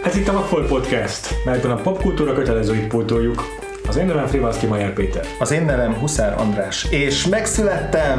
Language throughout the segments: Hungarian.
Ez itt a Vagfolt Podcast, melyben a popkultúra kötelezőit pótoljuk. Az én nevem Frivalszky Mayer Péter. Az én nevem Huszár András, és megszülettem!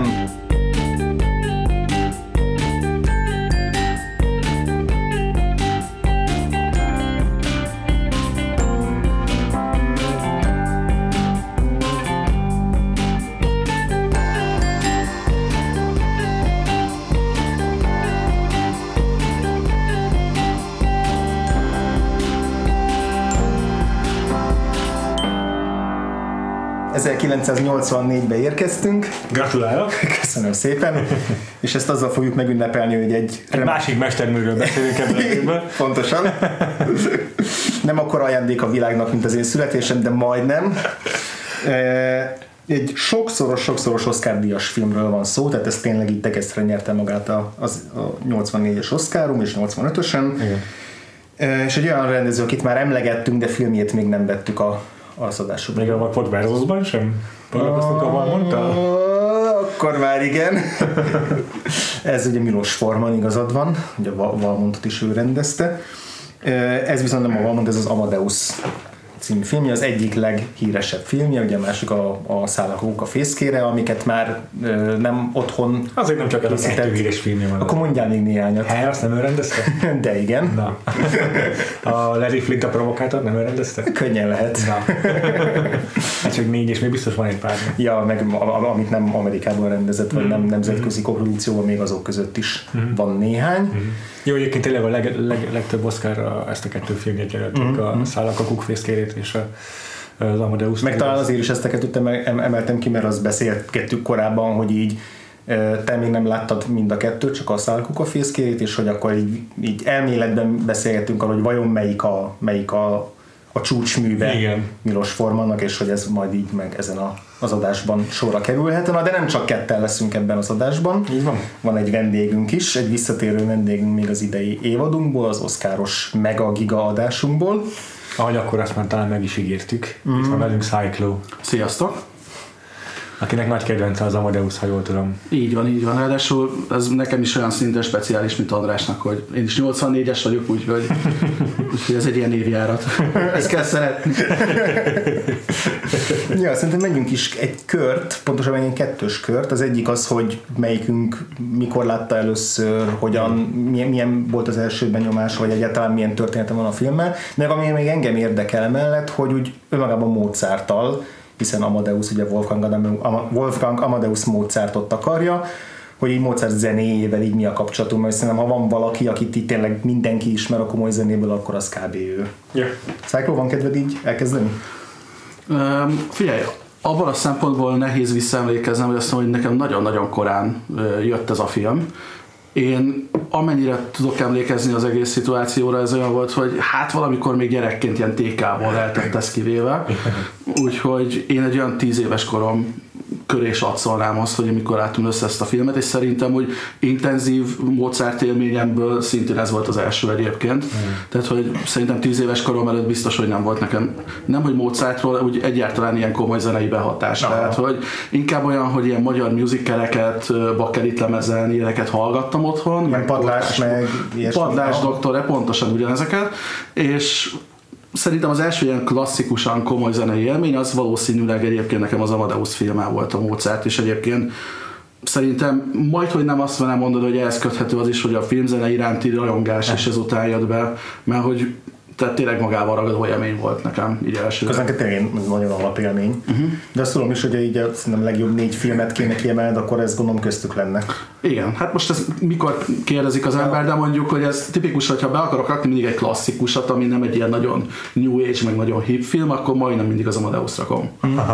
...1984-be érkeztünk. Gratulálok! Köszönöm szépen! És ezt azzal fogjuk megünnepelni, hogy egy másik mesterműről beszélünk ebben a filmben. Pontosan. Nem akkora ajándék a világnak, mint az én születésem, de majdnem. Egy sokszoros Oscar-díjas filmről van szó, tehát ez tényleg így tegesztre nyerte magát a 84-es Oscarom és 85-ösen. Igen. És egy olyan rendező, akit már emlegettünk, de filmjét még nem vettük az adásokban. Még a Vagfolt Versusban sem foglalkoztunk a Valmonttal? Akkor már igen. Ez ugye Milos Forman, igazad van, ugye a Valmontot is ő rendezte. Ez viszont nem a Valmont, ez az Amadeus című filmje, az egyik leghíresebb filmje, ugye a másik a Szállakók a fészkére, amiket már nem otthon. Azért nem csak ez a kettő híres filmje van. Akkor mondjál még néhányat. Hát, azt nem ő rendezte? De igen. Na. A Larry Flint a provokátor nem ő rendezte? Könnyen lehet. Na. Hát csak 4, és még biztos van egy pár. Ja, meg amit nem Amerikában rendezett, vagy nem nemzetközi koprodukcióban, még azok között is van néhány. Jó, egyébként tényleg a legtöbb Oscarra ezt a kettő filmjét jelölték, a Szállakók fészkérét és az Amadeus. Meg talán azért is ezt a kettőt emeltem ki, mert azt beszélgettük korábban, hogy így te még nem láttad mind a kettőt, csak a Szállakók a fészkérét, és hogy akkor így elméletben beszélgettünk arról, hogy vajon melyik a csúcsműve Milos Formannak, és hogy ez majd így meg ezen az adásban sorra kerülhet. Na, de nem csak ketten leszünk ebben az adásban. Így van. Van egy vendégünk is, egy visszatérő vendégünk még az idei évadunkból, az Oscaros Mega Giga adásunkból. Ahogy akkor azt már talán meg is ígértük. Itt van velünk Cyclo. Sziasztok! Akinek nagy kedvence az Amadeus, ha jól tudom. Így van. Ráadásul ez nekem is olyan szinten speciális, mint Andrásnak, hogy én is 84-es vagyok, úgyhogy ez egy ilyen évjárat. Ezt kell szeretni. Ja, szerintem menjünk is egy kört, pontosabban egy kettős kört. Az egyik az, hogy melyikünk mikor látta először, hogyan, milyen volt az első benyomás, vagy egyáltalán milyen története van a filmmel. Meg ami még engem érdekel emellett, hogy úgy önmagában Mozarttal, hiszen Amadeus, ugye Wolfgang Amadeus Mozartot akarja, hogy így Mozart zenéjével így mi a kapcsolatunk, mert szerintem ha van valaki, akit így tényleg mindenki ismer a komoly zenéből, akkor az kb. Ő. Yeah. Cyclo, van kedved így elkezdeni? Figyelj, abban a szempontból nehéz visszaemlékeznem, hogy azt mondom, hogy nekem nagyon-nagyon korán jött ez a film. Én amennyire tudok emlékezni az egész szituációra, ez olyan volt, hogy hát valamikor még gyerekként ilyen TK-ból lehetett ezt kivéve. Úgyhogy én egy olyan 10 éves korom köré satszolnám azt, hogy amikor láttam össze ezt a filmet, és szerintem, hogy intenzív Mozart élményemből szintén ez volt az első egyébként. Tehát, hogy szerintem 10 éves korom előtt biztos, hogy nem volt nekem, nem hogy Mozartról, úgy egyáltalán ilyen komoly zenei behatás. Tehát, hogy inkább olyan, hogy ilyen magyar musicaleket, bakkerit lemezen, ilyeneket hallgattam otthon. Meg Padlás, meg Padlás, Doktor, pontosan ugyanezeket. És szerintem az első ilyen klasszikusan komoly zenei élmény az valószínűleg egyébként nekem az Amadeus filmá volt a Mozart, és egyébként szerintem majdhogy nem azt nem mondod, hogy ehhez köthető az is, hogy a filmzene iránti rajongás is ezután jött be, mert hogy tehát tényleg magával ragadó élmény volt nekem így elsőre. Közben tényleg nagyon alapélmény. De azt tudom is, hogy így szerintem legjobb 4 filmet kéne kiemelni, akkor ez gondolom köztük lenne. Igen, hát most ez mikor kérdezik az ember, de mondjuk, hogy ez tipikus, hogyha be akarok rakni mindig egy klasszikusat, ami nem egy ilyen nagyon new age, meg nagyon hip film, akkor majdnem mindig az Amadeus rakom.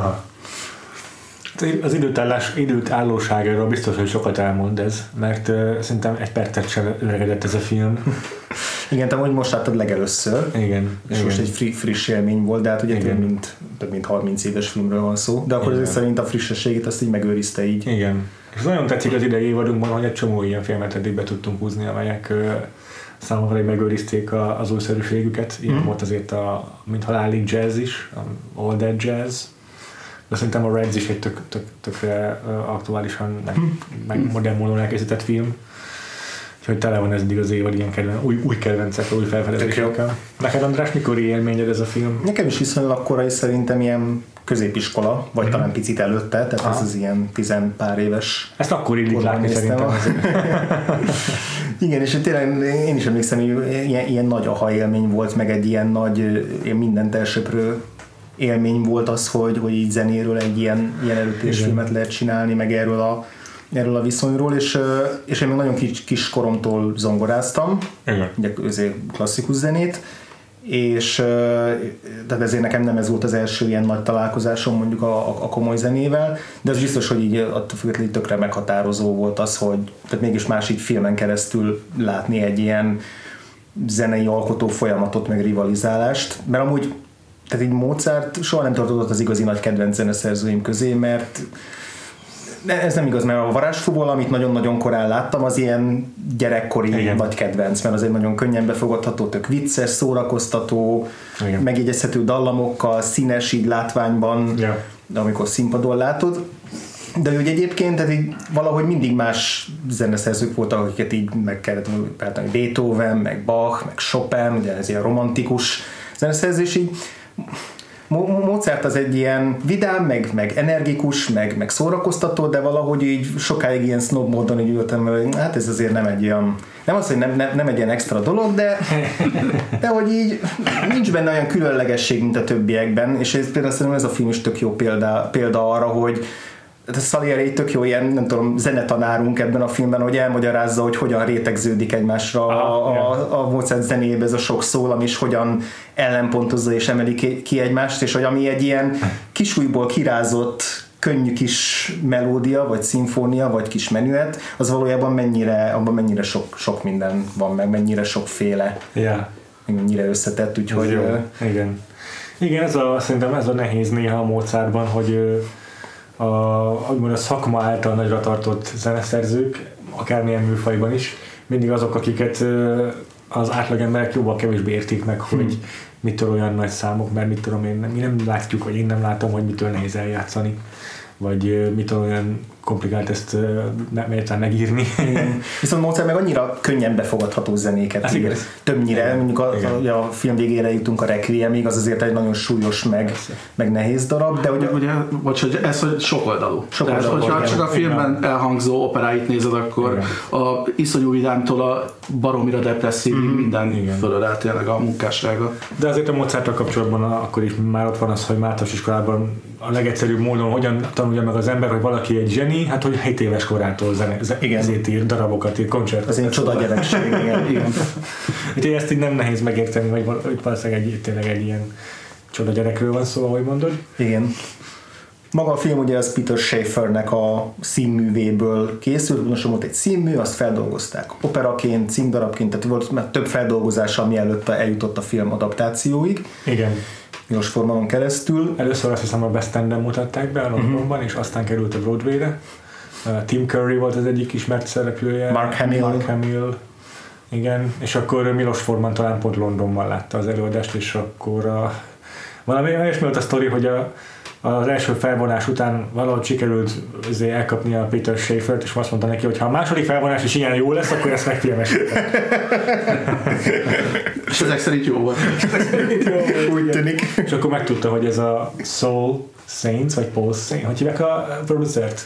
Az időtállóságáról biztos, hogy sokat elmond ez, mert szerintem egy percet sem öregedett ez a film. Igen, te most láttad legelőször. Igen. És igen. Most egy friss élmény volt, de hát ugye több mint 30 éves filmről van szó. De akkor azért szerint a frissességét azt így megőrizte így. Igen. És nagyon tetszik az idei évadunkban, hogy egy csomó ilyen filmet eddig be tudtunk húzni, amelyek számomra megőrizték az újszerűségüket. Ilyen volt azért mint halálig jazz is, All That Jazz. De szerintem a Reds is egy tökre aktuálisan, meg modern módon elkészített film. Úgyhogy tele van ez az évad ilyen új kedvencekkel, új felfedezésekkel. Neked, András, mikor élményed ez a film? Nekem is viszonylag korai, szerintem ilyen középiskola, vagy talán picit előtte, tehát ez az ilyen 10 pár éves. Ezt akkor illik látni szerintem. Igen, és tényleg én is emlékszem, hogy ilyen nagy aha élmény volt, meg egy ilyen nagy, mindent elsöprő élmény volt az, hogy így zenéről egy ilyen előttésfilmet lehet csinálni, meg erről a viszonyról, és én még nagyon kis koromtól zongoráztam, ugye klasszikus zenét, és tehát ezért nekem nem ez volt az első ilyen nagy találkozásom mondjuk a komoly zenével, de az biztos, hogy így attól függetlenül tökre meghatározó volt az, hogy tehát mégis másik filmen keresztül látni egy ilyen zenei alkotó folyamatot, meg rivalizálást, mert amúgy tehát így Mozart soha nem tartozott az igazi nagy kedvenc zeneszerzőim közé, mert ez nem igaz, mert a Varázsfúból, amit nagyon-nagyon korán láttam, az ilyen gyerekkori nagy kedvenc, mert az egy nagyon könnyen befogadható, tök vicces, szórakoztató, megjegyezhető dallamokkal, színes így látványban, amikor színpadon látod. De úgy egyébként tehát így valahogy mindig más zeneszerzők voltak, akiket így meg kellett például Beethoven, meg Bach, meg Chopin, ugye ez ilyen romantikus zeneszerzés, így Mozart az egy ilyen vidám, meg energikus, meg szórakoztató, de valahogy így sokáig ilyen snob módon így ültem, hogy hát ez azért nem egy olyan, nem az, hogy nem egy ilyen extra dolog, de hogy így nincs benne olyan különlegesség, mint a többiekben, és ez például szerintem ez a film is tök jó példa arra, hogy Salieri tök jó ilyen, nem tudom, zenetanárunk ebben a filmben, hogy elmagyarázza, hogy hogyan rétegződik egymásra a Mozart zenébe ez a sok szólam, és hogyan ellenpontozza és emeli ki egymást, és hogy ami egy ilyen kisújból kirázott könnyű kis melódia, vagy szimfónia, vagy kis menüet, az valójában mennyire sok minden van meg, mennyire sokféle, mennyire összetett, úgyhogy... Igen, szerintem ez a nehéz néha a Mozartban, hogy a szakma által nagyra tartott zeneszerzők, akármilyen műfajban is, mindig azok, akiket az átlagemberek jobban kevésbé értik meg, hogy mitől olyan nagy számok, mert mit tudom mi nem látjuk, vagy én nem látom, hogy mitől nehéz eljátszani, vagy mitől olyan komplikált ezt megírni. Viszont Mozart meg annyira könnyen befogadható zenéket ír. Többnyire, mondjuk a film végére jutunk a Requiemig, az azért egy nagyon súlyos, meg nehéz darab, de hogy ez hogy sokoldalú. Tehát, hogyha csak a filmben elhangzó operáit nézed, akkor a iszonyú vidámtól a baromira depresszív minden fölölel tényleg a munkássága. De azért a Mozarttal kapcsolatban akkor is már ott van az, hogy általános iskolában legegyszerűbb módon hogyan tanulja meg az ember, hogy valaki egy zseni, hát hogy 7 éves korától zenét ír, darabokat ír, koncertokat. Ez egy csoda gyerekség, igen. Úgyhogy ezt így nem nehéz megérteni, vagy valószínűleg tényleg egy ilyen csoda gyerekről van szó, ahogy mondod. Igen. Maga a film ugye az Peter Shaffernek a színművéből készült, most volt egy színmű, azt feldolgozták operaként, címdarabként, tehát volt már több feldolgozása, ami előtt eljutott a film adaptációig. Igen. Milos Formanon keresztül. Először azt hiszem a West Enden mutatták be a Londonban, és aztán került a Broadway-re. Tim Curry volt az egyik ismert szereplője. Mark Hamill. Igen, és akkor Milos Forman talán pont Londonban látta az előadást, és akkor valami olyasmi volt a sztori, hogy az első felvonás után valahogy sikerült elkapni a Peter Schaffert, és azt mondta neki, hogy ha a második felvonás is ilyen jó lesz, akkor ezt megfilmesítem. És ezek szerint jó volt. Úgy tűnik. És akkor megtudta, hogy ez a Soul Saints, vagy Paul Saints, hogy hívják a producert?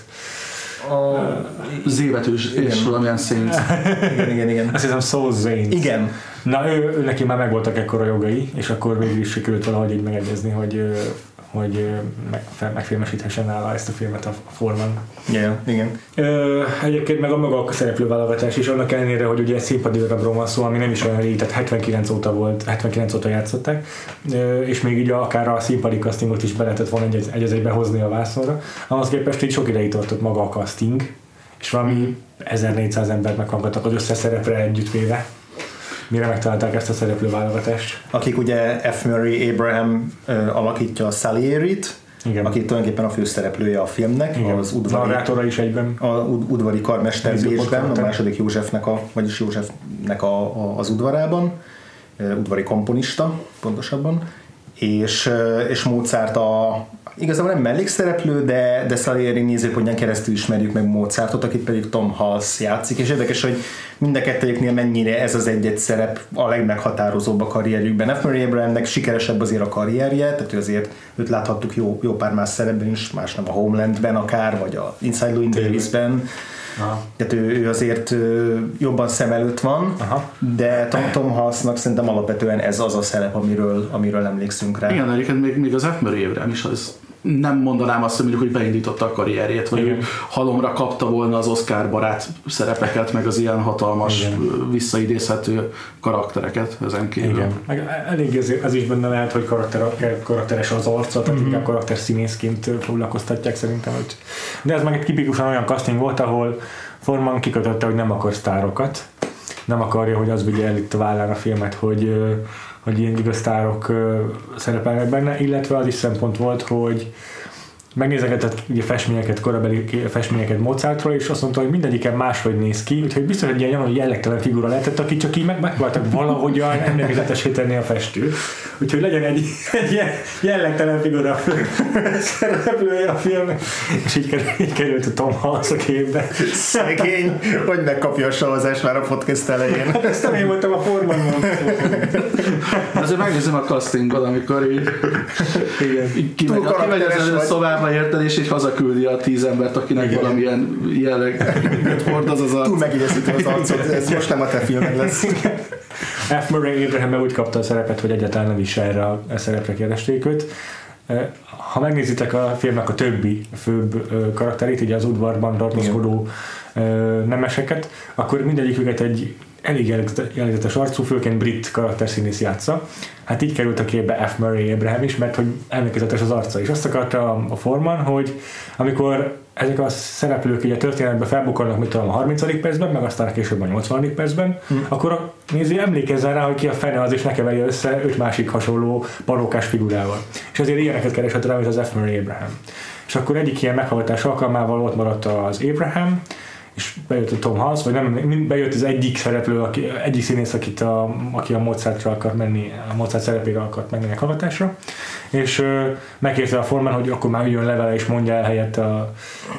Z-betűs és valamilyen Saints. Igen. Azt hiszem Soul Saints. Igen. Na ő neki már megvoltak ekkora jogai, és akkor végül is sikerült valahogy így megegyezni, hogy megfilmesíthessen nála ezt a filmet a Forman. Igen. Egyébként meg a maga a szereplőválogatás is, annak ellenére, hogy ugye egy színpadi darabról van szó, ami nem is olyan régi, tehát 79 óta játszották, és még így akár a színpadi castingot is be lehetett volna egy-egybe hozni a vászonra. Ahhoz képest így sok ideig tartott maga a casting, és valami 1400 embert meghallgattak az összes szerepre együttvéve, mire megtalálták ezt a szereplőválogatást. Akik ugye F. Murray Abraham alakítja a Salieri-t, aki tulajdonképpen a főszereplője a filmnek, az udvari, is egyben. Udvari karmester Bécsben, a második Józsefnek vagyis Józsefnek az udvarában, udvari komponista pontosabban, és Mozart igazából nem mellékszereplő, de Salieri nézőpontján keresztül ismerjük meg Mozartot, akit pedig Tom Hulce játszik, és érdekes, hogy mind a kettőjüknél mennyire ez az egy szerep a legmeghatározóbb a karrierjükben. F. Murray Abrahamnek sikeresebb azért a karrierje, tehát őt láthattuk jó pár más szerepben is, más nem a Homelandben akár, vagy a Inside Llewyn Davis-ben. Tehát ő azért jobban szem előtt van, de Tom Hulce-nak szerintem alapvetően ez az a szerep, amiről emlékszünk rá. Igen, egyébként még az F. Murray Abraham is az. Nem mondanám azt, hogy beindította a karrierjét, vagy ő halomra kapta volna az Oscar barát szerepeket, meg az ilyen hatalmas, visszaidézhető karaktereket ezen kívül. Igen. Meg elég ez is benne lehet, hogy karakteres az arca, tehát inkább karakterszínészként foglalkoztatják szerintem. De ez meg egy tipikusan olyan casting volt, ahol Forman kikötötte, hogy nem akar sztárokat. Nem akarja, hogy az vigye el itt a vállán a filmet, hogy ilyen igaz sztárok szerepelnek benne, illetve az is szempont volt, hogy megnézegetett ugye korabeli festményeket Mozartról, és azt mondta, hogy mindegyiken máshogy néz ki, úgyhogy biztos egy ilyen jellegtelen figura lehetett, aki csak így megpróbáltak valahogyan emlékezetesé tenni a festőt. Úgyhogy legyen egy ilyen jellegtelen figura szereplője a filmnek, és így került a Tom Hulce a képbe. Szegény, hogy megkapja a szavazást már a podcast elején. Ezt nem én voltam a Formanban. Azért megnézem a castingot, amikor így kimegy az előszobába, érted, és így hazaküldi a 10 embert, akinek valamilyen jelleget hordoz az arc. Túl megidézítem az arcot, ez most nem a te filmed lesz. F. Murray Abraham úgy kapta a szerepet, hogy egyáltalán nem is erre a szerepre kérdezték őt. Ha megnézitek a filmnek a többi főbb karakterét, így az udvarban tartózkodó nemeseket, akkor mindegyiküket egy elég jellegzetes arcú, főként brit karakterszínész játsza. Hát így került a képbe F. Murray Abraham is, mert hogy emlékezetes az arca. És azt akarta a Forman, hogy amikor ezek a szereplők így a történetben felbukkannak, mit tudom, a 30. percben, meg aztán később a 80. percben, akkor a néző emlékezzen rá, hogy ki a fene az, és ne keverje össze 5 másik hasonló parókás figurával. És azért ilyeneket keresett rá, mint az F. Murray Abraham. És akkor egyik ilyen meghallgatás alkalmával ott maradt az Abraham, és bejött a Tom Hulce, vagy nem, bejött az egyik szereplő, egyik színész, aki a Mozartra akar menni, a Mozart szerepére akart menni a hallgatásra, és megkérte a Forman, hogy akkor már üljön le vele és mondja el helyett a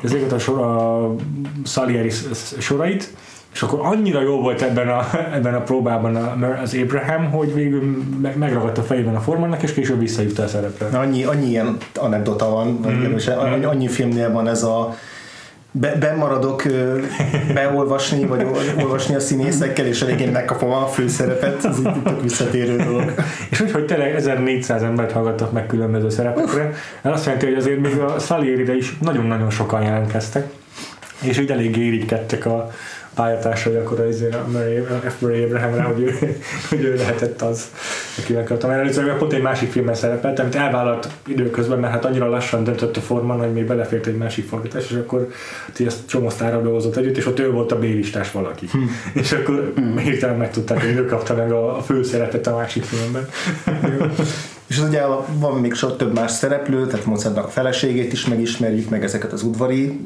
Salieri sorait, és akkor annyira jó volt ebben a próbában az Abraham, hogy végül megragadta a fejében a Formannak, és később visszahívta a szerepre. Annyi ilyen anekdota van, annyi filmnél van ez a bemaradok beolvasni, vagy olvasni a színészekkel, és a végén megkapom a főszerepet, ez így tök visszatérő dolog. És úgy, hogy tényleg 1400 embert hallgattak meg különböző szerepekre, ez azt jelenti, hogy azért még a Salierire is nagyon-nagyon sokan jelentkeztek, és úgy eléggé irigykedtek a pályatársai akkor azért a F. Murray Abrahamra, hogy ő lehetett az, aki megkapta. Mert először pont egy másik filmben szerepelt, amit elvállalt időközben, mert hát annyira lassan döntött a Forman, hogy még belefért egy másik forgatás, és akkor ezt csomó sztárral dolgozott együtt, és ott ő volt a B-listás valaki. És akkor hirtelen megtudták, hogy ő kapta meg a főszerepet a másik filmben. És ugye van még sok több más szereplő, tehát Mozartnak a feleségét is megismerjük, meg ezeket az udvari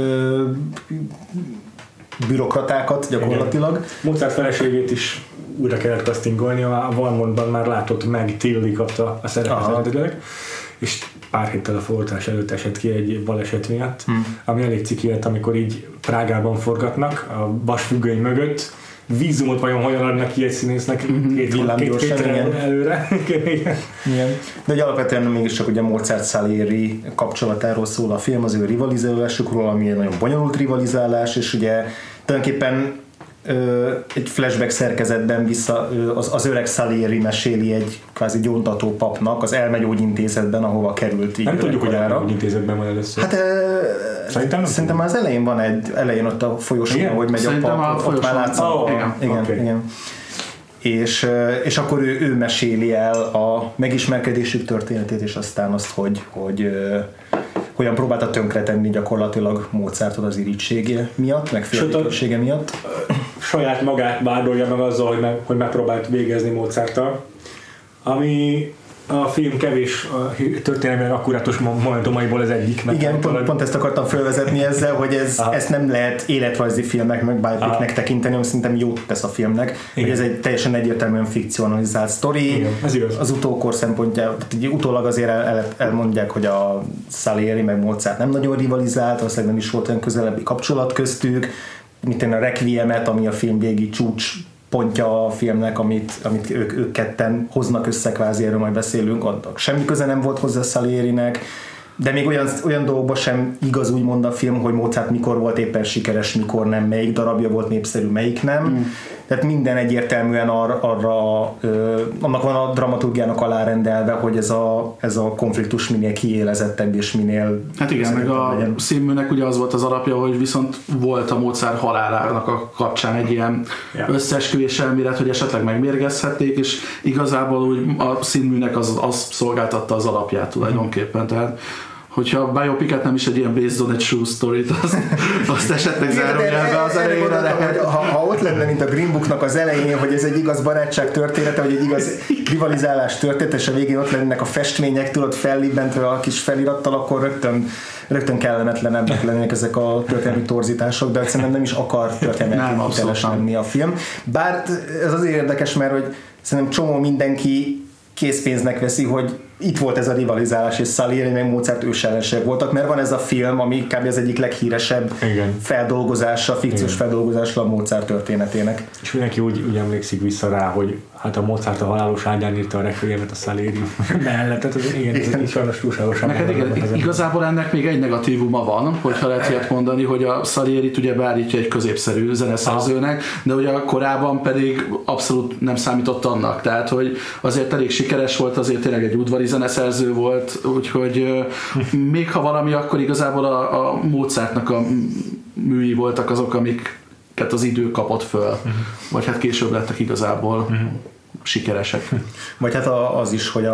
bürokratákat gyakorlatilag. Igen. Mozart feleségét is újra kellett castingolni, a Valmontban már látott meg, Tilly kapta a szerepet eredetileg, és pár héttel a forgatás előtt esett ki egy baleset miatt, ami elég ciki lett, amikor így Prágában forgatnak, a vasfüggöny mögött, vízumot vajon hogyan adnak ki egy színésznek két előre. Igen. De egy alapvetően mégiscsak ugye Mozart-Salieri kapcsolatáról szól a film, az ő rivalizálásukról, ami egy nagyon bonyolult rivalizálás, és ugye tulajdonképpen egy flashback szerkezetben vissza az öreg Salieri meséli egy kvázi gyóntató papnak az elmegyógyintézetben, ahova került így. Nem tudjuk, hogy elmegyógyintézetben van először. Hát szerintem már az elején van elején ott a folyosón, hogy megy szerintem a pap, ott már látszik. Igen. És akkor ő meséli el a megismerkedésük történetét, és aztán azt, hogy hogyan próbálta tönkretenni gyakorlatilag Mozartot az irítsége miatt, meg féltékenysége miatt. Saját magát vádolja meg azzal, hogy megpróbált végezni Mozarttal, ami a film kevés történelmileg akkurátus momentumaiból az egyik. Igen, pont ezt akartam felvezetni ezzel, hogy ezt nem lehet életrajzi filmnek, meg biopic-nek tekinteni, hanem szerintem jót tesz a filmnek, igen. Hogy ez egy teljesen egyértelműen fikcionalizált sztori. Igen, ez igaz. Az utókor szempontjából, utólag azért elmondják, hogy a Salieri meg Mozart nem nagyon rivalizált, valószínűleg nem is volt olyan közelebbi kapcsolat köztük, mint a Requiemet, ami a film végi csúcs pontja a filmnek, amit ők ketten hoznak össze, kvázi, erről majd beszélünk, annak semmi köze nem volt hozzá Salierinek, de még olyan dolgokban sem igaz úgymond a film, hogy Mozart mikor volt éppen sikeres, mikor nem, melyik darabja volt népszerű, melyik nem. Tehát minden egyértelműen annak van a dramaturgiának alárendelve, hogy ez a konfliktus minél kiélezettebb és minél... Hát igen, meg a színműnek ugye az volt az alapja, hogy viszont volt a Mozart halálának a kapcsán egy ilyen összeesküvés elmélet, hogy esetleg megmérgezhették, és igazából úgy a színműnek az szolgáltatta az alapját tulajdonképpen. Tehát hogyha a biopicet nem is egy ilyen based on a true story-t, azt esetleg zárójelbe az elejére lehet. Ha ott lenne, mint a Green Booknak az elején, hogy ez egy igaz barátság története, vagy egy igaz rivalizálás története, és a végén ott lennének a festmények, tudod, fellibbentve a kis felirattal, akkor rögtön kellemetlenebbek lennének ezek a történelmi torzítások, de szerintem nem is akar történelmi hiteles lenni a film. Bár ez azért érdekes, mert hogy szerintem csomó mindenki készpénznek veszi, hogy itt volt ez a rivalizálás, és Salieri meg Mozart ősellenesek voltak, mert van ez a film, ami kb. Az egyik leghíresebb feldolgozása, fikciós feldolgozása a Mozart történetének. És mindenki úgy emlékszik vissza rá, hogy hát a Mozart a halálos ágyán írta a Requiemet a Salieri mellett, tehát ez így sajnos túlságosan. Igazából ennek még egy negatívuma van, hogyha lehet ilyet mondani, hogy a Salierit ugye beállítja egy középszerű zeneszerzőnek, de ugye korábban pedig abszolút nem számított annak, tehát hogy azért elég sikeres volt, azért tényleg egy udvari zeneszerző volt, úgyhogy még ha valami, akkor igazából a Mozartnak a műi voltak azok, amiket az idő kapott föl, vagy hát később lettek igazából sikeresek. Vagy hát az is, hogy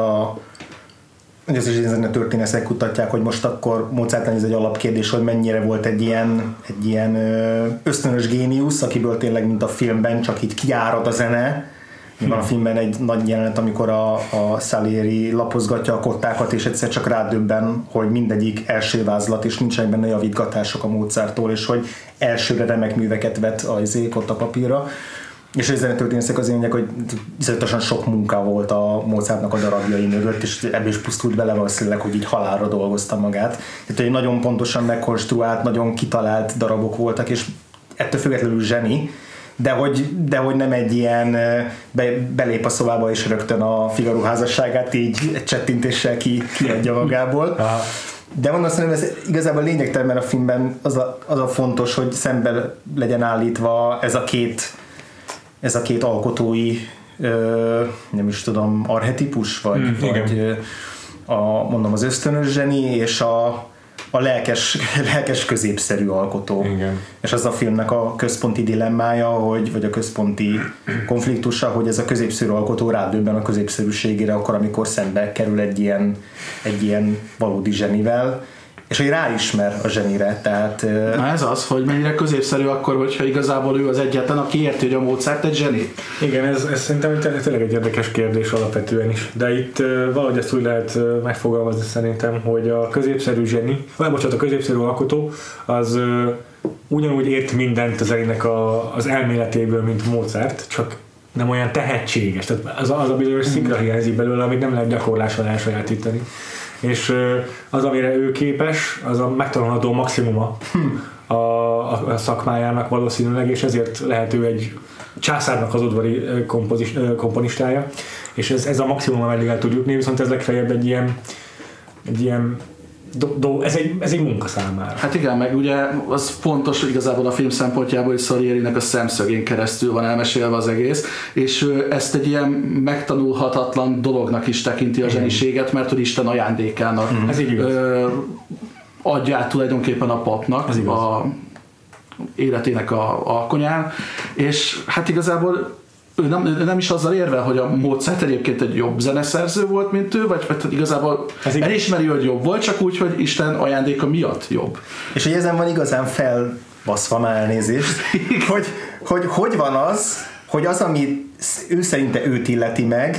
az is a történészek kutatják, hogy most akkor Mozartnál ez egy alapkérdés, hogy mennyire volt egy ilyen ösztönös géniusz, akiből tényleg, mint a filmben, csak így kiárad a zene. Van a filmben egy nagy jelenet, amikor a Salieri lapozgatja a kottákat, és egyszer csak rádöbben, hogy mindegyik első vázlat, és nincsenek benne javítgatások a Mozarttól, és hogy elsőre remek műveket vet a kottapapírra. És a zenetörténészek azért mondják, hogy iszonyatosan sok munka volt a Mozartnak a darabjai mögött, és ebből is pusztult bele valószínűleg, hogy így halálra dolgozta magát. Tehát, hogy nagyon pontosan megkonstruált, nagyon kitalált darabok voltak, és ettől függetlenül zseni, de hogy nem egy ilyen belép a szobába és rögtön a Figaro házasságát így egy csettintéssel kiadja magából. De mondom, szerintem ez igazából lényegtelen, mert a filmben az a fontos, hogy szemben legyen állítva ez a két alkotói nem is tudom, archetípus, vagy mondom az ösztönös zseni és a lelkes középszerű alkotó. Igen. És az a filmnek a központi dilemmája, vagy a központi konfliktusa, hogy ez a középszerű alkotó rádöbben a középszerűségére akkor, amikor szembe kerül egy ilyen valódi zsenivel, és hogy ráismer a zsenire, tehát... Na ez az, hogy mennyire középszerű akkor, hogyha igazából ő az egyetlen, aki érti, hogy a Mozart egy zseni. Igen, ez szerintem tényleg egy érdekes kérdés alapvetően is, de itt valahogy ezt úgy lehet megfogalmazni szerintem, hogy a középszerű zseni, a középszerű alkotó, az ugyanúgy ért mindent az zenének az elméletéből, mint Mozart, csak nem olyan tehetséges, tehát az a bizonyos szinkra hiányzik belőle, amit nem lehet gyakorlással elsajátítani. És az, amire ő képes, az a megtanulható maximuma a szakmájának valószínűleg, és ezért lehet ő egy császárnak az udvari komponistája, és ez a maximum, ameddig el tud jutni, viszont ez legfeljebb egy ilyen ez egy munka számára. Hát igen, meg ugye az fontos igazából a film szempontjából, hogy Salierinek a szemszögén keresztül van elmesélve az egész, és ezt egy ilyen megtanulhatatlan dolognak is tekinti a zseniséget, mert hogy Isten ajándékának adja át tulajdonképpen a papnak a életének a alkonyán, és hát igazából ő nem is azzal érvel, hogy a Mozart egyébként egy jobb zeneszerző volt, mint ő, vagy igazából elismeri, hogy jobb volt, csak úgy, hogy Isten ajándéka miatt jobb. És hogy ezen van igazán felbaszva, már elnézést, hogy van az, hogy az, ami ő szerinte őt illeti meg,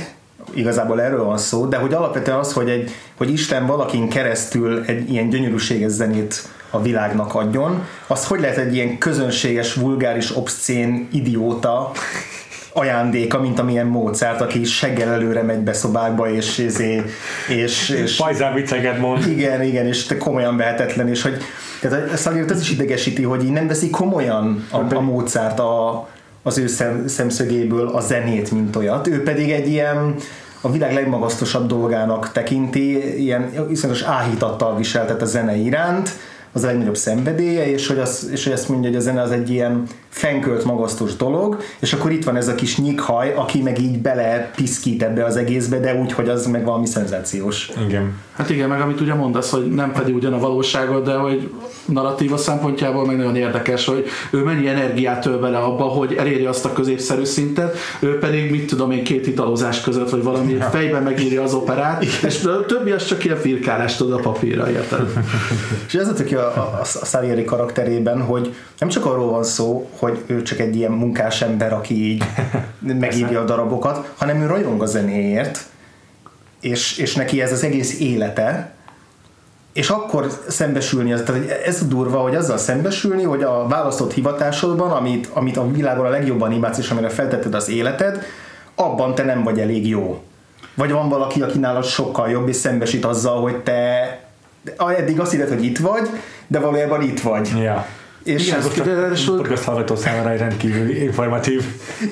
igazából erről van szó, de hogy alapvetően az, hogy Isten valakin keresztül egy ilyen gyönyörűséges zenét a világnak adjon, az hogy lehet egy ilyen közönséges, vulgáris, obszcén, idióta ajándéka, mint amilyen Mozart, aki seggel előre megy be szobákba, és pajzán vicceket mond. Igen, és te komolyan vehetetlen, és hogy tehát Salieri ez is idegesíti, hogy így nem veszi komolyan a Mozart az ő szemszögéből a zenét, mint olyat. Ő pedig egy ilyen a világ legmagasztosabb dolgának tekinti, ilyen iszonyatos áhítattal viseltet a zene iránt, az a legnagyobb szenvedélye, és hogy azt mondja, hogy a zene az egy ilyen fenkölt magasztos dolog, és akkor itt van ez a kis nyikhaj, aki meg így bele piszkít ebbe az egészbe, de úgy, hogy az meg valami szenzációs. Igen. Hát igen, meg amit ugye mondasz, hogy nem pedig ugyan a valóságot, de hogy narratíva szempontjából meg nagyon érdekes, hogy ő mennyi energiát töl bele abba, hogy elérje azt a középszerű szintet, ő pedig mit tudom én 2 italozás között, vagy valami fejben megírja az operát, és a többi az csak ilyen firkálást tud a papírra, érted? És ez a tök a Salieri karakterében, hogy nem csak arról van szó, hogy ő csak egy ilyen munkás ember, aki így megírja a darabokat, hanem ő rajong a zenéért, és neki ez az egész élete, és akkor szembesülni, tehát ez a durva, hogy azzal szembesülni, hogy a választott hivatásodban, amit a világon a legjobban imádsz, és amire feltetted az életed, abban te nem vagy elég jó. Vagy van valaki, aki nálad sokkal jobb, és szembesít azzal, hogy te eddig azt hiszed, hogy itt vagy, de valójában itt vagy. Ja. És igen, ez a podcast hallgató számára egy rendkívül informatív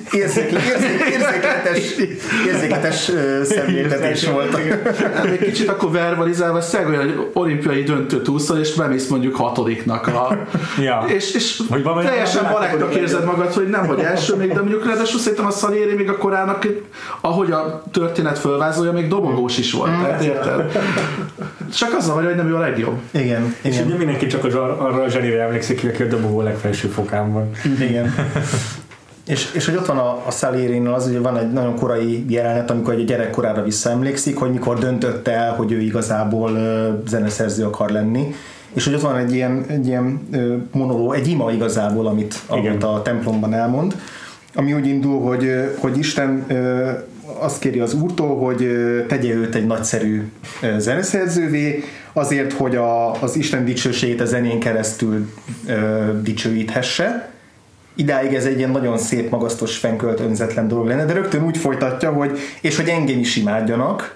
érzékletes szemléltetés volt. Egy kicsit akkor verbalizálva szeg olyan, hogy olimpiai döntőt úszol, és bemész mondjuk 6-nak ja. és teljesen baleknak érzed magad, hogy nem vagy első még, de mondjuk ráadásul szerintem a Salieri még a korának, ahogy a történet fölvázolja, még dobogós is volt, tehát érted? Csak azzal vagy, hogy nem ő a legjobb. Igen. És ugye mindenki csak arra a zsenére emlékszik, aki a dobogó legfelső fokán van. Igen. És hogy ott van a Salierinél az, hogy van egy nagyon korai jelenet, amikor egy gyerekkorára visszaemlékszik, hogy mikor döntött el, hogy ő igazából zeneszerző akar lenni. És hogy ott van egy ilyen monológ, egy ima igazából, amit a templomban elmond, ami úgy indul, hogy Isten azt kéri az Úrtól, hogy tegye őt egy nagyszerű zeneszerzővé, azért, hogy az Isten dicsőségét a zenén keresztül dicsőíthesse. Idáig ez egy ilyen nagyon szép, magasztos, fenkölt, önzetlen dolog lenne, de rögtön úgy folytatja, hogy engem is imádjanak,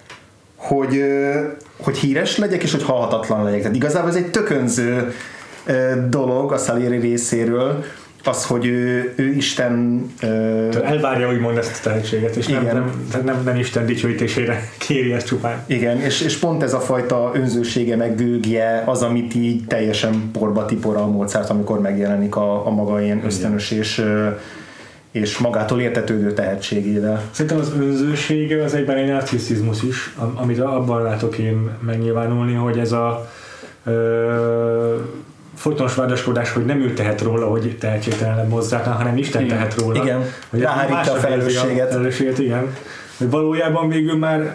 hogy híres legyek, és hogy halhatatlan legyek. Tehát igazából ez egy tökönző dolog a Salieri részéről, az, hogy ő Isten... elvárja úgymond ezt a tehetséget, és nem Isten dicsőítésére kéri ezt csupán. Igen, és pont ez a fajta önzősége, meg gőgje az, amit így teljesen porba tipor a Mozart, amikor megjelenik a maga ilyen ösztönös és magától értetődő tehetségével. Szerintem az önzősége az egyben egy narciszizmus is, amit abban látok én megnyilvánulni, hogy ez a folytonos vádaskodás, hogy nem ő tehet róla, hogy tehetségtelen Mozartnál, hanem Isten tehet róla. Igen, hogy ráhárítja a felelősséget. Igen. Hogy valójában végül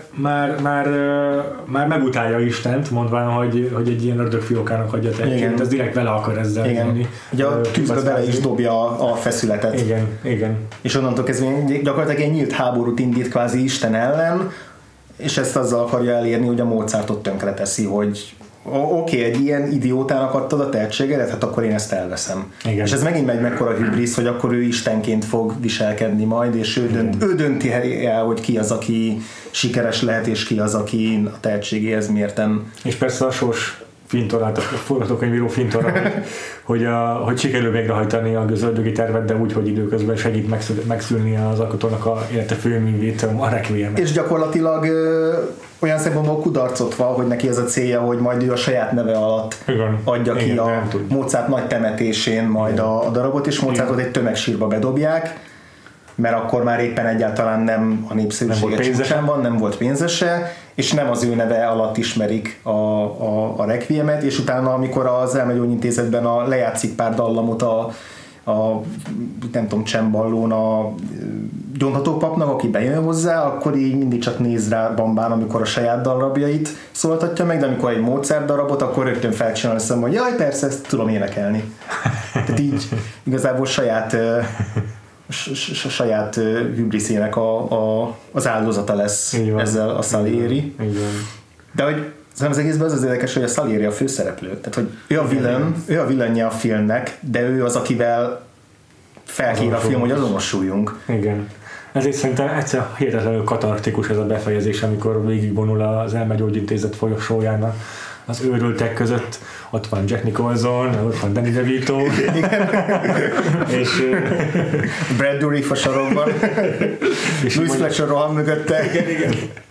már megutálja Istent, mondván, hogy egy ilyen ördögfiókának adja tehetséget. Ez direkt vele akar ezzel lenni. Ugye a tűzbe bele is dobja a feszületet. Igen. És onnantól kezdve gyakorlatilag egy nyílt háborút indít kvázi Isten ellen, és ezt azzal akarja elérni, hogy a Mozartot tönkreteszi, hogy oké, egy ilyen idiótának adtad a tehetségedet, hát akkor én ezt elveszem. Igen. És ez megint megy mekkora hübrisz, hogy akkor ő istenként fog viselkedni majd, és ő dönti el, hogy ki az, aki sikeres lehet, és ki az, aki a tehetségéhez mérten. És persze a sors fintorát, a forgatókönyvíró fintora, hogy sikerül végrehajtani a ördögi tervet, de úgy, hogy időközben segít megszülni az alkotónak a élete főművét, a Requiemet. És gyakorlatilag olyan szempontból kudarcot van, hogy neki ez a célja, hogy majd ő a saját neve alatt adja ki a Mozart nagy temetésén majd a darabot, és Mozartot egy tömegsírba bedobják, mert akkor már éppen egyáltalán nem a népszerűsége csúcsán van, nem volt pénzese, és nem az ő neve alatt ismerik a Requiemet, és utána, amikor az Elmegyógyintézetben lejátszik pár dallamot a nem tudom, cemballón a gyónható papnak, aki bejön hozzá, akkor így mindig csak néz rá bambán, amikor a saját darabjait szóltatja meg, de amikor egy Mozart darabot, akkor rögtön felcsinál a hogy jaj, persze, ezt tudom énekelni. Tehát így igazából saját saját hübriszének az áldozata lesz ezzel a Salieri. De hogy az egészben az érdekes, hogy a Salieri a főszereplő. Tehát, hogy ő a villenje a filmnek, de ő az, akivel felkér a film, hogy azonosuljunk. Igen. Ezért szerintem egyszer hihetetlenül katartikus ez a befejezés, amikor végigvonul az Elmegyógyintézet folyosóján az őrültek között. Ott van Jack Nicholson, ott van Danny DeVito. És Brad Dourif a sarokban. Louis Fletcher rohan mögötte. Igen.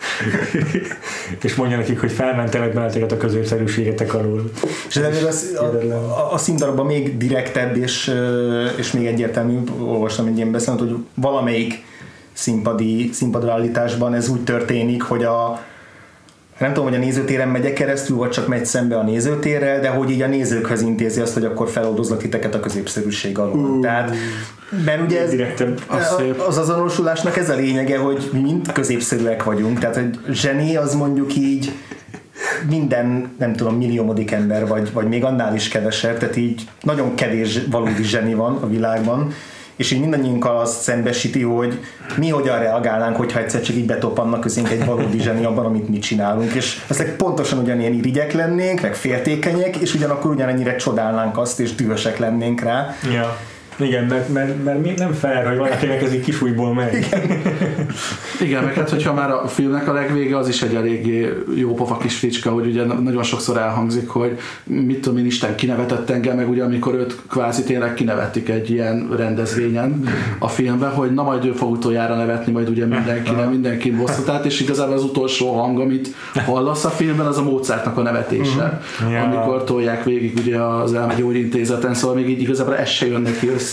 És mondja nekik, hogy felmentelek benneteket a középszerűségetek alól. És a színdarabban még direktebb és még egyértelműbb, olvastam egy ilyen beszélmet, hogy valamelyik színpadra állításban ez úgy történik, hogy nem tudom, hogy a nézőtéren megyek keresztül, vagy csak megy szembe a nézőtérrel, de hogy így a nézőkhöz intézi azt, hogy akkor feloldozlak titeket a középszerűség alól. Tehát, mert ugye az azonosulásnak ez a lényege, hogy mi mind középszerűek vagyunk, tehát hogy zseni az mondjuk így minden, nem tudom, milliómodik ember, vagy még annál is kevesebb, tehát így nagyon kevés valódi zseni van a világban, és így mindannyiunkkal azt szembesíti, hogy mi hogyan reagálnánk, hogyha egyszer csak így betoppannak közénk egy valódi zseni abban, amit mi csinálunk, és ezek pontosan ugyanilyen irigyek lennénk, meg féltékenyek, és ugyanakkor ugyanennyire csodálnánk azt, és dühösek lennénk rá. Ja. Igen, mert nem fair, hogy valakinek ez így kisújból megy. Igen, meg hát hogyha már a filmnek a legvége, az is egy eléggé jó pofa kis fricska, hogy ugye nagyon sokszor elhangzik, hogy mit tudom én, Isten kinevetett engem, meg ugye amikor őt kvázi tényleg kinevették egy ilyen rendezvényen a filmben, hogy na majd ő fog utoljára nevetni, majd ugye mindenki bosszatát, és igazából az utolsó hang, amit hallasz a filmben, az a Mozartnak a nevetése, amikor tolják végig ugye az Elmegyógyintézeten, szóval még így igazából ez se jön neki össze.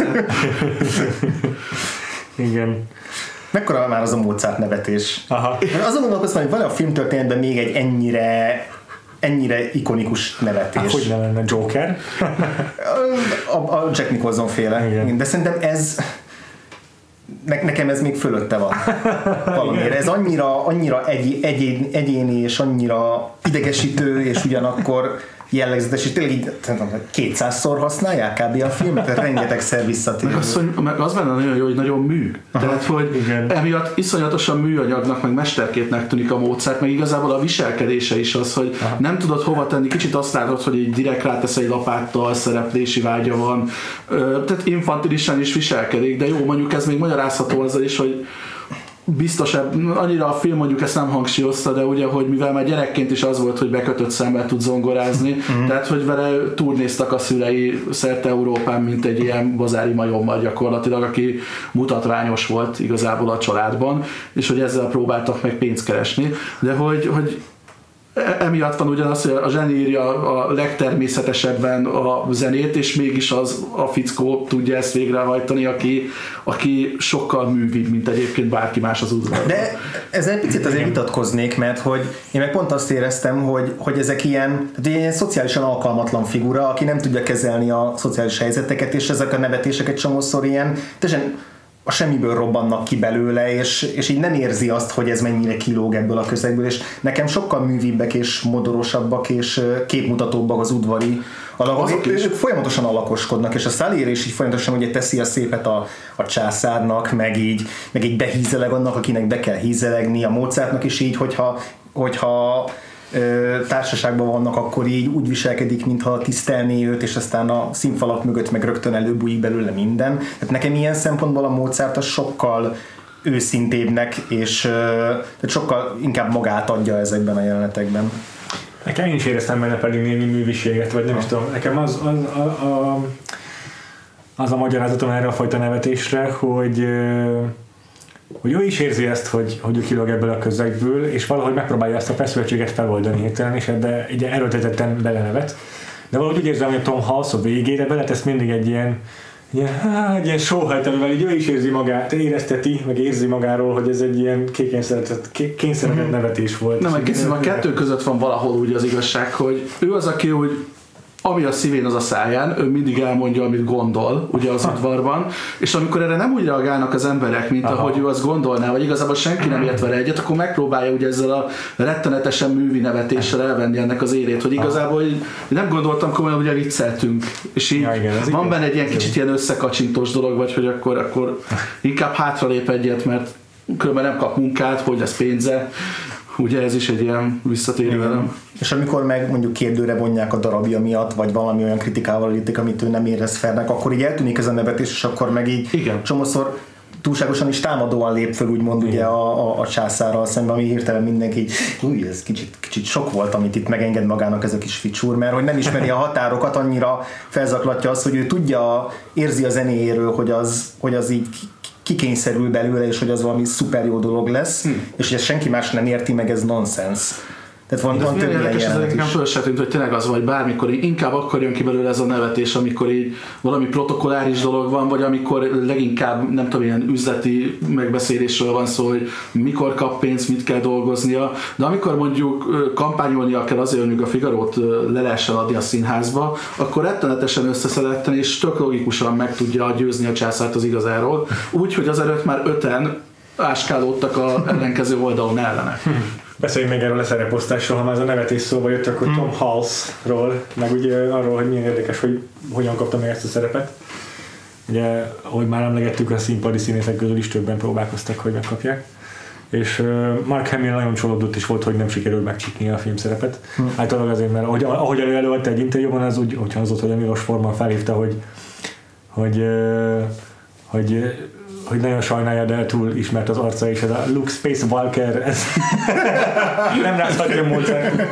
Igen. Mekkora már az a Mozart nevetés? Aha. Azon gondolkoztam, hogy van a filmtörténetben még egy ennyire ikonikus nevetés. Hogy ne lenne Joker? A Jack Nicholson féle. Igen. De szerintem nekem ez még fölötte van valamire. Ez annyira egyéni és annyira idegesítő, és ugyanakkor jellegzetes, és tényleg így 200-szor használják kb. A filmet, tehát rengetegszer visszatérő. Meg az benne nagyon jó, hogy nagyon mű. Tehát, hogy emiatt iszonyatosan műanyagnak, meg mesterképnek tűnik a Mozart, meg igazából a viselkedése is az, hogy nem tudod hova tenni, kicsit azt látod, hogy így direkt rátesz egy lapáttal, szereplési vágya van, tehát infantilisan is viselkedik, de jó, mondjuk ez még magyarázható azzal is, hogy biztos, annyira a film mondjuk ezt nem hangsúlyozta, de ugye, hogy mivel már gyerekként is az volt, hogy bekötött szemben tud zongorázni, tehát, hogy vele turnéztak a szülei szerte Európán, mint egy ilyen bazári majommal gyakorlatilag, aki mutatványos volt igazából a családban, és hogy ezzel próbáltak meg pénzt keresni, de hogy emiatt van ugyanaz, hogy a zseni írja a legtermészetesebben a zenét, és mégis az a fickó tudja ezt végrehajtani, aki sokkal művibb, mint egyébként bárki más az udvarban. De ezzel egy picit azért vitatkoznék, mert hogy én meg pont azt éreztem, hogy ezek ilyen szociálisan alkalmatlan figura, aki nem tudja kezelni a szociális helyzeteket, és ezek a nevetések egy csomószor ilyen teljesen a semmiből robbannak ki belőle, és így nem érzi azt, hogy ez mennyire kilóg ebből a közegből, és nekem sokkal művibbek és modorosabbak és képmutatóbbak az udvari alakok. Ők folyamatosan alakoskodnak, és a Salieri is így folyamatosan ugye teszi a szépet a császárnak, meg így behízeleg annak, akinek be kell hízelegni, a Mozartnak is így, hogyha társaságban vannak, akkor így úgy viselkedik, mintha tisztelné őt, és aztán a színfalak mögött meg rögtön előbújik belőle minden. Tehát nekem ilyen szempontból a Mozart az sokkal őszintébbnek, és sokkal inkább magát adja ezekben a jelenetekben. Nekem én is éreztem benne pedig némi műviséget, vagy nem is tudom. Nekem az a magyarázatom erre a fajta nevetésre, hogy ő is érzi ezt, hogy ő kilóg ebből a közegből, és valahogy megpróbálja ezt a feszültséget feloldani hirtelen, és ebbe egy erőltetetten belenevet. De valahogy úgy érzem, hogy a Tom Hanks a végére beletesz mindig egy ilyen sóhajt, amivel így ő is érzi magát, érezteti, meg érzi magáról, hogy ez egy ilyen kényszerített nevetés volt. Nem, a kettő között van valahol úgy az igazság, hogy ő az, aki úgy ami a szívén, az a száján, ő mindig elmondja, amit gondol, ugye az udvarban, és amikor erre nem úgy reagálnak az emberek, mint ahogy ő azt gondolná, vagy igazából senki nem ért vele egyet, akkor megpróbálja ugye ezzel a rettenetesen művi nevetéssel elvenni ennek az érét, hogy igazából nem gondoltam komolyan, ugye vicceltünk, és így van benne egy ilyen kicsit ilyen összekacsintós dolog, vagy hogy akkor inkább hátralép egyet, mert különben nem kap munkát, hogy lesz pénze. Ugye ez is egy ilyen visszatérő elem. És amikor meg mondjuk kérdőre vonják a darabja miatt, vagy valami olyan kritikával ítik, amit ő nem érez felnek, akkor így eltűnik ez a nevetés, és akkor meg így csomószor túlságosan is támadóan lép föl, úgymond ugye a császárral szemben, ami hirtelen mindenki így, ez kicsit sok volt, amit itt megenged magának ez a kis ficsúr, mert hogy nem ismeri a határokat, annyira felzaklatja azt, hogy ő tudja, érzi a zenéjéről, hogy az így kikényszerül belőle, és hogy az valami szuper jó dolog lesz, és hogy ezt senki más nem érti meg, ez nonsens. Tehát van több ilyen jelenet is. Föl se tűnt, hogy tényleg az vagy bármikor, inkább akkor jön ki belőle ez a nevetés, amikor így valami protokolláris dolog van, vagy amikor leginkább, nem tudom, ilyen üzleti megbeszélésről van szó, hogy mikor kap pénzt, mit kell dolgoznia, de amikor mondjuk kampányolnia kell azért, hogy mondjuk a Figarót le lehessen adni a színházba, akkor rettenetesen összeszedetten és tök logikusan meg tudja győzni a császárt az igazáról, úgy, hogy azelőtt már 5-en áskálódtak a ellenkező oldalon ellene. Beszéljünk még erről a szereposztásról, ha már ez a nevetés szóba jött, akkor Tom Hulce-ról, meg ugye arról, hogy milyen érdekes, hogy hogyan kapta meg ezt a szerepet. Ugye, ahogy már emlegettük, a színpadi színészek közül is többen próbálkoztak, hogy megkapják. És Mark Hamill nagyon csalódott is volt, hogy nem sikerült megcsípni a filmszerepet. Általában azért, mert ahogy előadta egy interjúban, az úgy hangzott, hogy a Milos Forman felhívta, hogy nagyon sajnálja, de túl ismert az arca, és ez a Luke Space Walker, ez nem rázhatja Mozart.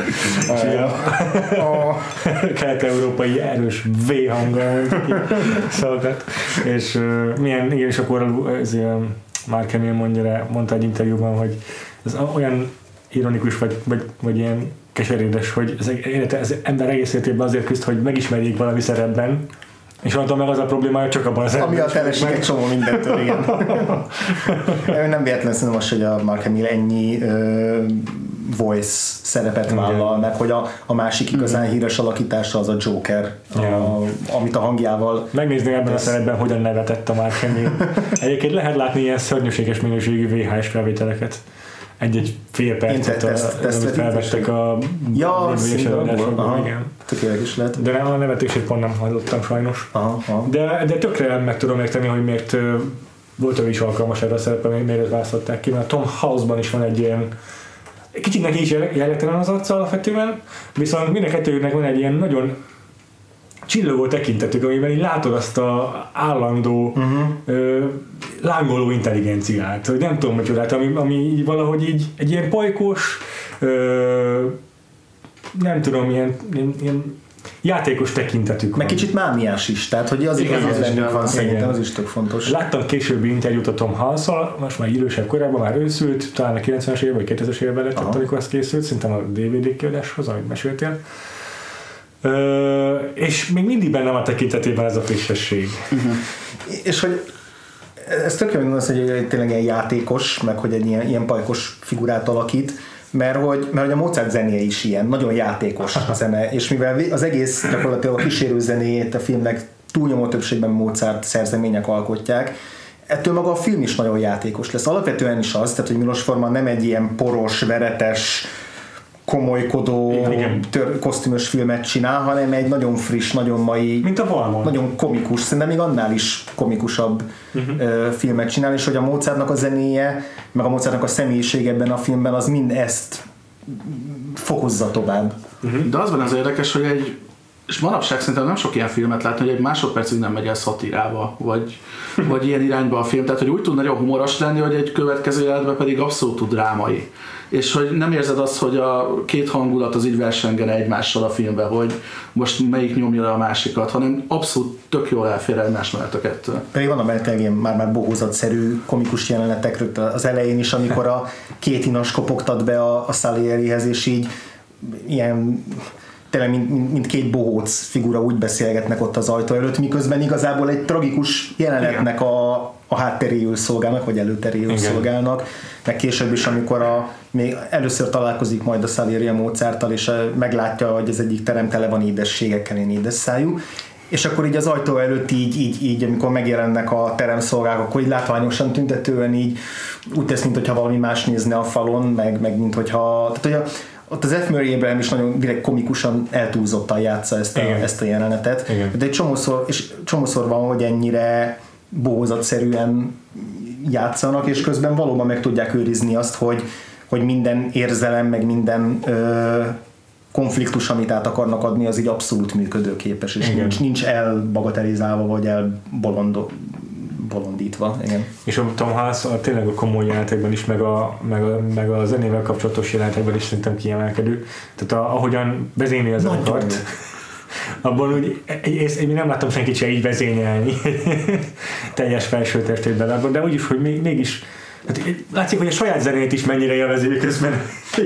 Kelet-európai erős V-hanggal szolgált. És milyen, igen, és akkor Mark Hamill mondta egy interjúban, hogy ez olyan ironikus, vagy ilyen keserédes, hogy az ember egész életében azért küzd, hogy megismerjék valami szerepben, és mondtam meg az a problémája, csak abban az ami a telesik egy csomó mindentől, igen. Nem véletlen szerintem az, hogy a Mark Hamill ennyi voice szerepet vállal, meg hogy a másik igazán híres alakítása az a Joker, amit a hangjával... Megnézni ebben a szerepben, hogyan nevetett a Mark Hamill. Egyébként lehet látni ilyen szörnyűséges minőségű VHS felvételeket. Egy fél percet, amit felvettek a igen. Tökéletes lehet. De a nevetését pont nem hallottam sajnos. De tökre meg tudom érteni, hogy miért volt ő is alkalmas erre a szerepre, miért választották ki, mert Tom Hulce-ban is van egy ilyen kicsit neki is jellegtelen az arca alapvetően, viszont mind a kettőjüknek van egy ilyen nagyon csillogó tekintetük, amiben így látod azt a állandó lángoló intelligenciát, hogy nem tudom, hogy ami valahogy így egy ilyen pajkos, nem tudom, ilyen játékos tekintetük meg van. Kicsit mániás is, tehát hogy az igaz van szerintem, az is tök fontos. Láttam későbbi interjút a Tom Hulce-szal, most már idősebb korában, már őszült, talán a 90-es évek vagy 2000-es években lett, amikor az készült, szerintem a DVD kiadáshoz, amit meséltél. És még mindig benne van tekintetében ez a frissesség. És hogy ez tök jó mondasz, hogy tényleg ilyen játékos, meg hogy egy ilyen pajkos figurát alakít, mert hogy a Mozart zenéje is ilyen, nagyon játékos zene, és mivel az egész gyakorlatilag a kísérő zenéjét a filmnek túlnyomó többségben Mozart szerzemények alkotják, ettől maga a film is nagyon játékos lesz. Alapvetően is az, tehát hogy Milos Forman nem egy ilyen poros, veretes, komolykodó, kosztümös filmet csinál, hanem egy nagyon friss, nagyon mai, mint a Valmont, nagyon komikus, szerintem még annál is komikusabb filmet csinál, és hogy a Mozartnak a zenéje, meg a Mozartnak a személyiség ebben a filmben, az mind ezt fokozza tovább. De az van az érdekes, hogy és manapság szerintem nem sok ilyen filmet látni, hogy egy másodpercig nem megy el szatírába, vagy ilyen irányba a film, tehát hogy úgy tud nagyon humoros lenni, hogy egy következő életben pedig abszolút tud drámai. És hogy nem érzed azt, hogy a két hangulat az így versengene egymással a filmben, hogy most melyik nyomja le a másikat, hanem abszolút tök jól elfér egymás mellett a kettő. Pedig vannak benne ilyen már bohózatszerű komikus jelenetek rögtön az elején is, amikor a két inas kopogtat be a Salierihez, és így ilyen tényleg mint két bohóc figura úgy beszélgetnek ott az ajtó előtt, miközben igazából egy tragikus jelenetnek a hátteréül szolgálnak, vagy előteréül szolgálnak, meg később is, amikor még először találkozik majd a Salieri a Mozarttal, és meglátja, hogy az egyik terem tele van édességekkel, én édes szájú, és akkor így az ajtó előtt így amikor megjelennek a teremszolgák, akkor így látványosan, tüntetően így úgy tesz, mintha valami más nézne a falon, meg mint hogyha... Tehát, hogy ott az F. Murray Abraham is nagyon direkt komikusan eltúlzottan játsza ezt a jelenetet. Igen. De egy csomószor van, hogy ennyire bohózatszerűen játszanak, és közben valóban meg tudják őrizni azt, hogy minden érzelem, meg minden konfliktus, amit át akarnak adni, az így abszolút működőképes, és nincs elbagatelizálva, vagy elbolondítva. Igen. És a Tom Hanks tényleg a komoly jelenetekben is, meg a zenével kapcsolatos jelenetekben is szerintem kiemelkedő. Tehát ahogyan vezényli az zenekart, abban úgy, én nem láttam senkit se így vezényelni teljes felsőtestében, de úgyis, hogy mégis hát látszik, hogy a saját zenét is mennyire élvezi, miközben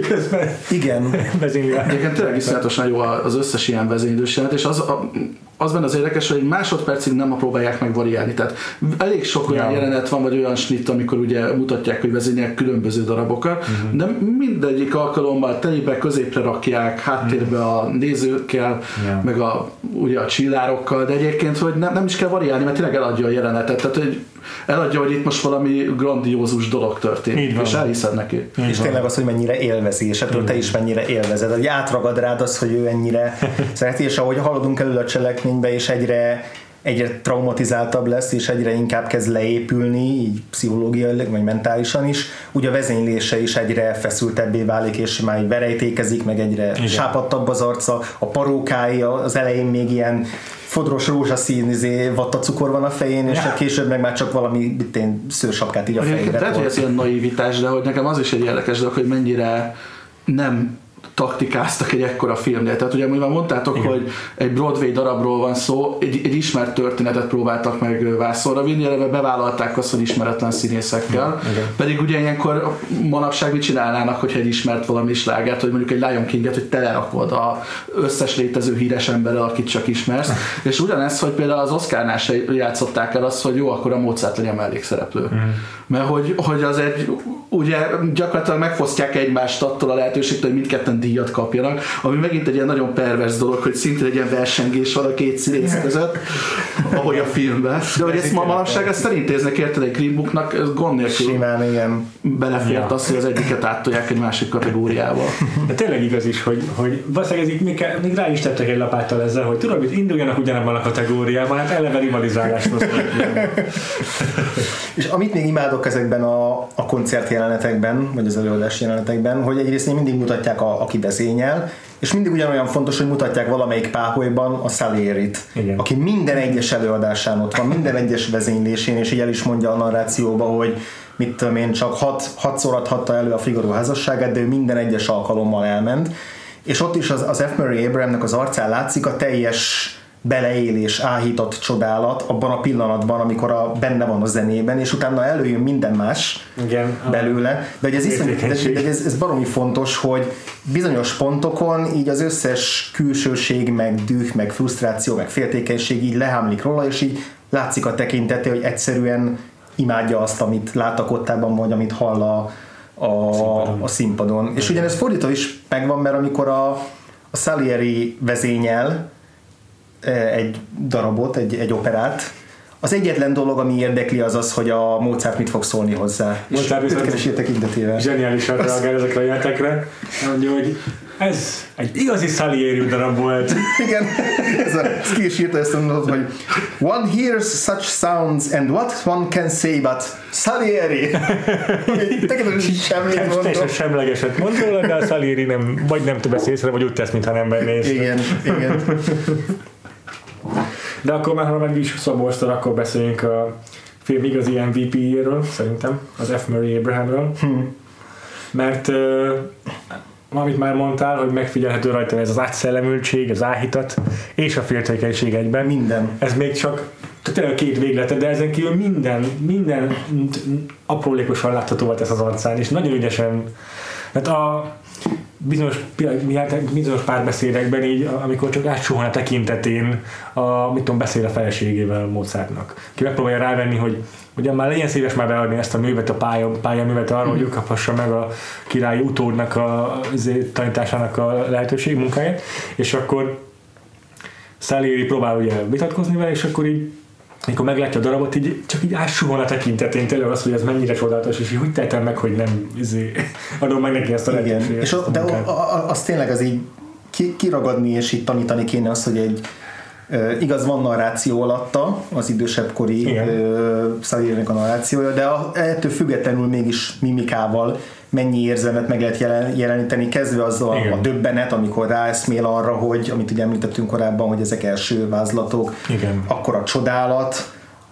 igen. vezényli. Egyébként tényleg iszonyatosan jó az összes ilyen vezénylős jelenet, és az benne az érdekes, hogy egy másodpercig nem próbálják meg variálni. Tehát elég sok olyan jelenet van, vagy olyan snitt, amikor ugye mutatják, hogy vezényelnek különböző darabokat, de mindegyik alkalommal telibe, középre rakják, háttérbe a nézőkkel, meg ugye a csillárokkal, de egyébként, hogy nem is kell variálni, mert tényleg eladja a jelenetet. Tehát, hogy eladja, hogy itt most valami grandiózus dolog történik, és elhiszed neki. És tényleg az, hogy mennyire élvezi, és ettől te is mennyire élvezed. Hogy átragad rád az, hogy ő ennyire szereti, és ahogy haladunk elő a cselekménybe, és egyre traumatizáltabb lesz, és egyre inkább kezd leépülni, így pszichológiailag, vagy mentálisan is, úgy a vezénylése is egyre feszültebbé válik, és már verejtékezik, meg egyre sápadtabb az arca, a parókái az elején még ilyen fodros rózsaszín vattacukor van a fején, és később meg már csak valami szőrsapkát így a fejére. Lehet, hogy ez ilyen naivitás, de hogy nekem az is egy érdekes dolog, hogy mennyire nem taktikáztak egy ekkora filmnél. Tehát ugye mivel mondtátok, hogy egy Broadway darabról van szó, egy ismert történetet próbáltak meg vászonra vinni, eleve bevállalták azt, hogy ismeretlen színészekkel. Pedig ugye ilyenkor manapság mit csinálnának, hogyha egy ismert valami slágert, hogy mondjuk egy Lion Kinget, hogy telerakod az összes létező híres emberrel, akit csak ismersz. És ugyanez, hogy például az Oscarnál se játszották el azt, hogy jó, akkor a Mozart legyen mellékszereplő. Mert hogy az egy, ugye gyakorlatilag megfosztják egymást attól a lehetőségtől, hogy mindketten díjat kapjanak, ami megint egy ilyen nagyon pervers dolog, hogy szintén egy ilyen versengés van a két színész között, ahogy a filmben. De hogy ezt ma manapság ezt elintéznek, érted, egy Green Booknak ez gond nélkül simán, igen. Belefért az, hogy az egyiket áttolják egy másik kategóriába. De tényleg igaz is, hogy valószínűleg ez még rá is tettek egy lapáttal ezzel, hogy tudod, hogy induljanak ugyanabban a kategóriában, hát eleve rivalizálásról szól. És amit még imádok ezekben a koncertjelenetekben, vagy az előadás jelenetekben, hogy egyrészt mindig mutatják aki vezényel, és mindig ugyanolyan fontos, hogy mutatják valamelyik páholyban a Salierit, aki minden egyes előadásán ott van, minden egyes vezénylésén, és így el is mondja a narrációba, hogy mit tudom én, csak 6-szor adhatta elő a Figaro házasságát, de ő minden egyes alkalommal elment. És ott is az F. Murray Abrahamnek az arcán látszik a teljes beleélés, áhított csodálat abban a pillanatban, amikor benne van a zenében, és utána előjön minden más belőle. De hogy ez baromi fontos, hogy bizonyos pontokon így az összes külsőség, meg düh, meg frusztráció, meg féltékenység így lehámlik róla, és így látszik a tekintete, hogy egyszerűen imádja azt, amit lát a kottában, vagy amit hall a színpadon. És ugyanez fordítva is megvan, mert amikor a Salieri vezényel egy darabot, egy operát, az egyetlen dolog, ami érdekli, az, hogy a Mozart mit fog szólni hozzá. Mozart viszont zseniálisan reagál ezekre a jelentekre. Mondja, hogy ez egy igazi Salieri darab volt. Igen, ez ki is írta ezt a mondatot, hogy one hears such sounds and what one can say but Salieri. Teljesen semlegeset mond róla, de a Salieri nem, vagy nem vesz észre, vagy úgy tesz, mintha nem venné észre. Igen. De akkor már, ha meg is szabolsztor, akkor beszéljünk a film igazi MVP-jéről, szerintem, az F. Murray Abrahamről. Mert amit már mondtál, hogy megfigyelhető rajta ez az átszellemültség, az áhítat és a féltékenység egyben. Minden. Ez még csak tényleg két véglete, de ezen kívül minden aprólékosan látható volt ez az arcán, és nagyon ügyesen. Hát bizonyos párbeszédekben így, amikor csak átsuhan a tekintetén beszél a feleségével Mozartnak. Ki megpróbálja rávenni, hogy ugyan már legyen szíves már beadni ezt a művet, a pályaművet arra, hogy ő kaphassa meg a királyi utódnak a tanításának a lehetőség munkáját, és akkor Salieri próbál ugye vitatkozni vele, és akkor így amikor meglátja a darabot, csak így átsuhan a tekintetén, tényleg az, hogy ez mennyire csodálatos, és így hogy tettem meg, hogy nem adom meg neki ezt a lehetőséget. De az tényleg az így kiragadni és így tanítani kéne az, hogy egy igaz, van narráció alatta, az idősebb kori Salierinek a narrációja, de ettől függetlenül mégis mimikával mennyi érzelmet meg lehet jeleníteni, kezdve azzal a döbbenet, amikor ráeszmél arra, hogy, amit ugye említettünk korábban, hogy ezek első vázlatok, akkor a csodálat,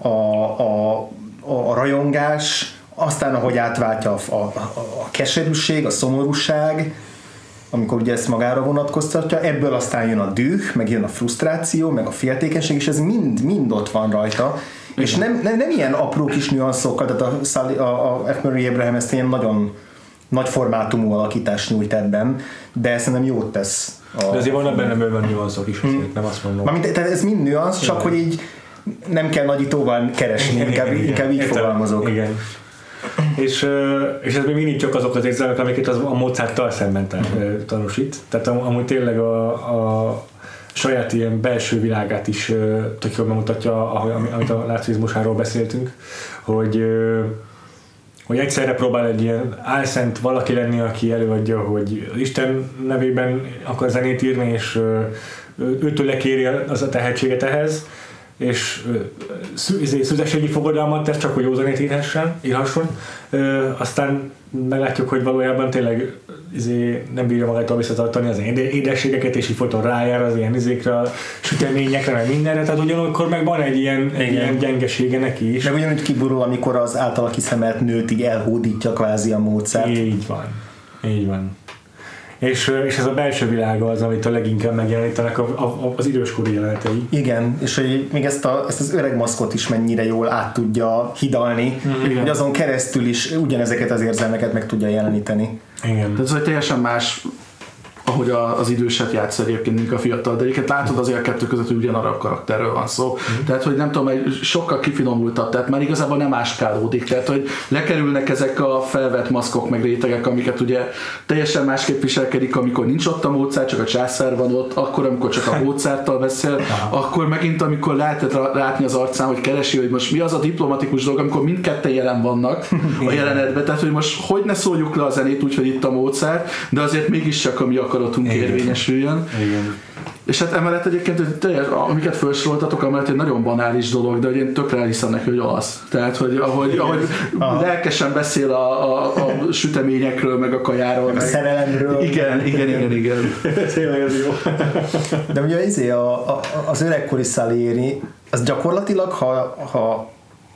a rajongás, aztán ahogy átváltja a keserűség, a szomorúság, amikor ugye ezt magára vonatkoztatja, ebből aztán jön a düh, meg jön a frusztráció, meg a féltékenység, és ez mind ott van rajta. Igen. És nem ilyen apró kis nüanszokkal, tehát a F. Murray Abraham ezt ilyen nagyon nagy formátumú alakítást nyújt ebben, de szerintem jót tesz. De azért vannak benne bőven nüanszok is, nem azt mondom. Tehát ez mind nüansz, csak hogy így nem kell nagyítóval keresni, inkább így fogalmazok. Igen. És ez még mindig csak azok az érzelmek, amiket a Mozarttal szemben tanúsít. Tehát amúgy tényleg a saját ilyen belső világát is tök jól bemutatja, amit a nácizmusáról beszéltünk, hogy egyszerre próbál egy ilyen álszent valaki lenni, aki előadja, hogy Isten nevében akar zenét írni, és őtől lekéri az a tehetséget ehhez, és szüzességi fogadalmat tesz csak, hogy jó zenét írhasson. Aztán meglátjuk, hogy valójában tényleg nem bírja magától visszatartani az édességeket, és így folyton rájár az ilyen izékre, a süteményekre, meg mindenre, tehát ugyanakkor meg van egy ilyen gyengesége neki is. Meg ugyanúgy kiburul, amikor az általa kiszemelt nőt így elhódítja kvázi a Mozart. Így van. És ez a belső világa az, amit a leginkább megjelenítenek az időskori jelenetei. Igen, és hogy még ezt az öreg maszkot is mennyire jól át tudja hidalni, hogy azon keresztül is ugyanezeket az érzelmeket meg tudja jeleníteni. Igen. Tehát ez egy teljesen más, ahogy az időset játsz egyébként, mint a fiatal, de egyébként látod azért a kettő között, hogy ugyanarra a karakterről van szó. Tehát, hogy nem tudom, sokkal kifinomultabb, tehát már igazából nem áskálódik, tehát, hogy lekerülnek ezek a felvett maszkok, meg rétegek, amiket ugye teljesen másképp viselkedik, amikor nincs ott a Mozart, csak a császár van ott, akkor, amikor csak a Mozarttal beszél, akkor megint, amikor lehetett látni az arcán, hogy keresi, hogy most mi az a diplomatikus dolog, amikor mindketten jelen vannak a jelenetben, tehát, hogy most hogy ne szóljuk le a zenét úgy, hogy itt a Mozart, de azért mégiscsak a mi akaratunk érvényesüljön. Igen. És hát emellett egyébként, amiket felsoroltatok, amellett egy nagyon banális dolog, de hogy én tökre elhiszem neki, hogy olasz. Tehát, hogy ahogy lelkesen beszél a süteményekről, meg a kajáról. Meg a szerelemről. Igen. Tényleg ez jó. De ugye az öregkori Salieri, az gyakorlatilag, ha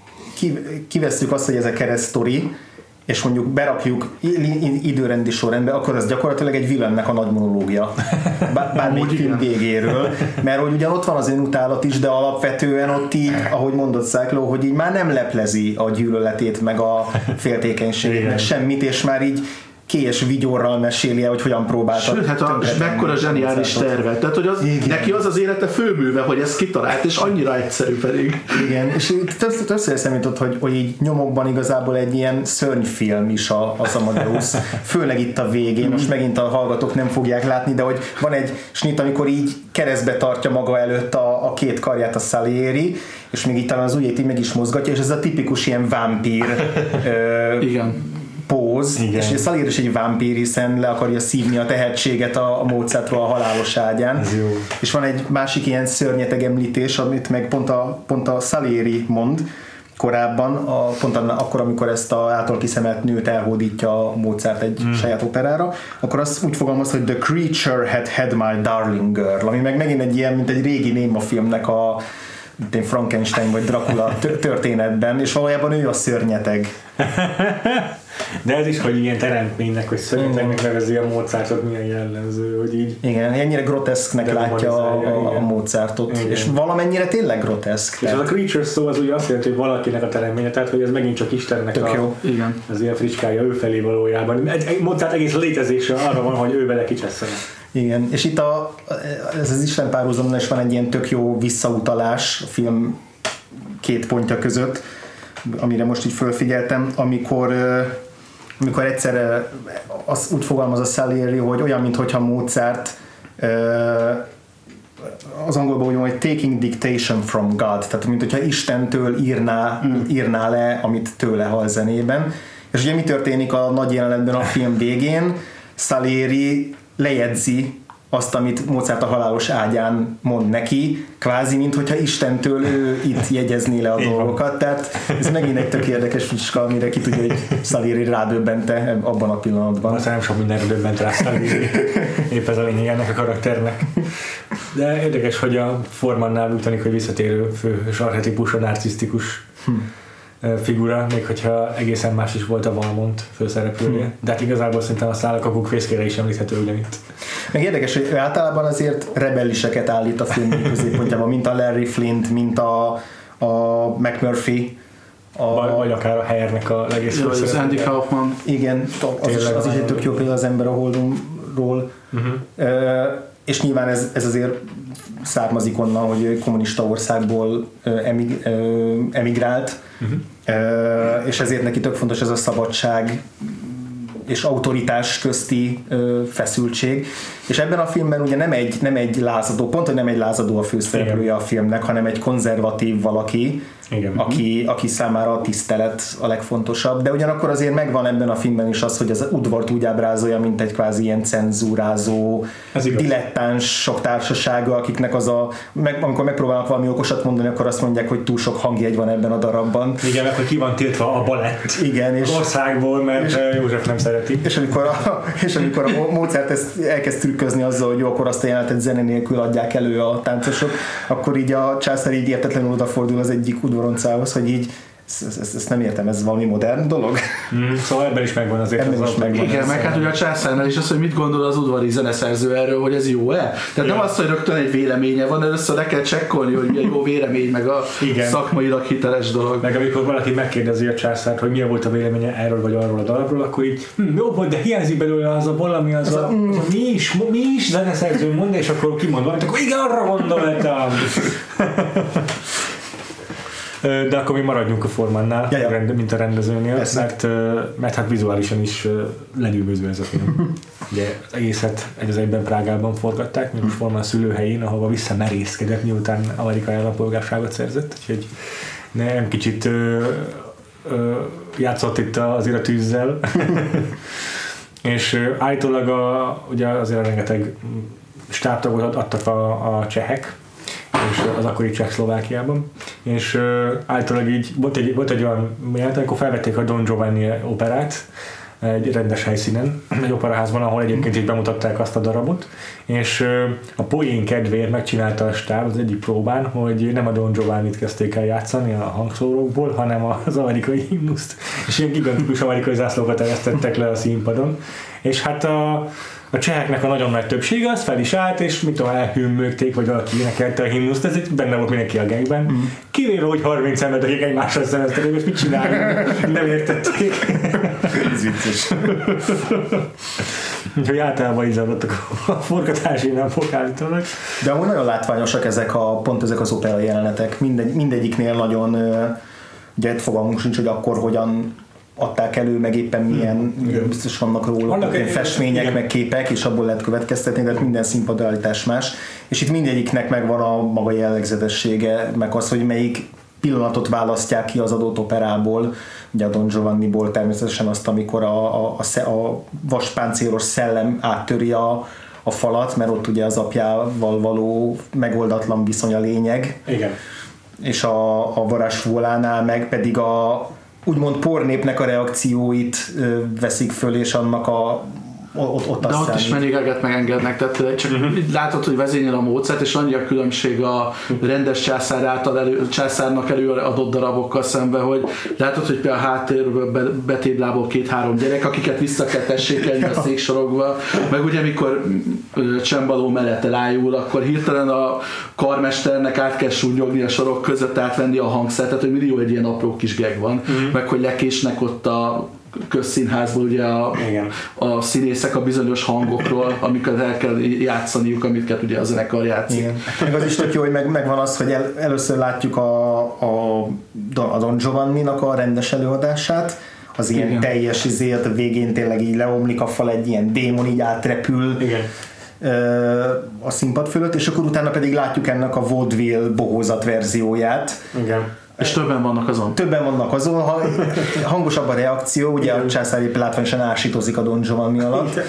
kivesszük azt, hogy ez a keresztsztori, és mondjuk berakjuk időrendi sorrendbe, akkor ez gyakorlatilag egy villannek a nagy monológia. Bármelyik film végéről. Mert hogy ugyan ott van az önutálat is, de alapvetően ott így, ahogy mondott Cyclo, hogy így már nem leplezi a gyűlöletét, meg a féltékenységét, meg semmit, és már így kélyes vigyorral meséli el, hogy hogyan próbálta. Sőt, hát mekkora zseniális terve. Tehát, hogy neki az élete főműve, hogy ezt kitalált, és annyira egyszerű pedig. Igen, és többször eszembe jutott, hogy így nyomokban igazából egy ilyen szörnyfilm is az Amadeus. Főleg itt a végén, most megint a hallgatók nem fogják látni, de hogy van egy snit, amikor így keresztbe tartja maga előtt a két karját a Salieri, és még itt talán az ujjait így meg is mozgatja, és ez a tipikus ilyen vámpír igen. Póz, és Salieri is egy vámpír, hiszen le akarja szívni a tehetséget a Mozartról a halálos ágyán. És van egy másik ilyen szörnyeteg említés, amit meg pont a Salieri mond korábban, pont akkor, amikor ezt az által kiszemelt nőt elhódítja a Mozart egy saját operára, akkor azt úgy fogalmaz, hogy the creature had my darling girl, ami meg megint egy ilyen, mint egy régi néma filmnek Frankenstein vagy Dracula történetben, és valójában ő a szörnyeteg. De ez is, hogy ilyen teremtménynek, hogy szörnyetegnek nevezi a Mozartot, milyen jellemző, hogy így... Igen, ennyire groteszknek látja a Mozartot, és valamennyire tényleg groteszk. És az a creature szó az ugye azt jelenti, hogy valakinek a teremménye, tehát hogy ez megint csak Istennek az ilyen fricskája ő felé valójában. Mozart egész létezése arra van, hogy ő vele kicseszene. Igen, és itt ez az Isten párhuzamban is van egy ilyen tök jó visszautalás a film két pontja között, amire most így fölfigyeltem, amikor egyszerre úgy fogalmaz a Salieri, hogy olyan, mintha Mozart az angolban úgy van, hogy taking dictation from God, tehát mint hogyha Istentől írná le, amit tőle hall zenében. És ugye mi történik a nagy jelenetben a film végén? Salieri lejegyzi azt, amit Mozart a halálos ágyán mond neki, kvázi, mint hogyha Istentől ő itt jegyezné le a dolgokat. Tehát ez megint egy tök érdekes fricska, amire ki tudja, hogy Salieri rádöbbente abban a pillanatban. Aztán nem sok mindenre döbbent rá Salieri. Épp ez a lényeg ennek a karakternek. De érdekes, hogy a Formannál úgy tűnik, hogy visszatérő fős archetípus, narcisztikus figura, még hogyha egészen más is volt a Valmont főszereplője. De hát igazából szerintem a Szállakakuk fészkére is említhető ugyanitt. Meg érdekes, hogy általában azért rebelliseket állít a film középpontjában, mint a Larry Flint, mint a McMurphy. Vagy akár a Hayernek a legész az Andy Kaufman. Igen, az is egy tök jó példa az Ember a Holdonról. És nyilván ez azért származik onnan, hogy kommunista országból emigrált, és ezért neki tök fontos ez a szabadság és autoritás közti feszültség. És ebben a filmben ugye nem egy lázadó, pont, hogy nem egy lázadó a főszereplője a filmnek, hanem egy konzervatív valaki, aki számára a tisztelet a legfontosabb, de ugyanakkor azért megvan ebben a filmben is az, hogy az udvart úgy ábrázolja, mint egy kvázi ilyen cenzúrázó, dilettáns sok társasága, akiknek amikor megpróbálnak valami okosat mondani, akkor azt mondják, hogy túl sok hangjegy van ebben a darabban. Igen, meg hogy ki van tiltva a balett az országból, mert József nem szereti. És amikor a Mozart ezt elkezd trükközni azzal, hogy jó, akkor azt a jelenetet zene nélkül adják elő a táncosok, akkor így a császár így értetlenül odafordul az egyik udvaroncához, hogy így ezt nem értem, ez valami modern dolog. Szóval ebben is megvan azért. Igen, meg hát ugye a császárnál is az, hogy mit gondol az udvari zeneszerző erről, hogy ez jó-e? Tehát nem az, hogy rögtön egy véleménye van, először le kell csekkolni, hogy milyen jó vélemény, meg a szakmailag hiteles dolog. Meg amikor valaki megkérdezi a császárt, hogy milyen volt a véleménye erről vagy arról a darabról, akkor így jó volt, de hiányzik belőle az a valami, mi is zeneszerző mond, és akkor kimond valamit, akkor igen, arra gondoltam. De akkor mi maradjunk a Formannál, mint a rendezőnél, mert hát vizuálisan is lenyűgöző ez a film. Ugye az egészet egy egyben Prágában forgatták, mint Forman szülőhelyén, ahova visszamerészkedett, miután amerikai állampolgárságot szerzett, úgyhogy nem kicsit játszott itt azért a tűzzel. És állítólag ugye azért rengeteg stábtagot adtak a csehek, és az akkori Csehszlovákiában, és általában így volt egy olyan jelent, amikor felvették a Don Giovanni operát egy rendes helyszínen, egy operaházban, ahol egyébként így bemutatták azt a darabot, és a poén kedvéért megcsinálta a stáb az egyik próbán, hogy nem a Don Giovannit kezdték el játszani a hangszórókból, hanem az amerikai himnuszt, és ilyen gigantikus amerikai zászlókat eresztettek le a színpadon, és hát a cseheknek a nagyon nagy többsége az fel is állt, és mit tudom, elhűmögték, vagy valaki énekelte a himnuszt, ez benne volt mindenki a gangben. Kivéve, hogy 30 embert, akik egymással szemeztek, és mit csinálni, nem értették. Ez vicces. Úgyhogy általában így zajlottak a forgatási napok állítólag. De amúgy nagyon látványosak pont ezek az opera jelenetek. Mindegyiknél nagyon, ugye fogalmunk sincs, hogy akkor hogyan adták elő, meg éppen milyen, biztos vannak róla festmények, meg képek, és abból lehet következtetni, de minden színpadállítás más. És itt mindegyiknek megvan a maga jellegzetessége, meg az, hogy melyik pillanatot választják ki az adott operából. Ugye a Don Giovanniból természetesen azt, amikor a vaspáncélos szellem áttöri a falat, mert ott ugye az apjával való megoldatlan viszony a lényeg. Igen. És a varázsfólánál meg pedig a úgymond pornépnek a reakcióit veszik föl, és annak ott de ott is mennyigeget megengednek, tehát csak látod, hogy vezényel a Mozart, és annyi a különbség a rendes császárnak előadott darabokkal szemben, hogy látod, hogy például a háttérből betéblából 2-3 gyerek, akiket vissza kell tessékelni a széksorokba, meg ugye mikor csembaló mellett elájul, akkor hirtelen a karmesternek át kell súnyogni a sorok között, átvenni a hangszert, tehát hogy millió egy ilyen apró kis gag van, meg hogy lekésnek ott a közszínházból ugye a színészek a bizonyos hangokról, amiket el kell játszaniuk, amiket ugye a zenekar játszik. Igen. Meg az is tök jó, hogy megvan az, hogy először látjuk a Don Giovanni-nak a rendes előadását, az ilyen igen. teljes izért, a végén tényleg így leomlik a fal, egy ilyen démon így átrepül igen. A színpad fölött, és akkor utána pedig látjuk ennek a vaudeville bohózat verzióját. Igen. És többen vannak azon. Többen vannak azon, hangosabb a reakció, ugye a császári látványosan ásítozik a Don Giovanni alatt,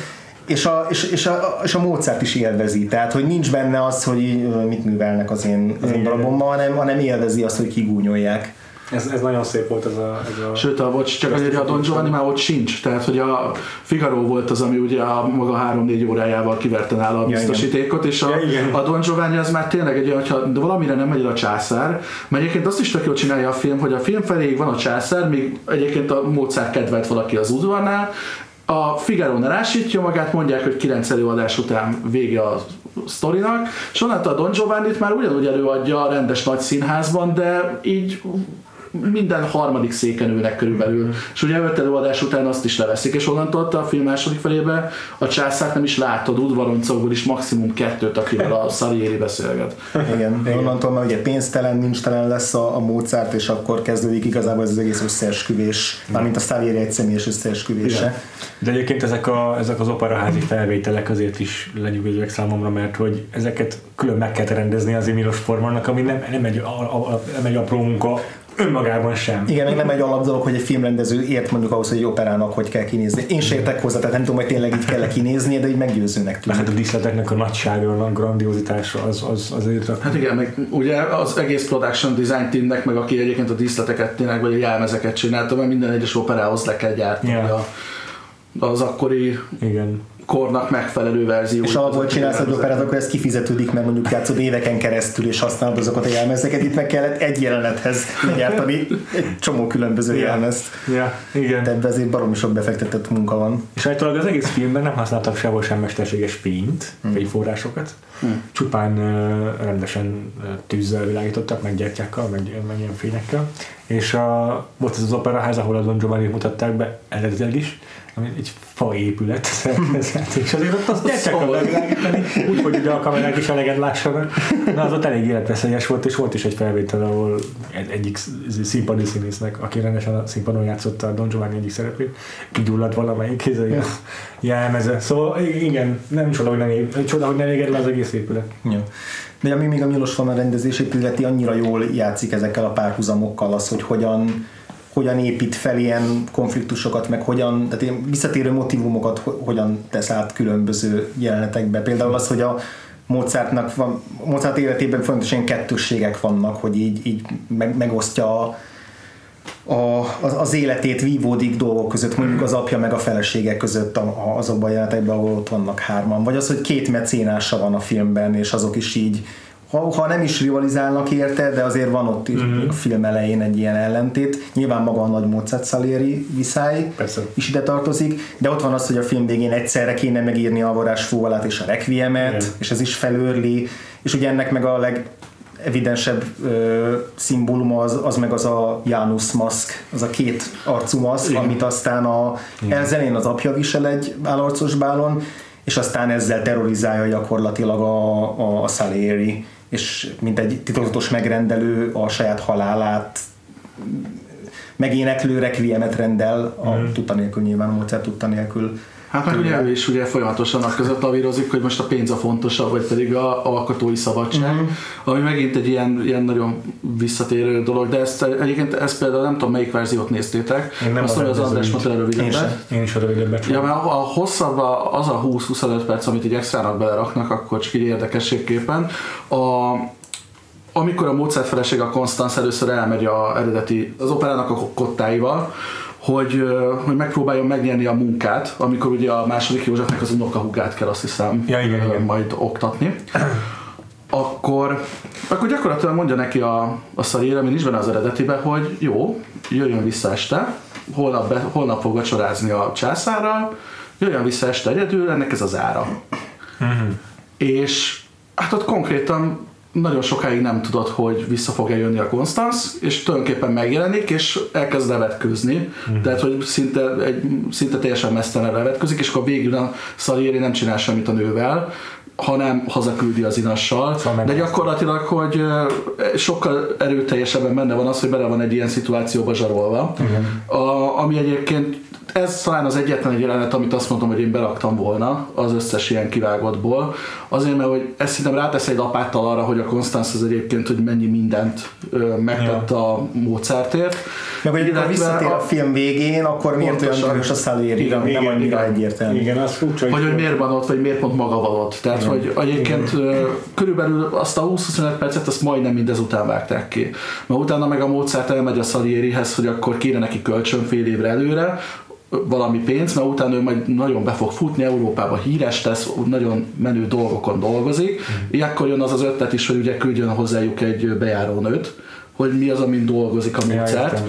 és a Mozart is élvezi, tehát hogy nincs benne az, hogy mit művelnek az én darabommal, hanem élvezi azt, hogy kigúnyolják. Ez nagyon szép volt ez a... Sőt, csak azért a Don Giovanni már ott sincs, tehát hogy a Figaro volt az, ami ugye a maga 3-4 órájával kiverte nála a biztosítékot, és a Don Giovanni az már tényleg egy olyan, hogyha valamire nem megy a császár, mert egyébként azt is tök jól csinálja a film, hogy a film feléig van a császár, még egyébként a Mozart kedvelt valaki az udvarnál, a Figaro ne rásítja magát, mondják, hogy 9 előadás után vége a sztorinak, és onnantól a Don Giovannit már ugyanúgy előadja a rendes nagy színházban, de így minden harmadik széken ülnek körülbelül. És ugye 5 előadás után azt is leveszik, és onnantól a film második felébe a császárt nem is látod, udvaroncokból is maximum 2, akivel a Salieri beszélget. Igen, onnantól már ugye pénztelen, nincstelen lesz a Mozart, és akkor kezdődik igazából ez az egész összeesküvés, mármint a Salieri egy személyes összeesküvése. Igen. De egyébként ezek az operaházi felvételek azért is lenyűgözőek számomra, mert hogy ezeket külön meg kell rendezni az Milos Formannak, ami nem egy apró munka, önmagában sem. Igen, még nem egy alapdolog, hogy egy filmrendező ért mondjuk ahhoz, hogy egy operának hogy kell kinézni. Én sem értek hozzá, tehát nem tudom, hogy tényleg így kell kinézni, de így meggyőzőnek tűnik. Hát a díszleteknek a nagysága, a grandiozitása azért... Hát igen, meg ugye az egész production design teamnek, meg aki egyébként a díszleteket tényleg, vagy a jelmezeket csinálta, mert minden egyes operához le kell gyártani az akkori kornak megfelelő verzió. És alapból csinálsz egy operát, akkor ez kifizetődik, mert mondjuk játszod éveken keresztül, és használod azokat a jelmezeket. Itt meg kellett egy jelenethez gyártani egy csomó különböző jelmezt. Igen. De ebben azért baromi sok befektetett munka van. És általában az egész filmben nem használtak sehol sem mesterséges fényt, fényforrásokat. Csupán rendesen tűzzel világítottak, meg gyertyákkal, meg ilyen fényekkel. És volt ez az operaház, ahol a Don Giovanni mutatták be eredetileg is, ami egy faépület szerkezet, és azért ott azt gyertyákkal bevilágítani, úgyhogy ugye a kamerák is eleget lássanak. Na, az ott elég életveszélyes volt, és volt is egy felvétel, ahol egyik színpadi színésznek, aki rendesen a színpadon játszotta a Don Giovanni egyik szerepét, kigyulladt valamelyik jelmeze. Szóval igen, nem csoda, hogy nem éged le az egész épület. Ja. De ami még a Milos Forman rendezését illeti, annyira jól játszik ezekkel a párhuzamokkal az, hogy hogyan épít fel ilyen konfliktusokat, meg hogyan, tehát ilyen visszatérő motivumokat hogyan tesz át különböző jelenetekbe. Például az, hogy a Mozart életében fontosan kettősségek vannak, hogy így megosztja az életét, vívódik dolgok között, mondjuk az apja meg a felesége között azokban a jelenetekben, ahol ott vannak 3. Vagy az, hogy 2 mecénása van a filmben, és azok is így, ha nem is rivalizálnak érte, de azért van ott a film elején egy ilyen ellentét. Nyilván maga a nagy Mozart Salieri viszály is ide tartozik, de ott van az, hogy a film végén egyszerre kéne megírni a Varázsfúvalát és a Requiemet, és ez is felőrli, és ugye ennek meg a evidensebb szimbóluma az meg az a Janus maszk, az a 2 arcú maszk, amit aztán elzenén az apja visel egy állarcos bálon, és aztán ezzel terrorizálja gyakorlatilag a Salieri, és mint egy titokzatos megrendelő a saját halálát megéneklő requiemet rendel, a tudta nélkül, nyilván a Mozart tudta nélkül. Hát meg ugye ő is ugye folyamatosan között lavírozik, hogy most a pénz a fontosabb, vagy pedig a alkotói szabadság, ami megint egy ilyen nagyon visszatérő dolog, de egyébként ezt például nem tudom melyik verziót néztétek, azt mondja az András mondta rövidebbet. Én is a rövidebbet. Ja, mert a hosszabb az a 20-25 perc, amit így extrának beleraknak, akkor csak így érdekességképpen. Amikor a Mozart felesége a Constance először elmegy az operának a kottáival, hogy megpróbáljon megnyerni a munkát, amikor ugye a második Józsefnek az unokahúgát kell, azt hiszem, igen. majd oktatni. Akkor gyakorlatilag mondja neki a Salieri, ami nincs benne az eredetibe, hogy jó, jöjjön vissza este, holnap fog vacsorázni a császárral, jöjjön vissza este egyedül, ennek ez az ára. És hát ott konkrétan nagyon sokáig nem tudod, hogy vissza fog-e jönni a Constance, és tulajdonképpen megjelenik, és elkezd levetkőzni. Tehát, hogy szinte teljesen mesztelen levetkőzik, és akkor végül a Salieri nem csinál semmit a nővel, hanem hazaküldi az inassal. De gyakorlatilag, hogy sokkal erőteljesebben benne van az, hogy bele van egy ilyen szituációba zsarolva. Ami egyébként ez talán az egyetlen egy jelenet, amit azt mondom, hogy én beraktam volna az összes ilyen kivágottból. Azért, mert hogy ezt szerintem rátesz egy lapáttal arra, hogy a Constance az egyébként, hogy mennyi mindent megtett a Mozartért. Meg hogy visszatér a film végén, akkor miért olyan dühös a Salieri, nem annyira egyértelmű. Igen, az furcsa. Hogy miért van ott, vagy miért pont maga van ott. Tehát, hogy egyébként körülbelül azt a 20-25 percet azt majdnem mindezután vágták ki. Mert utána meg a Mozart elmegy a Salierihez, hogy akkor kéne neki kölcsön fél évre előre, valami pénz, mert utána ő majd nagyon be fog futni, Európába híres tesz, nagyon menő dolgokon dolgozik. Ilyenkor jön az az ötlet is, hogy ugye küldjön hozzájuk egy bejárónőt, hogy mi az, amin dolgozik a Mozart.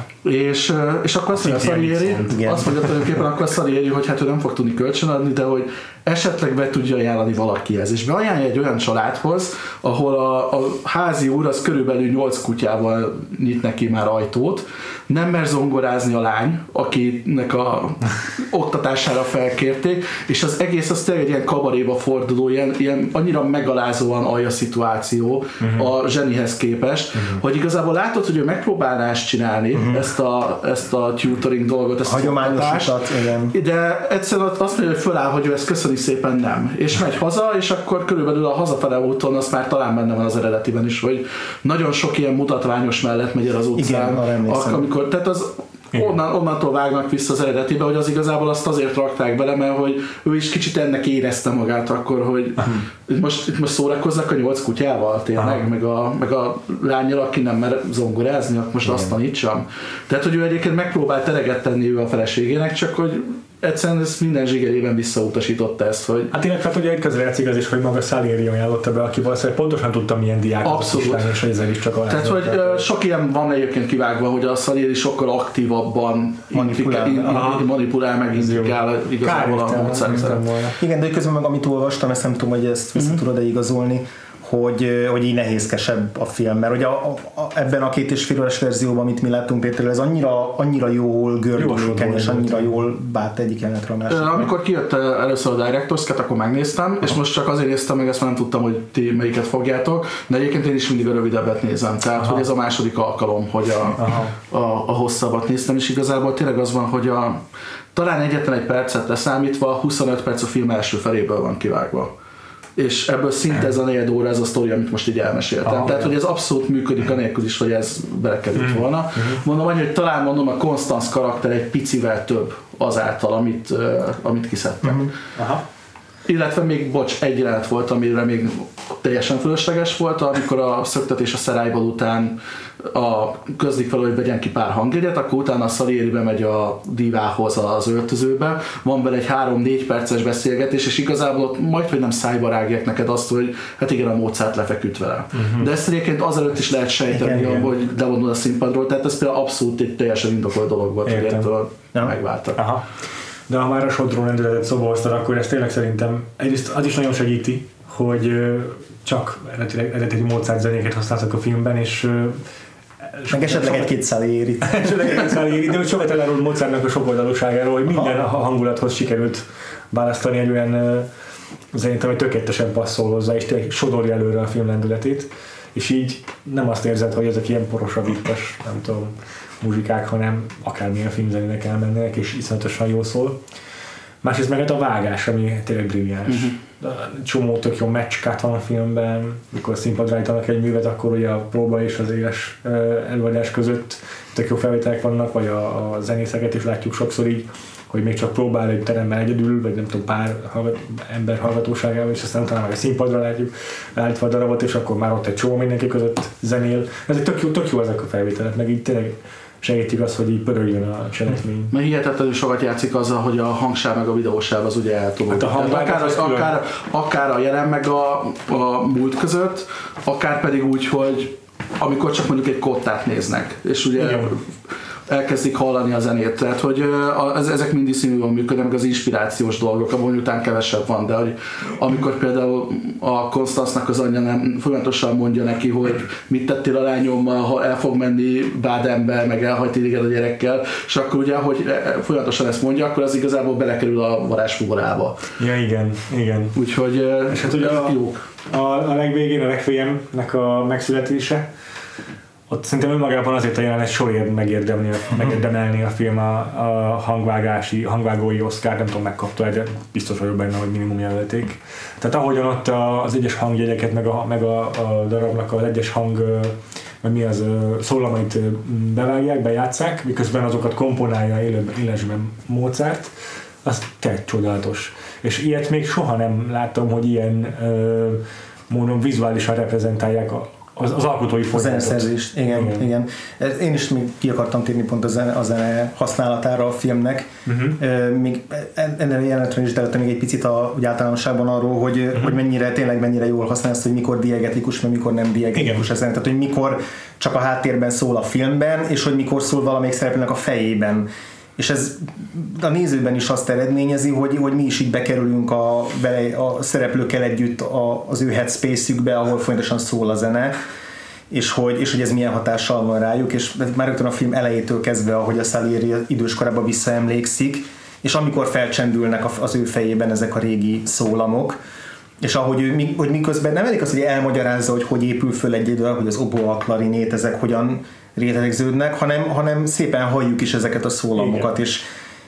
És akkor azt mondja a Salieri, tulajdonképpen akkor a Salieri, hogy hát ő nem fog tudni kölcsönadni, de hogy esetleg be tudja ajánlani valakihez. És beajánlja egy olyan családhoz, ahol a házi úr az körülbelül 8 kutyával nyit neki már ajtót, nem mer zongorázni a lány, akinek a oktatására felkérték, és az egész az tényleg egy ilyen kabaréba forduló, ilyen annyira megalázóan alja szituáció a zsenihez képest, hogy igazából látod, hogy ő megpróbálná ezt csinálni, ezt a tutoring dolgot, ezt hagyományosat, igen. De egyszerűen azt mondja, hogy föláll, hogy ő ezt köszöni szépen nem. És megy haza, és akkor körülbelül a hazafele úton az már talán benne van az eredetiben is, hogy nagyon sok ilyen mutatványos mellett megy el az utcán. Igen, amikor, tehát az onnantól vágnak vissza az eredetibe, hogy az igazából azt azért rakták bele, mert hogy ő is kicsit ennek érezte magát akkor, hogy most szórakozzak a 8 kutyával tényleg, meg a lányjal, aki nem mer zongorázni, most azt tanítsam. Tehát, hogy ő egyébként megpróbált eleget tenni ő a feleségének, csak hogy egyszerűen ez minden zsigerében visszautasította ezt, hogy... Hát illetve ugye egy közrejátszik az is, hogy maga Salieri ajánlotta be, aki valószínűleg pontosan tudta, milyen diákot is lenni, és hogy ezzel is csak tehát, hogy sok ilyen van egyébként kivágva, hogy a Salieri sokkal aktívabban manipulál, meg indikál igazából a Mozart. Igen, de közben meg amit olvastam, ezt nem tudom, hogy ezt vissza tudod-e igazolni, hogy így nehézkesebb a film, mert ugye ebben a 2,5 órás verzióban, amit mi láttunk Péterrel, ez annyira jól gördülékeny, és annyira jól bát egyik jelenetre a másikra. Amikor kijött először a Director's Cut, akkor megnéztem, és most csak azért néztem meg, ezt már nem tudtam, hogy ti melyiket fogjátok, de egyébként én is mindig a rövidebbet nézem, tehát hogy ez a második alkalom, hogy a hosszabbat néztem, és igazából tényleg az van, hogy talán egyetlen egy percet leszámítva, 25 perc a film első feléből van kivágva. És ebből szinte ez a 4 óra, ez a sztori, amit most így elmeséltem. Tehát, hogy ez abszolút működik anélkül is, hogy ez belekerült volna. Mondom annyi, hogy talán a Constance karakter egy picivel több azáltal, amit kiszedtek. Illetve még, egy jelenet volt, amire még teljesen fölösleges volt, amikor a szöktetés a szerájból után közlik fel, hogy vegyen ki pár hangjegyet, akkor utána a Salieri bemegy a divához az öltözőbe, van vele egy 3-4 perces beszélgetés, és igazából ott majdhogy nem szájba rágják neked azt, hogy hát igen, a Mozart lefeküdt vele. De ezt egyébként azelőtt is lehet sejteni, hogy levonul a színpadról, tehát ez például abszolút egy teljesen indokolt dolog volt, hogy ettől megváltak. De ha már a sodrón rendületet szóba hoztad, akkor ez tényleg szerintem egyrészt az is nagyon segíti, hogy csak eredeti Mozart zenéket használtak a filmben, és meg esetleg egy-két Salierit. De hogy sokat elárult Mozartnak a sokoldalúságáról, hogy minden hangulathoz sikerült választani egy olyan zenét, ami tökéletesen passzol hozzá, és tényleg sodorja előre a film lendületét, és így nem azt érzed, hogy ezek ilyen porosabb, vittas, nem tudom, muzsikák, hanem akármilyen filmzenének elmennek, és iszonyatosan jól szól. Másrészt meg a vágás, ami tényleg brilliáns. Csomó tök jó meccskát van a filmben, mikor színpadra állítanak egy művet, akkor ugye a próba és az éles előadás között tök jó felvételek vannak, vagy a zenészeket is látjuk sokszor így, hogy még csak próbál egy teremben egyedül, vagy nem tudom, pár ember hallgatóságával, és aztán utána meg a színpadra látjuk állítva a darabot, és akkor már ott egy csomó mindenki között zenél. Ez egy tök jó ezek a felvételek, meg így tényleg sejtik azt, hogy így pörögjön a cselekmény. Mert hihetetlenül sokat játszik azzal, hogy a hangsáv meg a videósáv az ugye eltolódik. Hát akár a jelen meg a múlt között, akár pedig úgy, hogy amikor csak mondjuk egy kottát néznek, és ugye elkezdik hallani a zenét, tehát hogy ezek mind iszonyúan működnek, meg az inspirációs dolgok, abban után kevesebb van, de hogy amikor például a Constance-nak az anyja nem folyamatosan mondja neki, hogy mit tettél a lányommal, ha el fog menni Bádenbe, meg elhagy téged a gyerekkel, és akkor ugye, hogy folyamatosan ezt mondja, akkor az igazából belekerül a varázsfuvorába. Ja, igen. Úgyhogy és hát ugye a legvégén a Requiemnek a megszületése, ott szerintem önmagában azért a jelenet sorért megérdemelni a film a hangvágói Oscar, nem tudom, megkapta, de biztos vagyok benne, hogy minimum jelölték. Tehát ahogyan ott az egyes hangjegyeket, meg a darabnak az egyes hang, vagy mi az szólamait bevágják, bejátszák, miközben azokat komponálja élesben Mozart, az tényleg csodálatos. És ilyet még soha nem láttam, hogy ilyen mondom, vizuálisan reprezentálják az alkotói folyamatot. A zeneszerzést, igen. Én is még ki akartam térni pont a zene használatára a filmnek. Még ennél a jelenetről is deltem még egy picit úgy általánosságban arról, hogy mennyire jól használ ezt, hogy mikor diegetikus, meg mikor nem diegetikus a zene. Tehát, hogy mikor csak a háttérben szól a filmben, és hogy mikor szól valamelyik szereplőnek a fejében. És ez a nézőben is azt eredményezi, hogy mi is így bekerülünk a szereplőkkel együtt az ő headspace-ükbe, ahol folyamatosan szól a zene, és hogy ez milyen hatással van rájuk, és már rögtön a film elejétől kezdve, ahogy a Salieri időskorában visszaemlékszik, és amikor felcsendülnek az ő fejében ezek a régi szólamok, és hogy miközben nem elég az, hogy elmagyarázza, hogy épül föl egy idő, hogy az oboe, a klarinét, ezek hogyan rétegződnek, hanem szépen halljuk is ezeket a szólamokat, és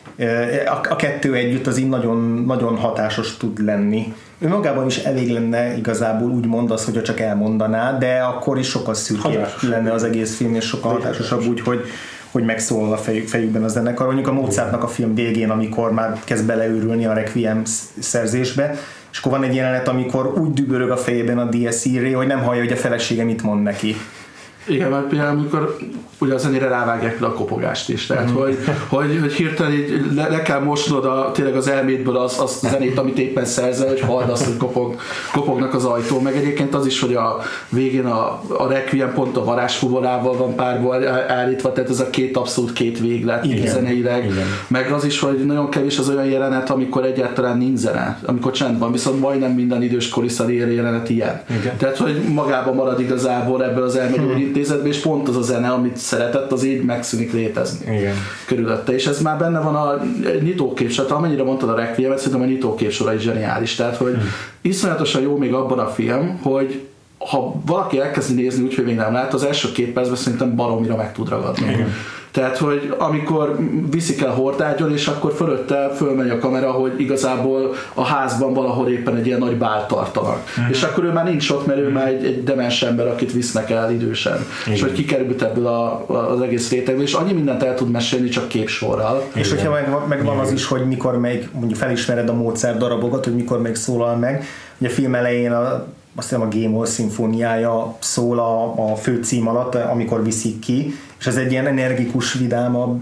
a kettő együtt az így nagyon, nagyon hatásos tud lenni. Önmagában is elég lenne igazából úgy mondasz, hogyha csak elmondaná, de akkor is sokkal szürkébb lenne az egész film, és sokkal hatásosabb úgy, hogy megszólal a fejükben a zenekar. Mondjuk a Mozartnak a film végén, amikor már kezd beleőrülni a Requiem szerzésbe, és akkor van egy jelenet, amikor úgy dübörög a fejében a Dies Irae, hogy nem hallja, hogy a felesége mit mond neki. Igen, mert például amikor ugye a zenére rávágják le a kopogást is, tehát hogy hirtelen így le kell mosnod tényleg az elmédből azt zenét, amit éppen szerzel, hogy halld azt, hogy kopognak az ajtó, meg egyébként az is, hogy a végén a Requiem pont a varázsfuvorával van párból állítva, tehát ez a abszolút két véglet zeneileg, meg az is, hogy nagyon kevés az olyan jelenet, amikor egyáltalán nincs zene, amikor csend van, viszont majdnem minden időskori Salieri jelenet ilyen. Igen. Tehát, hogy magában marad igazából ebből az elmélyű intézetben, és pont az a zene, amit szeretett, az így megszűnik létezni körülötte. És ez már benne van a nyitóképsor, amennyire mondtad a Requiemet, szerintem a nyitóképsora is zseniális. Tehát, hogy iszonyatosan jó még abban a film, hogy ha valaki elkezdi nézni úgy, hogy még nem lát, az első 2 percben szerintem baromira meg tud ragadni. Igen. Tehát, hogy amikor viszik el hordágyon, és akkor fölötte fölmegy a kamera, hogy igazából a házban valahol éppen egy ilyen nagy bált tartanak. És akkor ő már nincs ott, mert ő már egy demens ember, akit visznek el idősen. És hogy kikerült ebből az egész rétegből, és annyi mindent el tud mesélni csak képsorral. És hogyha meg van az is, hogy mikor mondjuk felismered a Mozart darabokat, hogy mikor még szólal meg, hogy a film elején azt hiszem a G-moll szimfóniája szól a főcím alatt, amikor viszik ki, és ez egy ilyen energikus, vidámabb,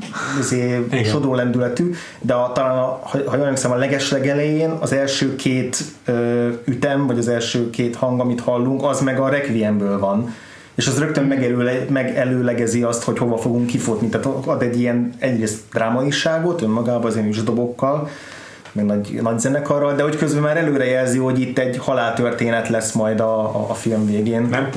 sodró lendületű, de talán, ha jól emlékszem, a legeslegelején az első 2 ütem, vagy az első 2 hang, amit hallunk, az meg a Requiemből van. És az rögtön megelőlegezi azt, hogy hova fogunk kifutni. Tehát ad egy ilyen egyrészt drámaiságot önmagában, az ilyen üsdobokkal, meg nagy zenekarral, de hogy közben már előrejelzi, hogy itt egy haláltörténet lesz majd a film végén. Nem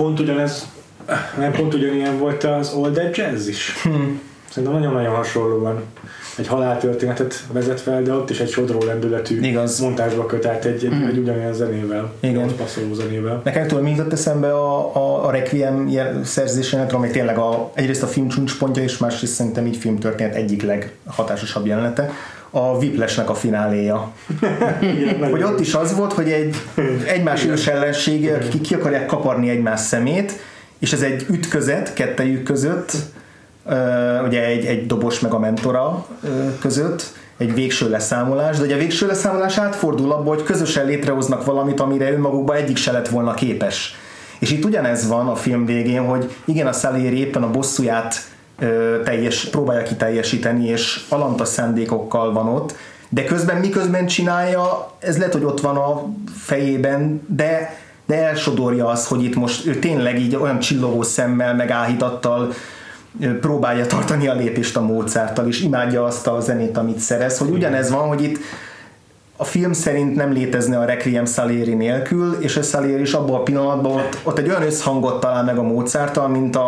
pont ugyanilyen volt az All That Jazz is? Szerintem nagyon-nagyon hasonló van. Egy haláltörténetet vezet fel, de ott is egy sodró lendületű montázsba kötelt egy ugyanilyen zenével. Igen. Ott passzoló zenével. Nekem tudom, mi jutott eszembe a Requiem szerzésének, ami tényleg egyrészt a film csúcspontja, és másrészt szerintem így filmtörténet egyik leghatásosabb jelenete. A Whiplashnek a fináléja. Hogy ott is az volt, hogy egymás ős ellensége, akik ki akarják kaparni egymás szemét, és ez egy ütközet kettejük között, ugye egy dobos meg a mentora között, egy végső leszámolás, de ugye a végső leszámolás átfordul abba, hogy közösen létrehoznak valamit, amire önmagukban egyik se lett volna képes. És itt ugyanez van a film végén, hogy igen, a Salieri éppen a bosszúját próbálja kiteljesíteni, és alantas szándékokkal van ott, de miközben csinálja, ez lehet, hogy ott van a fejében, de elsodorja azt, hogy itt most ő tényleg így olyan csillogó szemmel, meg áhítattal próbálja tartani a lépést a Mozarttal, és imádja azt a zenét, amit szerez, hogy ugyanez van, hogy itt a film szerint nem létezne a Requiem Salieri nélkül, és a Salieri is abban a pillanatban ott egy olyan összhangot talál meg a Mozarttal,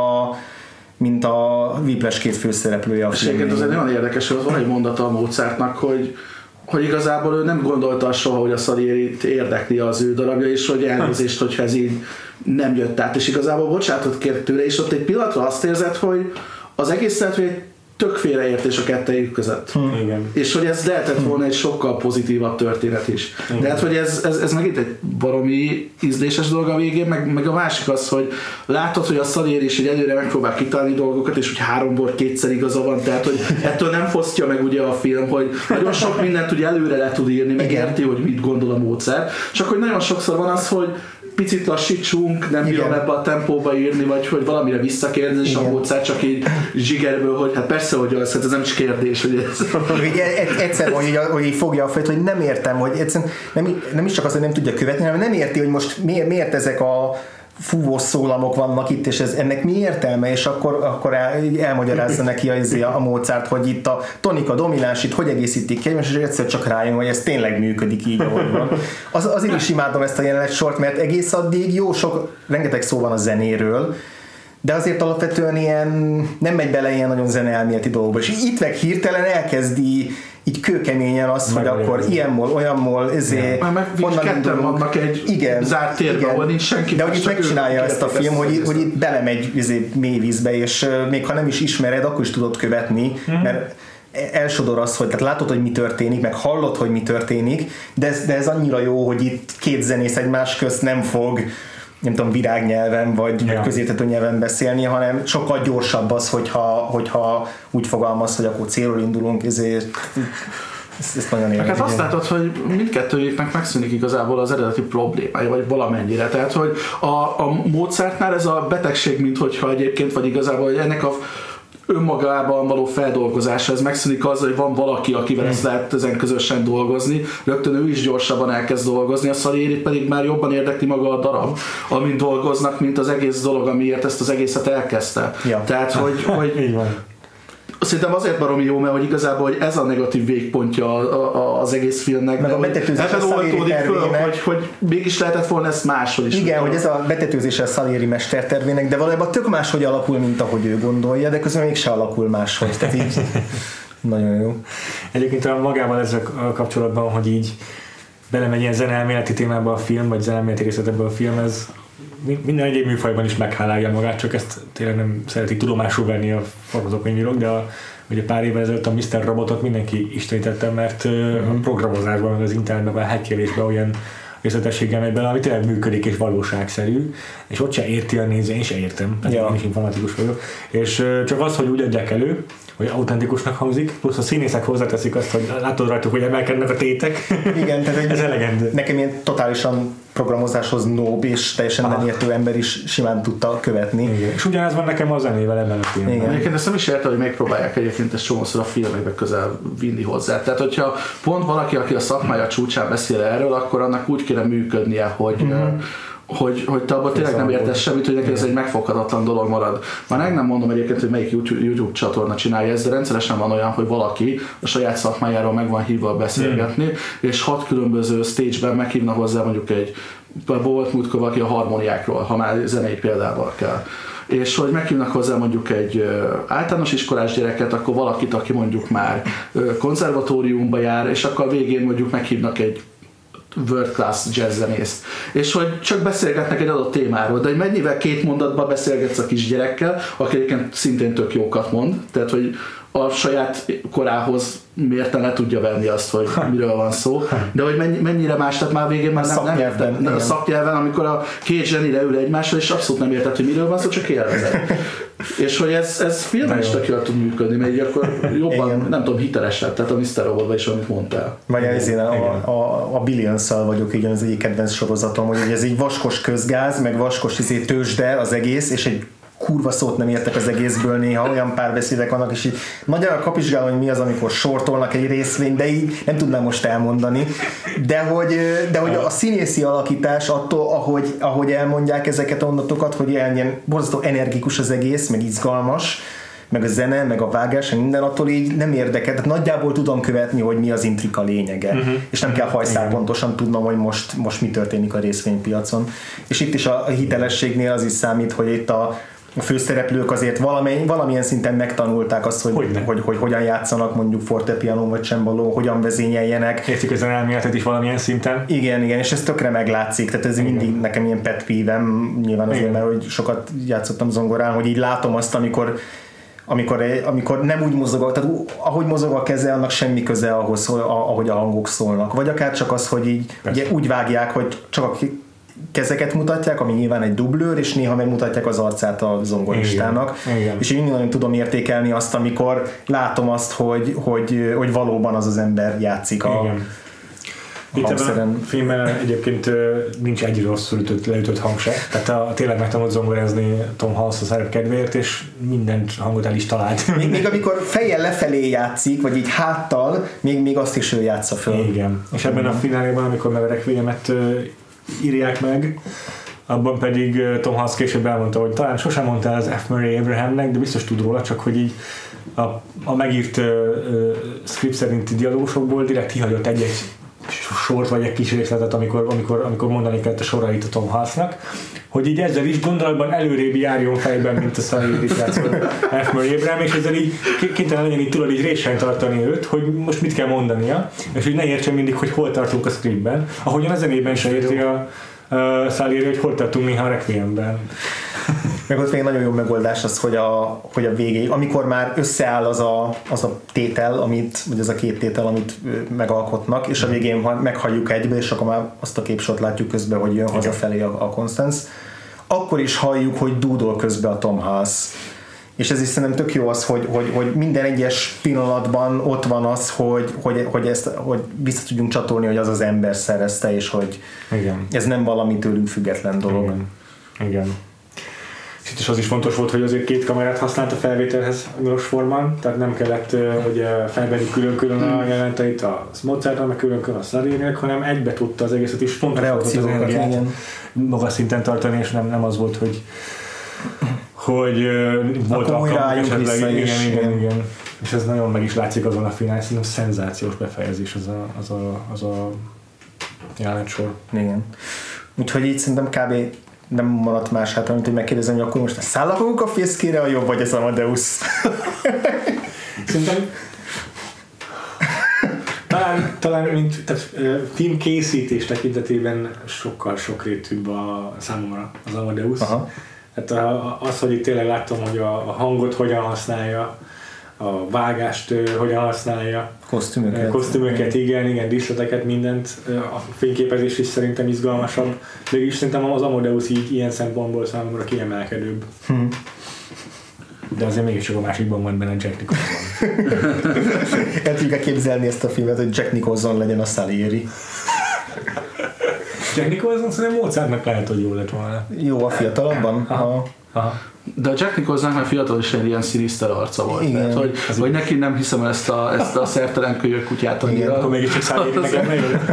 mint a Whiplash két főszereplője a filmben. És az egy nagyon érdekes, hogy van egy mondata a Mozartnak, hogy igazából ő nem gondolta soha, hogy a Salierit érdekli az ő darabja, és hogy elnézést, hogyha ez így nem jött át, és igazából bocsánatot kért tőle, és ott egy pillanatra azt érzed, hogy az egész lehet, hogy egy tök félreértés a kettejük között. Igen. És hogy ez lehetett volna egy sokkal pozitívabb történet is. De hát, hogy ez megint egy baromi ízléses dolog a végén, meg a másik az, hogy látod, hogy a Salieri is egyelőre megpróbál kitalálni dolgokat, és hogy 3-ból 2-szer igaza van, tehát hogy ettől nem fosztja meg ugye a film, hogy nagyon sok mindent ugye előre le tud írni, meg érti, hogy mit gondol a Mozart, csak hogy nagyon sokszor van az, hogy picit lassítsunk, nem bírom ebbe a tempóba írni, vagy hogy valamire visszakérdez, és a Mozart csak így zsigerből, hogy hát persze, hogy az, hát ez nem is kérdés, hogy ez... Egyszer, hogy így fogja a fejt, hogy nem értem, hogy egyszerűen nem is csak az, hogy nem tudja követni, hanem nem érti, hogy most miért ezek a fúvós szólamok vannak itt, és ennek mi értelme, és akkor elmagyarázza neki a Mozart, hogy itt a tonika domináns, itt hogy egészítik ki, és egyszer csak rájön, hogy ez tényleg működik így, ahogy van. Azért is imádom ezt a jelenet-sort, mert egész addig rengeteg szó van a zenéről, de azért alapvetően nem megy bele ilyen nagyon zeneelméleti dolgokba, és itt meg hirtelen elkezdi így kőkeményen azt, hogy akkor ilyenmól, olyanmól, ketten vannak egy zárt térben, ahol nincs senki. De hogy itt megcsinálja ezt a film, hogy itt belemegy mély vízbe, és még ha nem is ismered, akkor is tudod követni, mert elsodor az, hogy tehát látod, hogy mi történik, meg hallod, hogy mi történik, de ez annyira jó, hogy itt két zenész egymás közt nem fog, nem tudom, virágnyelven vagy közérthető nyelven beszélni, hanem sokkal gyorsabb az, hogyha úgy fogalmaz, hogy akkor célról indulunk, ezért ezt nagyon érdekes. Hát azt látod, hogy mindkettőjéknek megszűnik igazából az eredeti problémája, vagy valamennyire. Tehát, hogy a Mozartnál ez a betegség, minthogyha egyébként, vagy igazából hogy ennek a önmagában való feldolgozása, ez megszűnik azzal, hogy van valaki, akivel ezt lehet ezen közösen dolgozni, rögtön ő is gyorsabban elkezd dolgozni, a Salieri pedig már jobban érdekli maga a darab, amin dolgoznak, mint az egész dolog, amiért ezt az egészet elkezdte. Ja. Tehát, hogy szerintem azért baromi jó, mert hogy igazából hogy ez a negatív végpontja az egész filmnek. Meg a betetőzés a Salieri hogy mégis lehetett volna ezt máshogy is. Igen, hogy ez a betetőzés a Salieri mestertervének, de valójában tök máshogy alakul, mint ahogy ő gondolja, de közben mégse alakul máshogy. Tehát így nagyon jó. Egyébként magával ezzel kapcsolatban, hogy így belemegy ilyen zeneelméleti témába a film, vagy zeneelméleti részletebben a film, ez minden egyéb műfajban is meghálálja magát, csak ezt tényleg nem szeretik tudomásul venni a forgatókönyvírók, de ugye pár évvel ezelőtt a Mr. Robotot mindenki istenítette, mert a programozásban, meg az internetben, a hackelésben olyan részletességgel megy bele, ami tényleg működik és valóságszerű, és ott se érti a néző, én se értem, én is informatikus vagyok, és csak az, hogy úgy adják elő, hogy autentikusnak hangzik, plusz a színészek hozzáteszik azt, hogy látod rajtuk, hogy emelkednek a tétek. Igen, tehát ez elegendő. Nekem ilyen totálisan programozáshoz noob és teljesen nem értő ember is simán tudta követni. Igen. És ugyanez van nekem a zenével ebben a filmben. Igen. Egyébként ezt nem is értem, hogy megpróbálják egyébként ezt csomószor a filmekbe közel vinni hozzá. Tehát, hogyha pont valaki, aki a szakmája csúcsán beszél erről, akkor annak úgy kéne működnie, hogy te abban tényleg nem értesz semmit, hogy neked ez egy megfoghatatlan dolog marad. Már nem mondom egyébként, hogy melyik YouTube csatorna csinálja ezt, de rendszeresen van olyan, hogy valaki a saját szakmájáról meg van hívva beszélgetni, és 6 különböző stage-ben meghívnak hozzá mondjuk volt múltkor valaki a harmóniákról, ha már zenei példával kell. És hogy meghívnak hozzá mondjuk egy általános iskolás gyereket, akkor valakit, aki mondjuk már konzervatóriumba jár, és akkor a végén mondjuk meghívnak egy world class jazz zenészt. És hogy csak beszélgetnek egy adott témáról, de hogy mennyivel 2 mondatban beszélgetsz a kisgyerekkel, aki egyébként szintén tök jókat mond, tehát hogy a saját korához mérten le tudja venni azt, hogy miről van szó, de hogy mennyire más, tehát már végén már nem érted. A szaknyelven, amikor a két zseni leül egymásra, és abszolút nem érted, hogy miről van szó, csak élvezed. És hogy ez filmen is tök jól tud működni, mert így akkor jobban, nem tudom, hitelesebb, tehát a Mr. Robotban is, amit mondtál. Vagy a Billions-szal vagyok így az egyik kedvenc sorozatom, hogy ez egy vaskos közgáz, meg vaskos tőzsde az egész, és egy kurva szót nem értek az egészből, néha olyan párbeszédek vannak, és így magyarul kapizsgálom, hogy mi az, amikor sortolnak egy részvényt, de így nem tudnám most elmondani. De hogy a színészi alakítás attól, ahogy elmondják ezeket a mondatokat, hogy ilyen borzasztó energikus az egész, meg izgalmas, meg a zene, meg a vágás, meg minden, attól így nem érdekel. Tehát nagyjából tudom követni, hogy mi az intrika lényege. És nem kell hajszálpontosan tudnom, hogy most mi történik a részvénypiacon. És itt is a hitelességnél az is számít, hogy itt a főszereplők azért valamilyen szinten megtanulták azt, hogy hogyan játszanak mondjuk fortepianon vagy csembaló, hogyan vezényeljenek. Értik az elméletet is valamilyen szinten. Igen, és ez tökre meglátszik, tehát ez mindig nekem ilyen pet peeve-em, nyilván azért, mert hogy sokat játszottam zongorán, hogy így látom azt, amikor nem úgy mozog, tehát ahogy mozog a keze, annak semmi köze ahhoz, ahogy a hangok szólnak. Vagy akár csak az, hogy így ugye úgy vágják, hogy csak a kezeket mutatják, ami nyilván egy dublőr, és néha megmutatják az arcát a zongoristának. Igen. És én mindig nagyon tudom értékelni azt, amikor látom azt, hogy valóban az ember játszik a itt ebben a filmben egyébként nincs egy rosszul leütött hang se, tehát tényleg megtanult zongorázni Tom Hanks a szerep kedvéért, és minden hangot el is talált. Még amikor fejjel lefelé játszik, vagy így háttal, még azt is ő játsza föl. Igen. És ebben a fináléban, amikor meg a Requiemet írják meg, abban pedig Tom Hanks később elmondta, hogy talán sosem mondta el az F. Murray Abrahamnek, de biztos tud róla, csak hogy így a megírt script szerinti dialógusokból direkt kihagyott egy sort vagy egy kis részletet, amikor mondani kellett a sorait a Tom Hanksnak, hogy így ezzel is gondolatban előrébb járjon fejben, mint a Sally F. Murray Abraham, és ezzel így kénytelen legyen így tudod így résen tartani őt, hogy most mit kell mondania, és hogy ne értsen mindig, hogy hol tartunk a scriptben, ahogyan a zenében sem érti a Sally, hogy hol tartunk néha a Requiemben. Meg ott még nagyon jó megoldás az, hogy a végéig, amikor már összeáll az a tétel, vagy az a két tétel, amit megalkotnak, és a végén meghalljuk egybe, és akkor már azt a képsort látjuk közben, hogy jön hazafelé a Constance, akkor is halljuk, hogy dúdol közben a Tom Hanks. És ez is szerintem tök jó az, hogy minden egyes pillanatban ott van az, hogy vissza tudjunk csatolni, hogy az az ember szerezte, és hogy ez nem valami tőlünk független dolog. Igen. És itt is az is fontos volt, hogy azért két kamerát használt a felvételhez Milos Forman, tehát nem kellett ugye felvenni külön-külön a jeleneteit a Mozartnak, meg külön-külön a Salierinek, hanem egybe tudta az egészet is fontos volt az energiát magas szinten tartani, és nem az volt, hogy volt alkalmak esetleg. Igen. És ez nagyon meg is látszik azon a filmen, szerintem szenzációs befejezés az a jelenetsor. Igen. Úgyhogy így szerintem kb. Nem maradt más hátra, mint hogy megkérdezem, hogy akkor most szállakunk a fészkére, a jobb vagy az Amadeus? Szerintem talán mint filmkészítés tekintetében sokkal sokrétűbb a számomra az Amadeus. Hát az, hogy itt tényleg láttam, hogy a hangot hogyan használja, a vágást hogyan használja, kosztümöket, igen, díszleteket, mindent, a fényképezés is szerintem izgalmasabb, mégis szerintem az Amadeus így ilyen szempontból számomra kiemelkedőbb. De azért mégiscsak a másikban van benne Jack Nicholson. El tudjuk képzelni ezt a filmet, hogy Jack Nicholson legyen a Salieri. Jack Nicholson szerintem Mozartnak lehet, hogy jó lett volna. Jó, a fiatalabban? Aha. De a Jack Nicholson már fiatal is egy ilyen sziniszter arca volt. Igen. Tehát, hogy neki nem hiszem ezt a szertelen kölyök kutyát annyira. Igen, akkor mégiscsak Salieri nekem ne jön.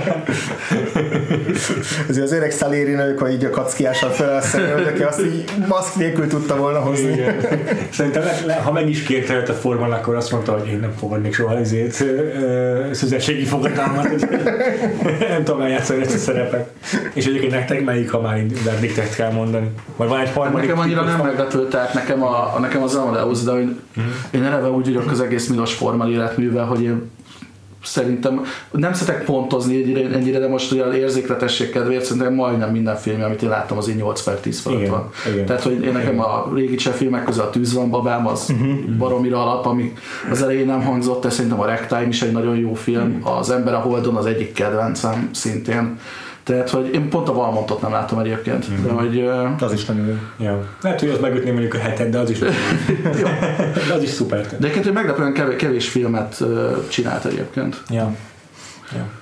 Azért az öreg Salieri-nők, hogy így a kackiással felelszerül, aki azt így maszk nélkül tudta volna hozni. Igen. Szerintem, ha meg is kérte őt a Forman, akkor azt mondta, hogy én nem fogadnék soha ezért szüzességi fogadalmat. Nem tudom eljátszani ezt a szerepet. És egyébként nektek melyik, ha már verdiktet kell mondani? Vagy van egy harmadik? Nekem annyira nem meglepő, tehát nekem az Amadeus, de én eleve úgy vagyok az egész Milos Forman életművel, hogy én szerintem nem szeretek pontozni ennyire, de most olyan érzékletesség kedvéért szerintem majdnem minden film, amit én láttam, az így 8/10 fölött van. Igen. Tehát, hogy én nekem a régi cseh filmek közül a Tűz van babám, az baromira alap, ami az elején nem hangzott, de szerintem a Ragtime is egy nagyon jó film, az Ember a Holdon az egyik kedvencem szintén. Tehát, hogy én pont a Valmontot nem látom egyébként, de hogy... Az is nagyon jó. Ja. Lehet, hogy az megütném mondjuk a hetet, de az is de az is szuper. De egyébként, hogy meglepően kevés filmet csinált egyébként. Ja.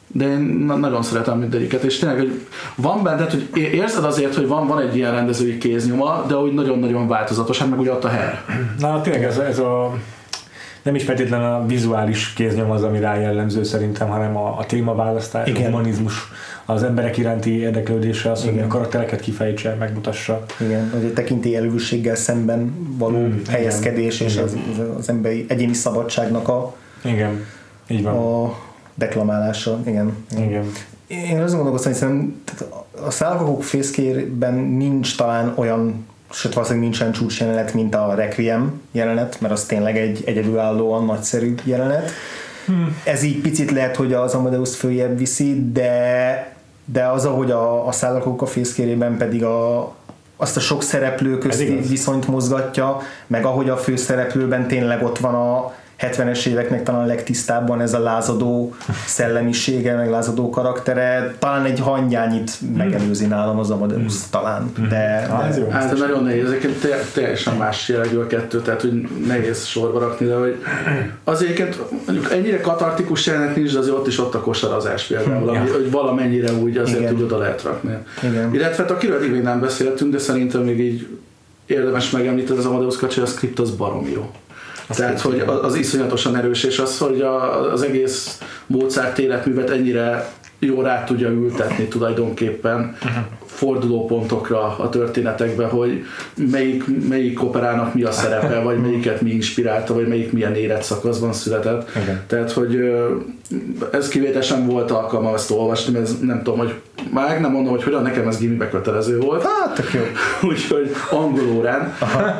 De én nagyon szeretem mindegyiket, és tényleg, hogy van benne, tehát, hogy érzed azért, hogy van egy ilyen rendezői kéznyoma, de úgy nagyon-nagyon változatos, hát meg ugye ott a Hair. Na tényleg ez a nem is feltétlenül a vizuális kéznyom az, ami rá jellemző szerintem, hanem a témaválasztás, a humanizmus, az emberek iránti érdeklődése, az, hogy a karaktereket kifejtse, megmutassa. Igen, hogy a tekintélyelvűséggel szemben való helyezkedés és az emberi egyéni szabadságnak igen, így van. A deklamálása. Igen. Én azt gondolkoztam, hogy szerintem a Szállvakok fészkében nincs talán olyan, sőt valószínűleg nincsen csúcsjelenet, mint a Requiem jelenet, mert az tényleg egy egyedülállóan nagyszerű jelenet. Ez így picit lehet, hogy az Amadeus följebb viszi, de az, ahogy a Szállvakok a fészkérében pedig azt a sok szereplő közti viszonyt mozgatja, meg ahogy a főszereplőben tényleg ott van a 70-es éveknek talán legtisztábban ez a lázadó szellemisége, meg lázadó karaktere, talán egy hangyányit megelőzi nálam az Amadeus talán, de nagyon nehéz, ezeket teljesen más jellegű a kettő, tehát hogy nehéz sorba rakni, de hogy azért mondjuk ennyire katartikus jelenet nincs, de azért ott a kosarazás például, hogy valamennyire úgy azért úgy oda lehet rakni. Illetve akiről eddig még nem beszéltünk, de szerintem még így érdemes megemlíteni az Amadeus kapcsán, a script az baromi jó. Tehát, hogy az iszonyatosan erős, és az, hogy az egész Mozart életművet ennyire jól rá tudja ültetni tulajdonképpen fordulópontokra a történetekben, hogy melyik operának mi a szerepe, vagy melyiket mi inspirálta, vagy melyik milyen életszakaszban született. Tehát, hogy ez kivételesen volt alkalmam ezt olvasni, mert ez nem tudom, hogy már nem mondom, hogy hogyan, nekem ez gimibe kötelező volt. Hát, tök jó. Úgyhogy angol órán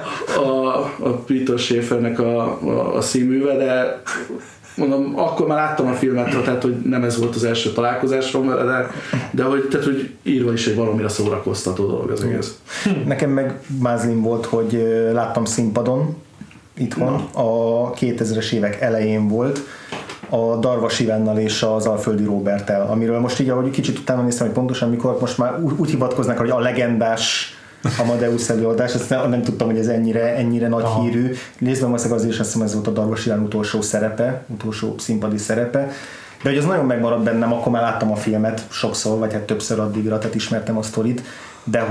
a Peter Schaeffernek a színműve, de mondom, akkor már láttam a filmet, tehát hogy nem ez volt az első találkozásom vele, de hogy írva is egy valamire szórakoztató dolog az egész. Nekem meg mázlim volt, hogy láttam színpadon itthon, a 2000-es évek elején volt, a Darvas Ivánnal és az Alföldi Róberttel, amiről most így, ahogy kicsit utána néztem, hogy pontosan mikor most már úgy hivatkoznak, hogy a legendás Amadeus előadás, ezt nem tudtam, hogy ez ennyire nagy hírű. Nézd meg azért is, azt hiszem, ez volt a Darvas Iván utolsó színpadi szerepe. De hogy az nagyon megmaradt bennem, akkor már láttam a filmet sokszor, vagy hát többször addigra, tehát ismertem a sztorit, de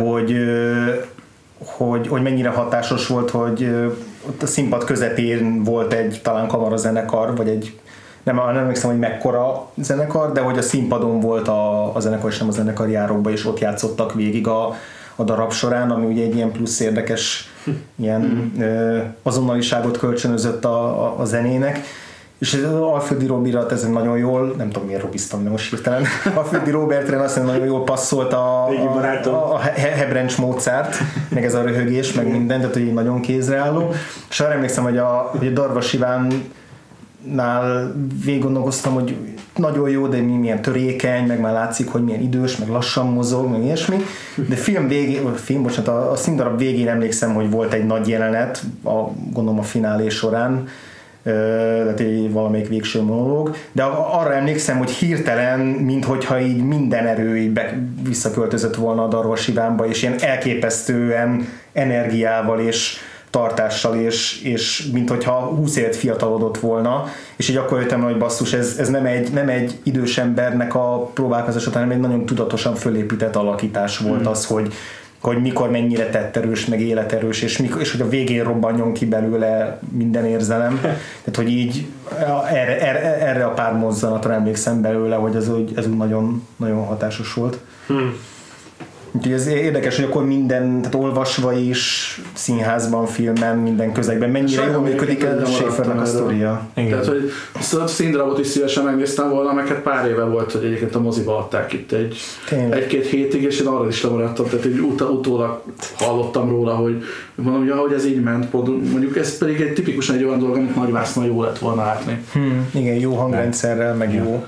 hogy mennyire hatásos volt, hogy ott a színpad közepén volt egy talán kamarazenekar, vagy egy nem emlékszem, hogy mekkora zenekar, de hogy a színpadon volt a zenekar, és nem a zenekar járókban, és ott játszottak végig a darab során, ami ugye egy ilyen plusz érdekes ilyen azonnaliságot kölcsönözött a zenének. És az Alföldi Robirat ezen nagyon jól, nem tudom miért robiztam, de most hirtelen Alföldi Robertre azt nagyon jól passzolt a Hebrencs Mozart, meg ez a röhögés, meg minden, tehát hogy nagyon kézreálló. És arra emlékszem, hogy a Darvas Ivánnál végig gondolkoztam, hogy nagyon jó, de milyen törékeny, meg már látszik, hogy milyen idős, meg lassan mozog, meg ilyesmi. De a színdarab végén emlékszem, hogy volt egy nagy jelenet, gondolom a finálé során, tehát valamelyik végső monológ, de arra emlékszem, hogy hirtelen, minthogyha így minden erő így visszaköltözött volna a Darvas Ivánba, és ilyen elképesztően energiával és tartással, és minthogyha 20 évet fiatalodott volna, és így akkor jöttem, hogy basszus, ez nem egy idős embernek a próbálkozása, hanem egy nagyon tudatosan fölépített alakítás volt az, hogy mikor mennyire tetterős, meg életerős, és hogy a végén robbanjon ki belőle minden érzelem. Tehát, hogy így erre a pár mozzanatra emlékszem belőle, hogy ez úgy nagyon, nagyon hatásos volt. Úgyhogy ez érdekes, hogy akkor minden, tehát olvasva is, színházban, filmen, minden közegben mennyire jól működik a Schaeffernek a sztoria. Tehát, hogy a színdarabot is szívesen megnéztem volna, meg hát pár éve volt, hogy egyébként a moziba adták itt egy-két hétig, és én arra is lemaradtam, tehát így utólag hallottam róla, hogy mondom, hogy ez így ment, mondjuk ez pedig egy tipikusan egy olyan dolog, amit Nagyvásznon jó lett volna látni. Igen, jó hangrendszerrel, meg jó.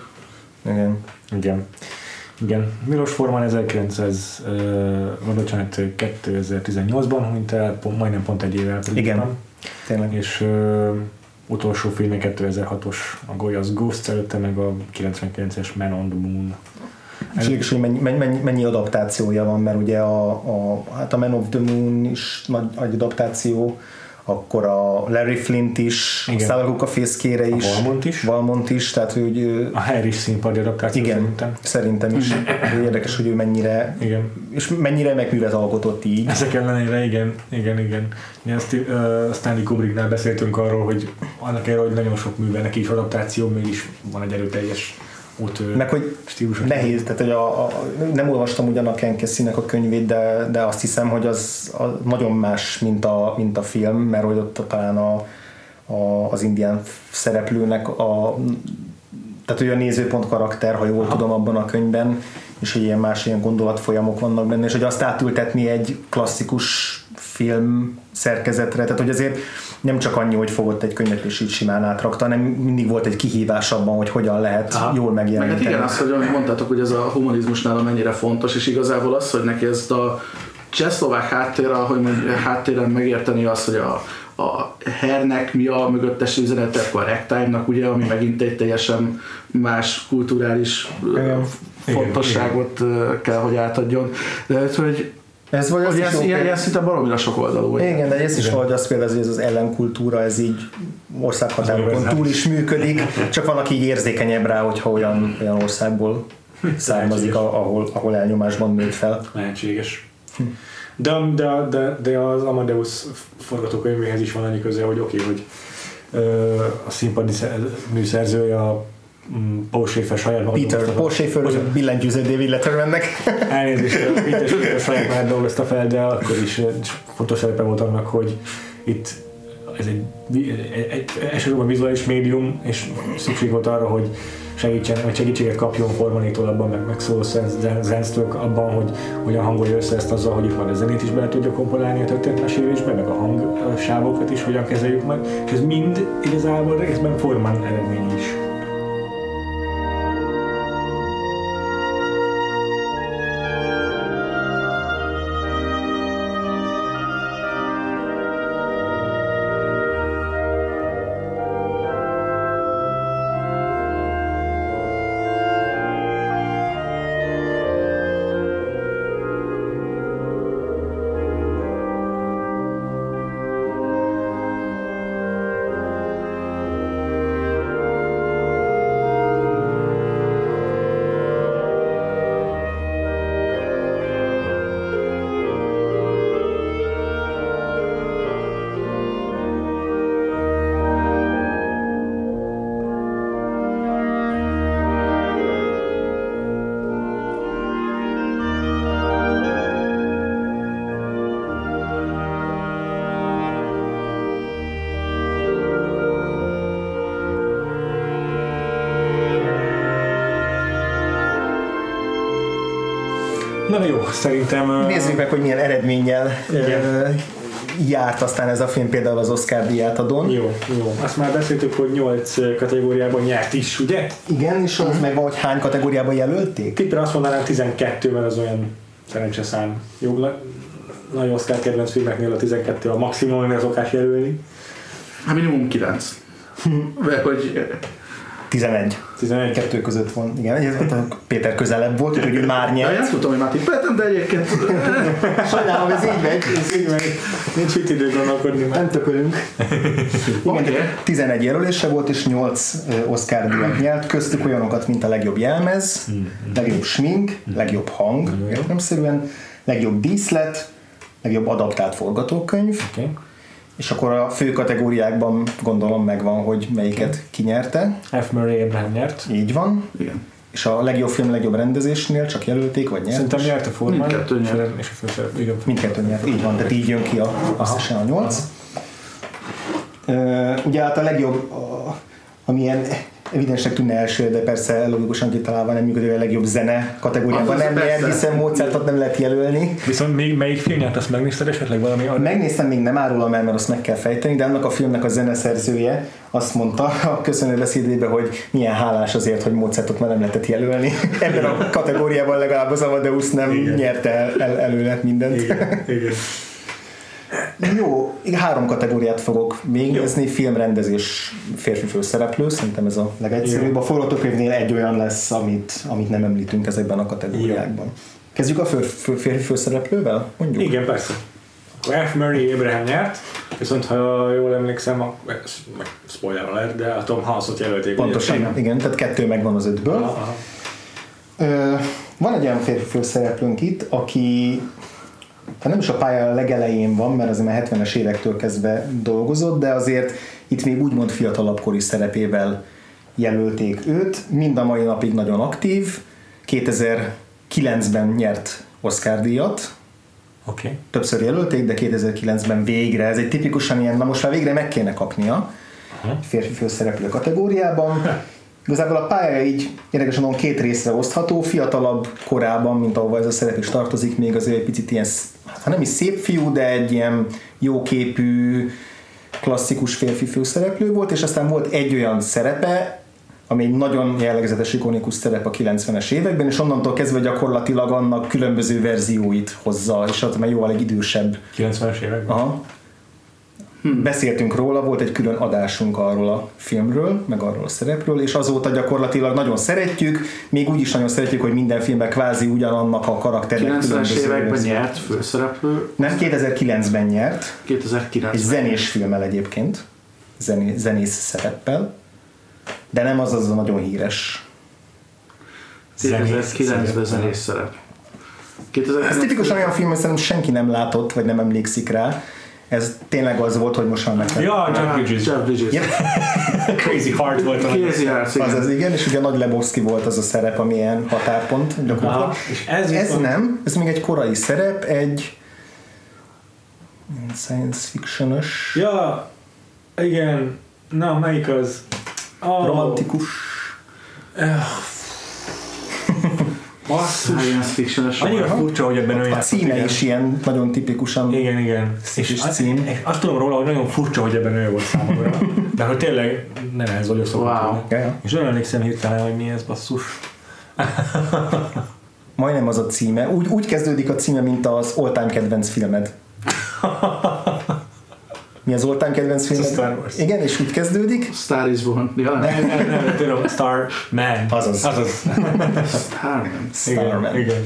Igen. Milos Forman 2018-ban hunyt el, majdnem pont egy évvel. Igen, tényleg. És utolsó filmje 2006-os a Goya's Ghost, előtte meg a 99-es Man on the Moon. És hogy mennyi adaptációja van, mert ugye hát a Man of the Moon is nagy adaptáció, akkor a Larry Flint is, igen. A Szállalók a fészkére is, a Valmont is, tehát hogy a Harris színpadi adaptáció szerintem is. Érdekes, hogy ő mennyire, igen. És mennyire megművet alkotott így. Ezek ellenére, igen. Stanley Kubricknál beszéltünk arról, hogy annak erről, hogy nagyon sok művel neki is adaptáció, mégis van egy erőteljes meg hogy stílusa. Nehéz, tehát hogy nem olvastam ugyan a Ken Kesey-nek a könyvét, de azt hiszem, hogy az nagyon más, mint a film, mert hogy ott talán az indián szereplőnek tehát olyan nézőpont karakter, ha jól tudom abban a könyvben, és hogy ilyen gondolatfolyamok vannak benne, és hogy azt átültetni egy klasszikus film szerkezetre, tehát hogy azért nem csak annyi, hogy fogott egy könyvet és így simán átrakta, hanem mindig volt egy kihívás abban, hogy hogyan lehet jól megjeleníteni. Meg hát igen, azt, hogy amit mondtátok, hogy ez a humanizmusnál mennyire fontos, és igazából az, hogy neki ezt a csehszlovák háttéren megérteni azt, hogy a hernek mi a mögöttes üzenetek, a ragtime-nak, ugye, ami megint egy teljesen más kulturális fontosságot kell, hogy átadjon. De hogy ez vagy ilyen szinte baromira sok oldalú. Igen, de ez is valahogy azt például, hogy ez az ellenkultúra, ez így országhatárokon túl is működik, csak van, aki így érzékenyebb rá, hogyha olyan országból származik, ahol elnyomásban nőtt fel. Lehetséges. De az Amadeus forgatókönyvéhez is van annyi köze, hogy hogy a színpadi műszerzője a Paul Schaefer saját Peter Paul Schaefer billentyűző David Lettermannek. Elnézést, Peter Schaefer saját magát dolgozta fel, de akkor is fontos szerepe volt annak, hogy itt ez egy elsősorban vizuális médium, és szükség volt arra, hogy segítséget kapjon Formanétól abban, meg Saul Zaentz-től abban, hogy a hangolja össze ezt azzal, hogy itt már a zenét is bele tudja komponálni a történetmesélésbe, meg a hangsávokat is hogyan kezeljük meg, és ez mind igazából részben Forman eredmény is. Na jó, szerintem... Nézzük meg, hogy milyen eredménnyel járt aztán ez a film például az Oscar-díját adón. Jó. Azt már beszéltük, hogy 8 kategóriában nyert is, ugye? Igen, és az meg van, hogy hány kategóriában jelölték? Tippre azt mondanám 12, mert az olyan szerencseszám. Jó, nagy Oscar kedvenc filmeknél a 12 a maximum, ami az okás jelölni. Hát minimum 9. Hogy 11. 2 között van. Igen, Péter közelebb volt, hogy ő már nyert. Nem tudtam, hogy már tippeltem, de egyébként... Sajnálom, ez így megy. Nincs itt idő gondolkodni már. Nem tökölünk. Igen, 11 jelölése volt, és 8 Oscar-díjat nyert, köztük olyanokat, mint a legjobb jelmez, legjobb smink, legjobb hang, értelemszerűen, legjobb díszlet, legjobb adaptált forgatókönyv, és akkor a fő kategóriákban gondolom megvan, hogy melyiket kinyerte. F. Murray Abraham nyert. Így van. Igen. És a legjobb film, legjobb rendezésnél csak jelölték, vagy nyert? Szerintem nyert a Forman. Mindkettő nyert. És a főszerep. Mindkettő nyert, így van, tehát így jön ki összesen a 8. Ugye hát a legjobb, amilyen evidensnek tűnne első, de persze logikusan kitalálva nem működő, a legjobb zene kategóriában nem nyert, hiszen Mozartot nem lehet jelölni. Viszont még melyik filmját, azt megnézted esetleg valami? Megnéztem, még nem árulom el, mert azt meg kell fejteni, de annak a filmnek a zeneszerzője azt mondta a köszönőbeszédébe, hogy milyen hálás azért, hogy Mozartot már nem lehetett jelölni. Ebben a kategóriában legalább az Amadeus nem nyerte előle mindent. Igen. Jó, 3 kategóriát fogok végignézni, filmrendezés, férfi főszereplő, szerintem ez a legegyszerűbb. A forgatókönyvnél egy olyan lesz, amit nem említünk ezekben a kategóriákban. Jó. Kezdjük a férfi főszereplővel, mondjuk? Igen, persze. F. Murray Abraham nyert, viszont ha jól emlékszem, spoiler alert, de a Tom Hanks-ot jelölték. Pontosan, igen, tehát 2 megvan az 5-ből. Van egy olyan férfi főszereplőnk itt, aki nem is a pálya legelején van, mert azért már 70-es évektől kezdve dolgozott, de azért itt még úgymond fiatalabb kori szerepével jelölték őt, mind a mai napig nagyon aktív, 2009-ben nyert Oscar-díjat, Okay. Többször jelölték, de 2009-ben végre, ez egy tipikusan ilyen, na most már végre meg kéne kapnia férfi főszereplő kategóriában. Igazából a pálya így érdekesen 2 részre osztható, fiatalabb korában, mint ahova ez a szerep is tartozik, még azért egy picit ilyen, hát nem is szép fiú, de egy ilyen jóképű, klasszikus férfi főszereplő volt, és aztán volt egy olyan szerepe, ami egy nagyon jellegzetes, ikonikus szerep a 90-es években, és onnantól kezdve gyakorlatilag annak különböző verzióit hozza, és az már jóval egy idősebb. 90-es években? Aha. Beszéltünk róla, volt egy külön adásunk arról a filmről, meg arról a szerepről, és azóta gyakorlatilag nagyon szeretjük, még úgy is nagyon szeretjük, hogy minden filmben kvázi ugyanannak a karakternek 90-es években nyert főszereplő. Nem, 2009-ben nyert. 2009-ben. Egy zenés filmmel egyébként, zenész szereppel, de nem az a nagyon híres. 2009-ben zenés szerep. Ez tipikusan olyan film, hogy szerintem senki nem látott, vagy nem emlékszik rá. Ez tényleg az volt, hogy most már meg. Ja, Jeff Bridges. Yep. Crazy Heart volt. Crazy Heart, igen. Az igen, és ugye Nagy Lebowski volt az a szerep, ami ilyen határpont gyakorlatilag. És ez nem, ez még egy korai szerep, egy science fiction-ös. Ja, igen. Na, melyik az? Oh. Romantikus. Basszus. Science fiction-ös. Annyira furcsa, hogy ebben olyan A címe is ilyen nagyon tipikusan. Igen. És cím. Azt tudom róla, hogy nagyon furcsa, hogy ebben ő volt számomra. De hogy tényleg nem ez vagyok szokott. Wow. Ja. És olyan emlékszem hirtelen, hogy mi ez, basszus. Majdnem az a címe. Úgy kezdődik a címe, mint az all-time kedvenc filmed. Mi az all-time kedvenc filmed? Star Wars. Igen, és úgy kezdődik. Star is Born. Ja, Nem, tudom, Star Man. Azaz. Starman. Starman. Igen.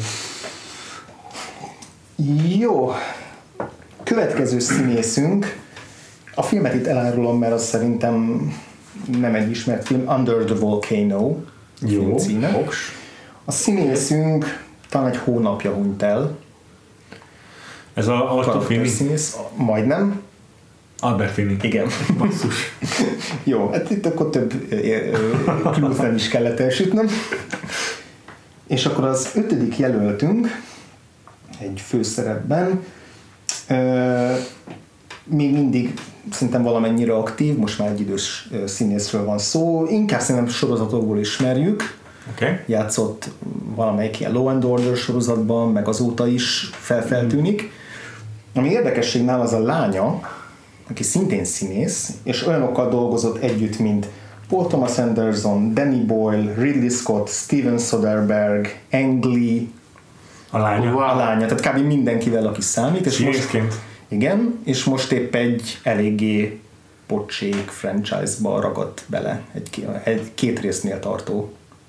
Jó. Következő színészünk. A filmet itt elárulom, mert az szerintem nem egy ismert film. Under the Volcano. Jó. Címe. A színészünk talán egy hónapja hunyt el. Ez a Albert Finney? Színész. Majdnem. Albert Finney. Igen. Basszus. Jó, hát itt akkor több klút nem is kellett elsütnöm. És akkor az 5. jelöltünk egy főszerepben még mindig szerintem valamennyire aktív, most már egy idős színészről van szó, inkább szerintem sorozatokból ismerjük. Okay. Játszott valamelyik ilyen Law and Order sorozatban, meg azóta is feltűnik. Ami érdekesség nála az a lánya, aki szintén színész, és olyanokkal dolgozott együtt, mint Paul Thomas Anderson, Danny Boyle, Ridley Scott, Steven Soderbergh, Ang Lee, A lánya. Wow. a lánya, tehát kb. Mindenkivel, aki számít. És most, Színészként. igen, és most épp egy eléggé pocsék franchise-ba ragadt bele, egy 2 résznél tartó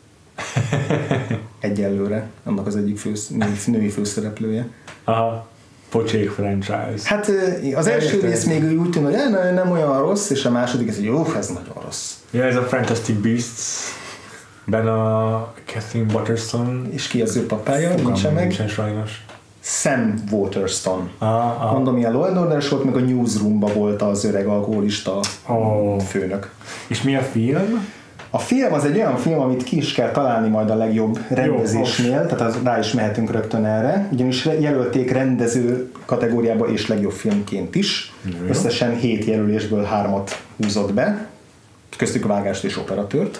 egyelőre, annak az egyik női főszereplője. Aha. Pocsék franchise. Hát az első rész még úgy tűnt, hogy nem olyan rossz, és a második ez, hogy jó, ez nagyon rossz. Ja, ez a Fantastic Beasts. Ben a Kathleen Waterston. És ki az ő papája? Nincsen meg. Nincsen sajnos. Sam Waterston. Ah. Mondom, ilyen Law and Order volt, meg a Newsroom-ba volt az öreg alkoholista főnök. És mi a film? A film az egy olyan film, amit ki is kell találni majd a legjobb rendezésnél, tehát rá is mehetünk rögtön erre, ugyanis jelölték rendező kategóriába és legjobb filmként is. Jó. Összesen 7 jelölésből 3-at húzott be, köztük vágást és operatőrt.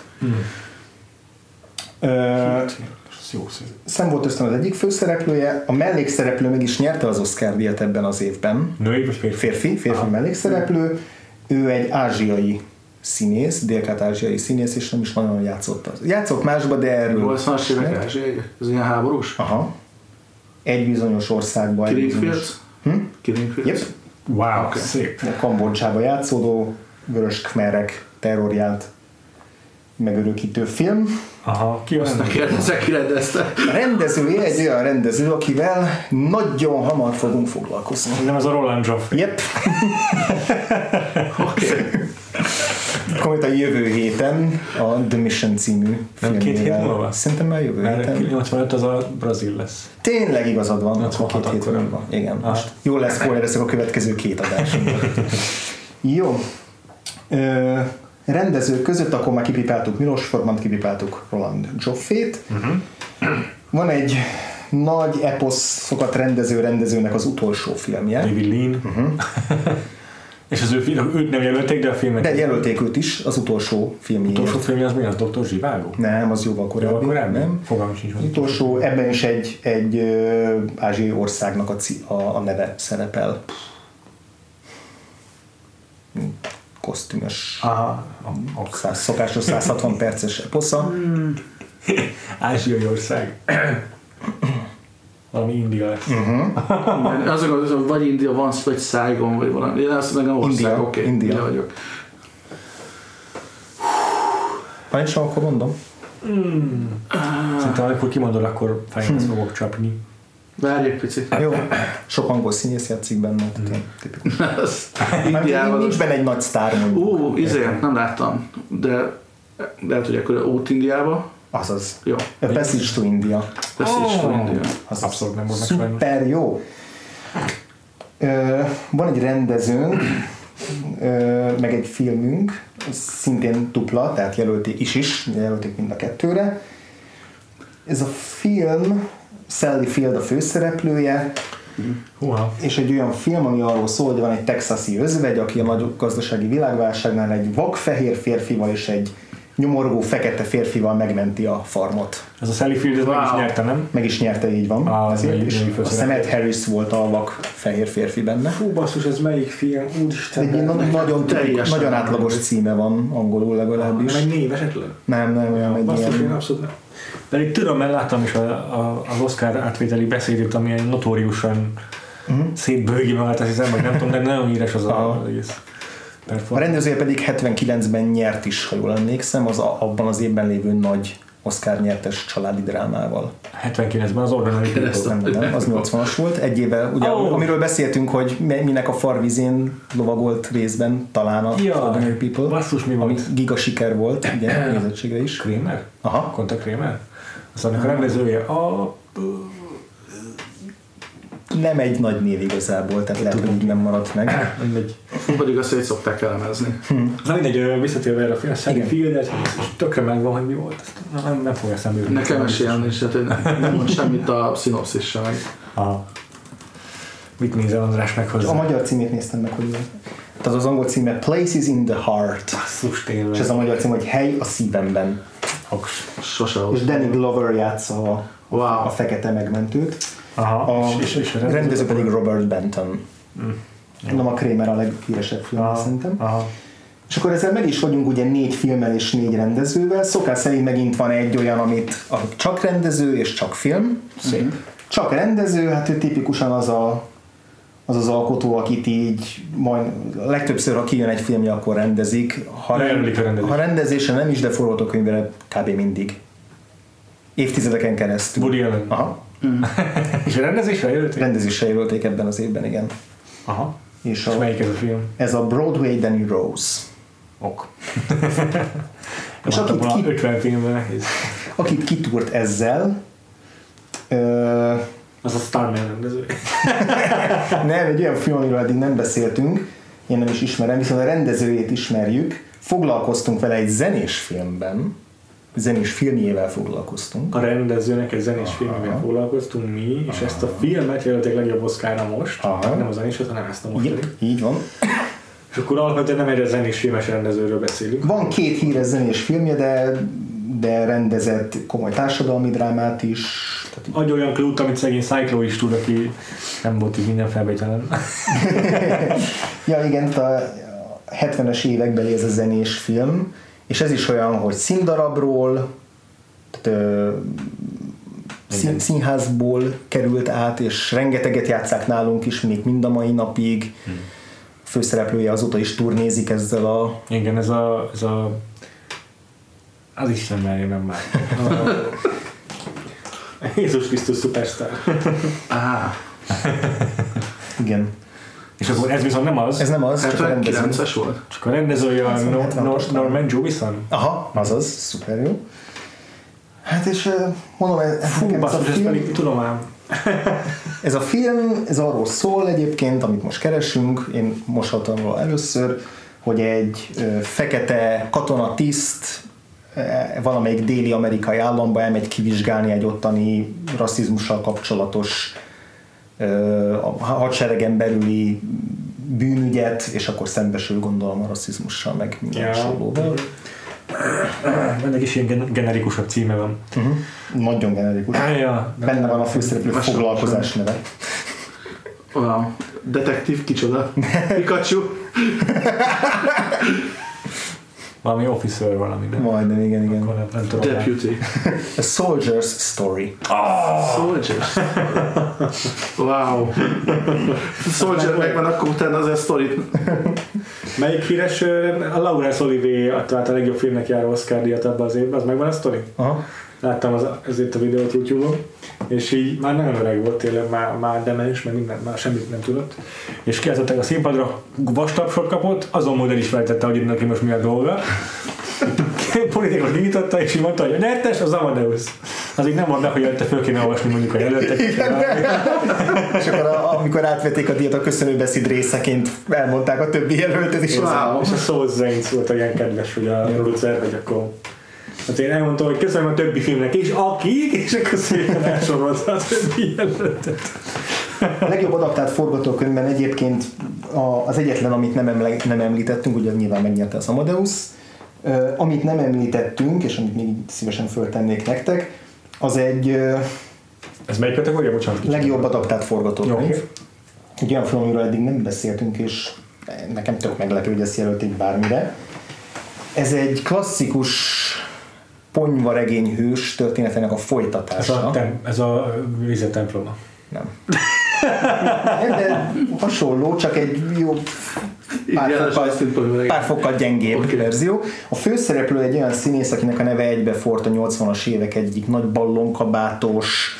Jó szép. Sam Waterston az egyik főszereplője, a mellékszereplő meg is nyerte az Oscar-díjat ebben az évben. Női vagy férfi? Férfi mellékszereplő. Ő egy ázsiai színész, délkelet-ázsiai színész, és nem is nagyon játszott. Játszott másba, de erről... 80-as évek ázsiai? Ez ilyen háborús? Aha. Egy bizonyos országban. Killing Fields? Killing Fields? Yep. Wow, Okay. szép. A Kambodzsába játszódó vörös khmerek terrorját megörökítő film. Aha, ki Azt ne kérdezek, ki rendezte. A rendezője egy olyan rendező, akivel nagyon hamar fogunk foglalkozni. Nem ez a Roland Joffrey. Yep. Konkrétan jövő héten a The Mission című Nem 2 hét múlva? Szerintem már jövő héten. 85 az a Brazil lesz. Tényleg igazad van, akkor 2 hét akkor múlva. Igen, most jól lesz spoilerezek a következő 2 adásunkban. Jó. Rendezők között akkor már kipipáltuk Milos Formant, kipipáltuk Roland Joffrey-t. Van egy nagy eposzokat rendezőnek az utolsó filmje. David Lean. És az őt nem jelölték, de a filmet... De jelölték őt is, az utolsó filmjéért. Utolsó filmje az mi? Az Dr. Zsivágó? Nem, az jóval korábbi. Nem? Fogalmam sincs. Az utolsó, ebben is egy ázsiai országnak a neve szerepel. Kosztümös. Aha. Szokásos 160 perces eposza. Ázsiai ország. Valami India lesz. Azok vagy India van, vagy Saigon, vagy valami. Én azt meg nem ország, oké. India vagyok. Ha nincs, akkor mondom. Szerintem, amikor kimondod, akkor fejemhez fogok csapni. Várj egy picit. Jó, sok angol színész játszik benne. Indiával. Nincs benne egy nagy sztár, mondjuk. Nem láttam, de lehet, hogy akkor út Indiába. Azaz. Jó. A Passage to India. Passage to India. Abszolút nem volt szuper jó. Van egy rendezőnk, meg egy filmünk, szintén dupla, tehát jelölték mind a kettőre. Ez a film, Sally Field a főszereplője, és egy olyan film, ami arról szól, hogy van egy texasi özvegy, aki a nagy gazdasági világválságnál egy vakfehér férfival és egy nyomorgó fekete férfival megmenti a farmot. Ez a Sally Field, ez meg is nyerte, nem? Meg is nyerte, így van. Ezért, és a Emmett Harris volt a vak fehér férfi benne. Fú, basszus, ez melyik film? Úristen. Nagyon átlagos címe van, angolul legalábbis. Nem egy név esetleg? Nem, olyan egy basszus, én abszolút nem. Pedig tudom, mert láttam is az Oscar átvételi beszédét, ami egy notóriusan szétbőgi magát, azt hiszem, vagy nem tudom, de nagyon híres az egész. A rendezője pedig 79-ben nyert is, ha jól emlékszem, az abban az évben lévő nagy Oscar nyertes családi drámával. 79-ben az Ordinary People. Nem, az 80-as volt. Egy éve, ugye, amiről beszéltünk, hogy minek a farvizén lovagolt részben talán a Ordinary People. Basszus, mi volt? Ami giga siker volt, ugye, nézettségre is. Kramer? Aha. Conta Kramer? Aztán a rendezője nem egy nagy név igazából, tehát lehet, hogy nem maradt meg. Pedig azt, hogy szokták elemezni. Na mindegy, visszatérve erre a film, Sally Fieldet, és tökre megvan, hogy mi volt. Nem fogja eszembe jutni. Nekem mesélni is, nem mond semmit a szinopszis sem meg. Mit nézel András meg hozzá? A magyar címét néztem meg, hogy tehát az angol címe Places in the Heart. Basszus, tényleg. És ez a magyar cím, hogy Hely a szívemben. Sose. És Danny Glover játsza a fekete megmentőt. Aha. És a rendező pedig Robert Benton. Nem a Kramer a leghíresebb film, szerintem. Aha. És akkor ezzel meg is vagyunk ugye 4 filmmel és 4 rendezővel. Szokás szerint megint van egy olyan, amit csak rendező és csak film. Szép. Csak rendező, hát ő tipikusan az alkotó, akit így majd legtöbbször, ha kijön egy filmje, akkor rendezik. Ha rendezése nem is, de forgatókönyvére kb. Mindig. Évtizedeken keresztül. Woody Allen. Aha. És a rendezésre jelölték? Rendezésre jelölték ebben az évben, igen. Aha. És melyik ez a film? Ez a Broadway Danny Rose. Ok. És akit 50 filmben nehéz. Akit kitúrt ezzel, az a Starman rendező. Nem, egy olyan film, amiről eddig nem beszéltünk, én nem is ismerem, viszont a rendezőjét ismerjük. Foglalkoztunk vele egy zenés filmben, zenés filmjével foglalkoztunk. A rendezőnek egy zenés filmjével foglalkoztunk mi, és ezt a filmet jelölték legjobb Oscarra most, nem a zenéshez, hanem ezt a mostani. Így van. És akkor alapvetően nem egy zenés filmes rendezőről beszélünk. Van 2 híres zenés filmje, de rendezett komoly társadalmi drámát is. Adj olyan klút, amit szegény Cyclo is tud, aki nem volt így minden felvételen. Ja igen, a 70-es évekbeli ez a zenés film, és ez is olyan, hogy színdarabról, színházból került át, és rengeteget játsszák nálunk is, még mind a mai napig. A főszereplője azóta is turnézik ezzel a... Igen, ez a Az Isten merje, nem már. Jézus Krisztus szupersztár. Igen. És akkor ez viszont nem az. Ez nem az, csak a rendező. 79-es volt. Csak a rendezője a Norman Jewison. Aha, azaz, szuper jó. Hát és mondom, tudom ám. Ez a film, ez arról szól egyébként, amit most keresünk, én most hallottam róla először, hogy egy fekete katonatiszt valamelyik déli amerikai államba elmegy kivizsgálni egy ottani rasszizmussal kapcsolatos a hadseregen belüli bűnügyet, és akkor szembesül gondolom a rasszizmussal, meg minden hasonlóval. Ennek is ilyen generikusabb címe van. Nagyon generikus. Benne van a főszereplő foglalkozás neve. Wow. Detektív kicsoda? Pikachu? Valami officer valami, de... Majdnem, igen. Nem tudom. Deputy. A Soldier's Story. Soldiers. Wow. Soldier megvan, akkor utána az a sztorit. Melyik híres, a Laurence Olivier adta át a legjobb filmnek járó Oscar-díjat abban az évben, az megvan a sztori? Aha. Láttam ezért a videót YouTube-on, és így már nagyon öreg volt, tényleg már demens, meg minden, már semmit nem tudott. És kiállították a színpadra, vastapsot kapott, azon modell is feltette, hogy neki most mi a dolga. Politikus kinyitotta, és így mondta, hogy a nyertes az Amadeus. Az így nem mondnak, hogy előtte föl kéne olvasni mondjuk a jelöltet. És akkor amikor átvették a díjat, a köszönőbeszéd részeként elmondták a többi jelöltet is. Wow. És a Saul Zaentz volt olyan kedves, hogy a producer, hogy akkor hát én elmondtam, hogy köszönöm a többi filmnek is, akik, és akkor szépen elsorolta a többi jelöltet. A legjobb adaptált forgatókönyvben egyébként az egyetlen, amit nem említettünk, ugye nyilván megnyerte az Amadeus, amit nem említettünk, és amit még szívesen föltennék nektek, az egy ez melyik kategória? Bocsánat. Legjobb adaptált forgatókönyv. Egy olyan film, amiről eddig nem beszéltünk, és nekem tök meglepő, hogy ezt jelölték bármire. Ez egy klasszikus ponyvaregényhős történetének a folytatása. Ez a Vize temploma. Nem. De hasonló, csak egy jó pár fokkal gyengébb verzió. A főszereplő egy olyan színész, akinek a neve egybefort a 80-as évek egyik nagy ballonkabátos,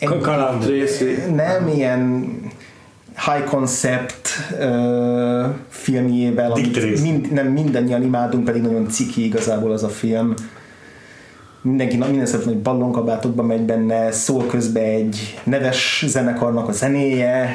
nem ilyen high concept filmjével, nem mindannyian imádunk, pedig nagyon ciki igazából az a film. Minden szereplő egy ballonkabátokban megy benne, szól közben egy neves zenekarnak a zenéje,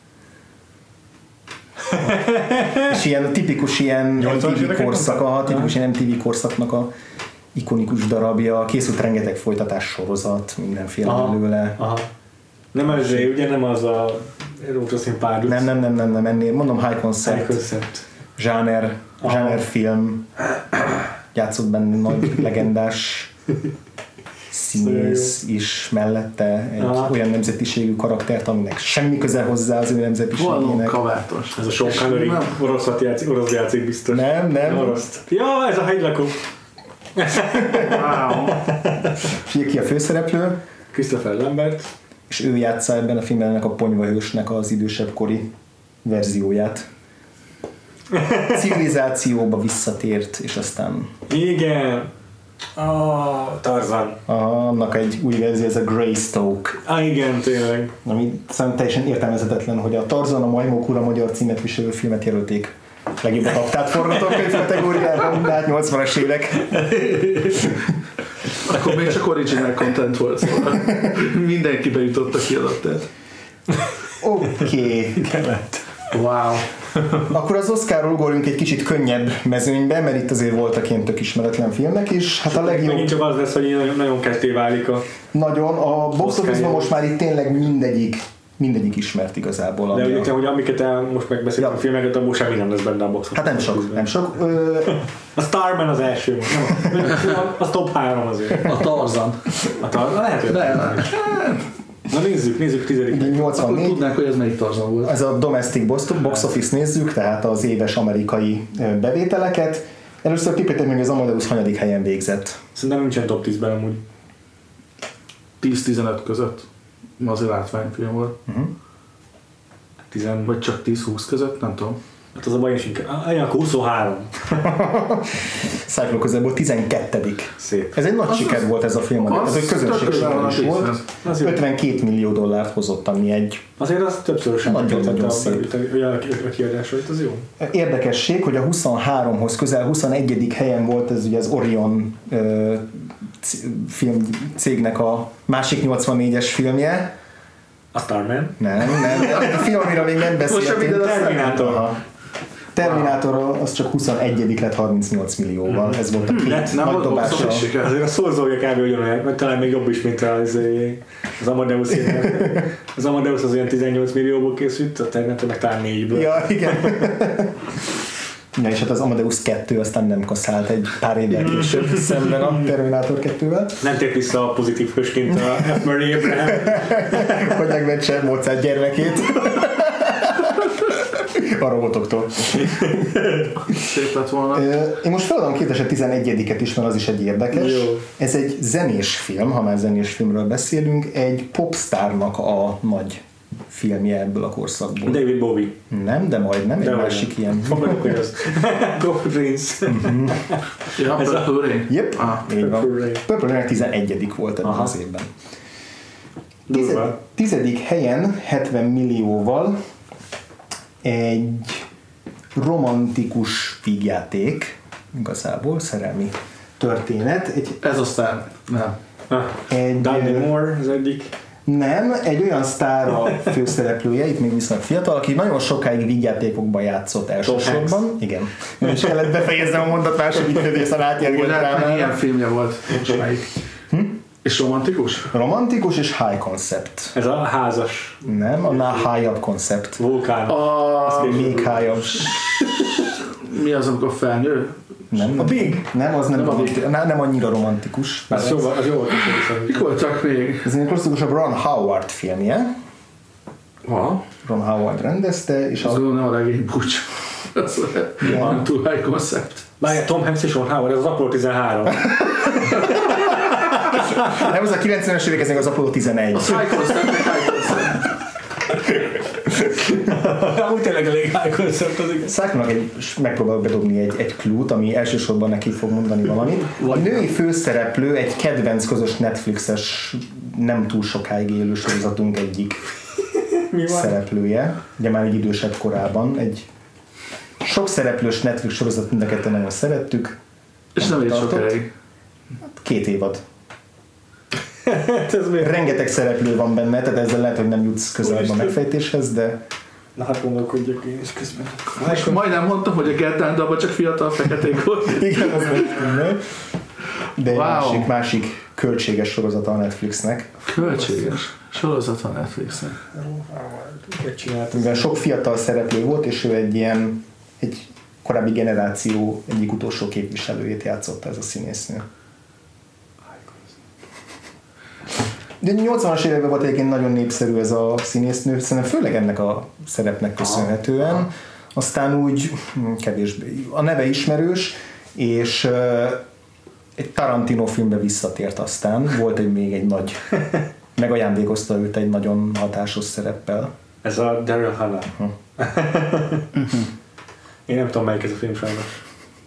és ilyen tipikus ilyen MTV korszak, tipikus ilyen MTV korszaknak a ikonikus darabja, készült rengeteg folytatás sorozat, mindenféle belőle. Nem az ugye nem az a rózsaszín párduc. Nem, ennél mondom high concept. Zsáner film, játszott benne nagy legendás színész is mellette, egy olyan nemzetiségű karaktert, aminek semmi köze hozzá az ő nemzetiségének. Kavátos. Ez a Sean Connery orosz játszik biztos. Nem. Ja, ez a hegylakó. Wow. És ki a főszereplő? Christopher Lambert. És ő játsza ebben a filmben ennek a ponyvahősnek az idősebb kori verzióját. Civilizációba visszatért, és aztán... Igen. Tarzan. Annak egy új verzió, ez a Greystoke. Igen, tényleg. Ami szerintem teljesen értelmezetetlen, hogy a Tarzan a Majmok ura magyar címet viselő filmet jelölték legjobb adaptált forgatókönyv kategóriában, de hát 80-as évek. Akkor még csak original content volt, szóval mindenki bejutott a kiadaptát. Oké. Wow. Akkor az Oscarról ugorjunk egy kicsit könnyebb mezőnybe, mert itt azért voltak ilyen tök ismeretlen filmek is. Hát a legjobb... Megint csak az lesz, hogy nagyon, nagyon ketté válik a... Nagyon. A box office-ban most már itt tényleg mindegyik ismert igazából. De úgy hogy amiket most megbeszéltünk a filmeket, abból semmi nem lesz benne a box office. Hát nem sok. A Starman az első most. Az top 3 azért. A Tarzan. A Tarzan? Lehet, hogy Na nézzük 10. 84. Akkor tudnánk, hogy ez melyik Tarzan volt. Ez a domestic box office nézzük, tehát az éves amerikai bevételeket. Először kipétek meg az Amadeus hanyadik helyen végzett. Szerintem nincsen top 10-ben amúgy. 10-15 között. Azért látványfilm volt. Vagy csak 10-20 között, nem tudom. Hát az a baj is inkább. Akkor 23. Cyclone közelből 12. Szép. Ez egy nagy siker volt ez a film, ez egy közönség siker is volt. 52 millió dollárt hozott, ami egy... Azért az többszörösen nagyon szép a kiadásra, itt az jó. Érdekesség, hogy a 23-hoz közel 21. helyen volt ez ugye az Orion film cégnek a másik 84-es filmje. A Starman? Nem. A film, amiről még nem beszéltünk. Terminátor. Terminátor az csak 21. lett 38 millióval. Ez volt a két nagy dobása. Azért a szorzója kb. Ugyanolyan, mert talán még jobb is, mint az Amadeus. Az Amadeus az olyan 18 millióból készült, a Terminátor meg talán 4-ből. Ja, igen. Ja, és hát az Amadeus 2 aztán nem kaszált egy pár évvel később szemben a Terminátor 2-vel. Nem tért vissza a pozitív hősként a F. Murray Abraham. Hogy megmentse Mozart gyermekét. A robotoktól. Szép lett volna. Én most feladom képes a 11-et is, mert az is egy érdekes. Jó. Ez egy zenés film, ha már zenés filmről beszélünk, egy popstárnak a nagy filmje ebből a korszakból. David Bowie. Nem, de majdnem, egy másik ilyen. Fogadjuk, hogy az. Purple Prince. Ja, Purple Rain. Yep, így van. Purple Rain 11. volt ebben az évben. 10. helyen 70 millióval egy romantikus vígjáték, igazából szerelmi történet. Ez aztán nem. Dudley Moore az egyik. Nem, egy olyan sztár a főszereplője, itt még viszonylag fiatal, aki nagyon sokáig vígjátékokban játszott elsősorban. Igen. És kellett befejeznem a mondat második felé, aztán átjárgult rá. Ilyen filmje volt. És romantikus? Romantikus és high concept. Ez a házas. Nem, annál high-up concept. Vulkán. Még high-up. Mi az, amikor felnő? Nem, a Big? Nem, az nem annyira romantikus. Az jó volt. Mik voltak még? Ez egy klasszikusabb Ron Howard filmje. Ha? Ron Howard rendezte, és az nem a regény Butch. Ez nem túl high concept. Várjál, Tom Hanks és Ron Howard, ez az Apollo 13. Nem, az a 90-es évek, ez az Apollo 11. Az high concept, high concept. Úgy tényleg elég high concept az igaz. Száknak megpróbálok bedobni egy clue-t, ami elsősorban neki fog mondani valamit. A női főszereplő egy kedvenc közös Netflixes, nem túl sokáig élő sorozatunk egyik szereplője. Ugye már egy idősebb korában. Egy sok szereplős Netflix sorozat, mind a ketten nagyon szerettük. És nem ér sokáig. 2 évad. Rengeteg szereplő van benne, tehát ezzel lehet, hogy nem jutsz közelebb a megfejtéshez, de... Na hát gondolkodjak én is közben. Majdnem mondtam, hogy a Gertán, de abban csak fiatal feketék volt. Igen, az nem. De egy másik költséges sorozata a Netflixnek. Költséges sorozata a Netflixnek. Mivel sok fiatal szereplő volt, és ő egy korábbi generáció egyik utolsó képviselőjét játszotta ez a színésznő. De 80-as években volt egyébként nagyon népszerű ez a színésznő, szerintem főleg ennek a szerepnek köszönhetően. Aztán úgy kevésbé. A neve ismerős, és egy Tarantino filmbe visszatért aztán. Volt még egy nagy, megajándékozta őt egy nagyon hatásos szereppel. Ez a Daryl Hannah. Én nem tudom, melyik ez a film sajnos.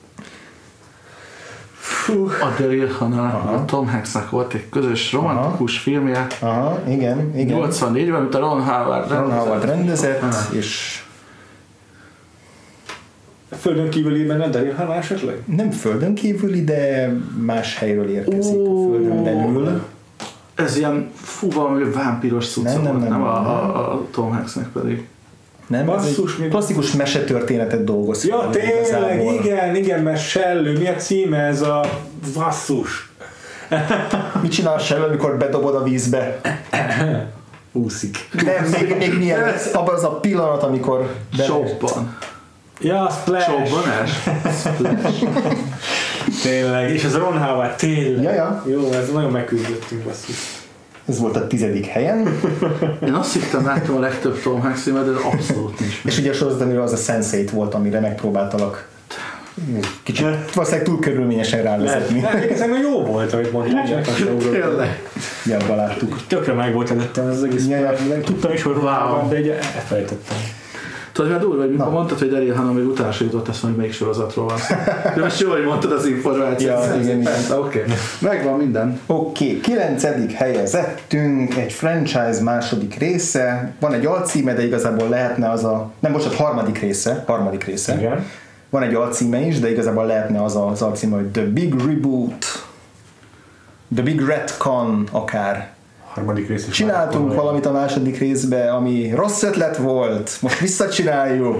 A Daryl Hannah, a Tom Hanksnek volt egy közös romantikus filmje. Aha, igen. 84-ben, amit a Ron Howard rendezett, és... Földön kívüli benne Daryl Hannah esetleg? Nem földön kívüli, de más helyről érkezik a földön belül. Ez ilyen valami vámpiros cucca volt, nem a Tom Hanksnek pedig. Nem, basszus, klasszikus mesetörténetet dolgoz. Ja, tényleg, igen, mert Sellő, mi a címe ez a basszus? Mit csinál Sellő, amikor bedobod a vízbe? Úszik. Nem, még milyen lesz, abban az a pillanat, amikor... Shopban. Ja, Splash. Shopbanás. Splash. Tényleg, és ez Ron Howard, tényleg. Ja. Jó, ez nagyon megküzdöttünk, basszus. Ez volt a 10. helyen. Én azt hittem, láttam a legtöbb Tom Hanks filmet, de abszolút nincs. És ugye a sorozatban az a Sense8 volt, amire megpróbáltalak kicsit valószínűleg túl körülményesen rávezetni. Ez jó volt, amit mondtál. Tényleg. Jobban láttuk. Tökre meg volt előttem ez az egész. Ja. Tudtam is, hogy van, de egy elfelejtettem. Tudod, mert durva, hogy mikor mondtad, hogy Daryl Hannah, még utána sem jutott eszembe, hogy melyik sorozatról van. De most jó, hogy mondtad az információt. Ja, igen. Oké. Megvan minden. Oké, 9. helyezettünk, egy franchise második része. Van egy alcíme, de igazából lehetne az a... Nem, bocsánat, harmadik része. Igen. Van egy alcíme is, de igazából lehetne az alcíme, hogy The Big Reboot, The Big Retcon akár. Harmadik rész is. Csináltunk valamit a második részbe, ami rossz ötlet volt, most visszacsináljuk.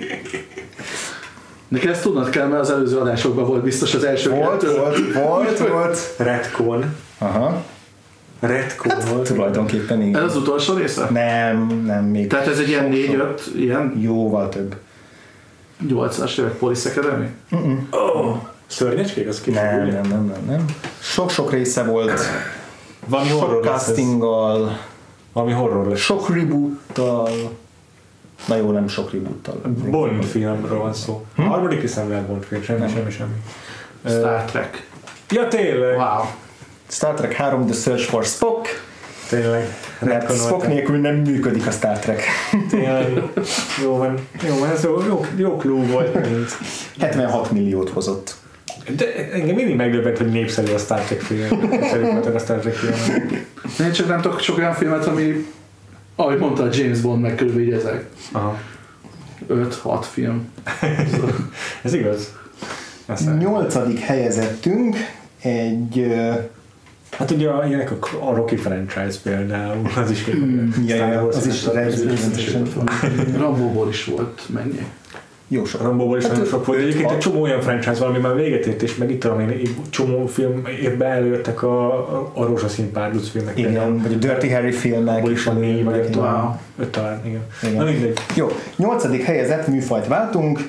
Nekem ezt tudnod kell, mert az előző adásokban volt biztos az első Volt. Retcon. Aha. Retcon Hát, volt. tulajdonképpen igen. Ez az utolsó része? Nem, még. Tehát ez egy ilyen 4-5, ilyen jóval több. 8-as évek Police Academy? Szörnyecskék? Az kicsit. Nem. Sok sok része volt. Valami Sok horror lesz ez. castinggal, Valami horror lesz. sok reboottal. Na jó, nem sok reboottal. Bond filmről van szó. A harmadik rész nem lehet Bond film, semmi. Star Trek. Ja, tényleg. Wow. Star Trek 3 The Search for Spock. Tényleg. Mert Spock nélkül nem működik a Star Trek. Tényleg. Jó van, ez jó klub volt mint. 76 milliót hozott. De engem mindig megdöbbent, hogy népszerű a Star Trek film. Népszerű a Star Trek film. Én csak nem tudok sok olyan filmet, ami, ahogy mondta, James Bond, meg körülbelül ezek. Aha. 5-6 film. Ez igaz. 8. helyezettünk egy... Hát ugye ilyenek a Rocky franchise például, az is az is rendszeresen. Rambóból is volt mennyi? Jó sok. Rambóból is nagyon sok volt. Egyébként egy csomó olyan franchise van, ami már véget ért, és meg itt tudom én, csomó film évben előjöttek a rózsaszín párduc filmek. Igen, vagy a Dirty Harry filmek is van 4 vagy 5 Wow. talán, igen. Na mindegy. Jó, 8. helyezett, műfajt váltunk.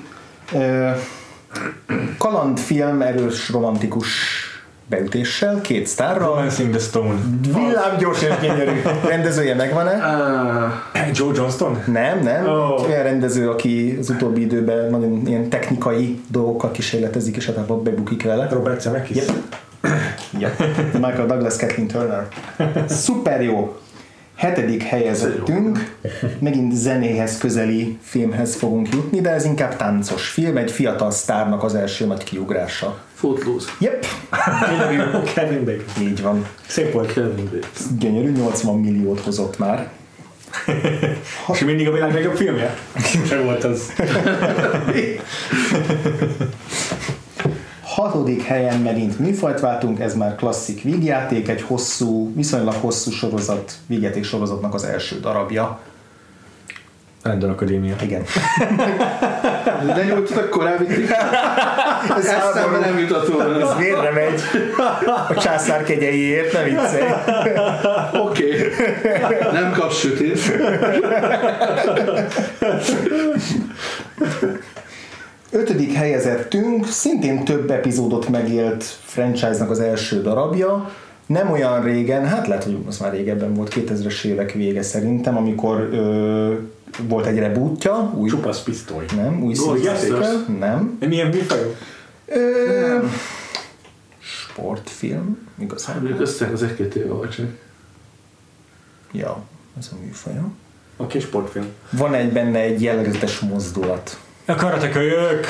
Kalandfilm, erős romantikus beütéssel, 2 sztárral. Romancing the Stone. Villámgyors és gyönyörű. Rendezője megvan-e? Joe Johnston? Nem. Oh. Olyan rendező, aki az utóbbi időben nagyon ilyen technikai dolgokkal kísérletezik, és hát bebukik vele. Robert Zemeckis? Yep. Michael Douglas, Kathleen Turner. Szuper jó. 7. helyezettünk, megint zenéhez közeli filmhez fogunk jutni, de ez inkább táncos film, egy fiatal sztárnak az első nagy kiugrása. Footloose. Yep. Kevin Bacon. Így van. Szép volt. Kevin Bacon. Gyönyörű, 80 milliót hozott már. És mindig a világ legjobb filmje? Se volt az. 6. helyen megint műfajt váltunk, ez már klasszik vígjáték, egy viszonylag hosszú sorozat, vígjáték sorozatnak az első darabja. Rendőr Akadémia. Igen. De nyújtottak korábbi eszembe nem jutott volna. Ez vérre megy a császár kegyeiért, ne viccelj. Oké. Nem kapsz sütét. Ötödik helyezettünk, szintén több epizódot megélt franchise-nak az első darabja. Nem olyan régen, hát lehet, hogy az már régebben volt, 2000-es évek vége szerintem, amikor volt egy rebootja. Csupasz pisztoly. Nem, új szívjátékkal. Nem. Milyen műfajú? Sportfilm, igazán. Mondjuk az egy-két éve volt csak. Ja, ez a műfaja. Oké, sportfilm. Van benne egy jellegzetes mozdulat. A karatekölyök!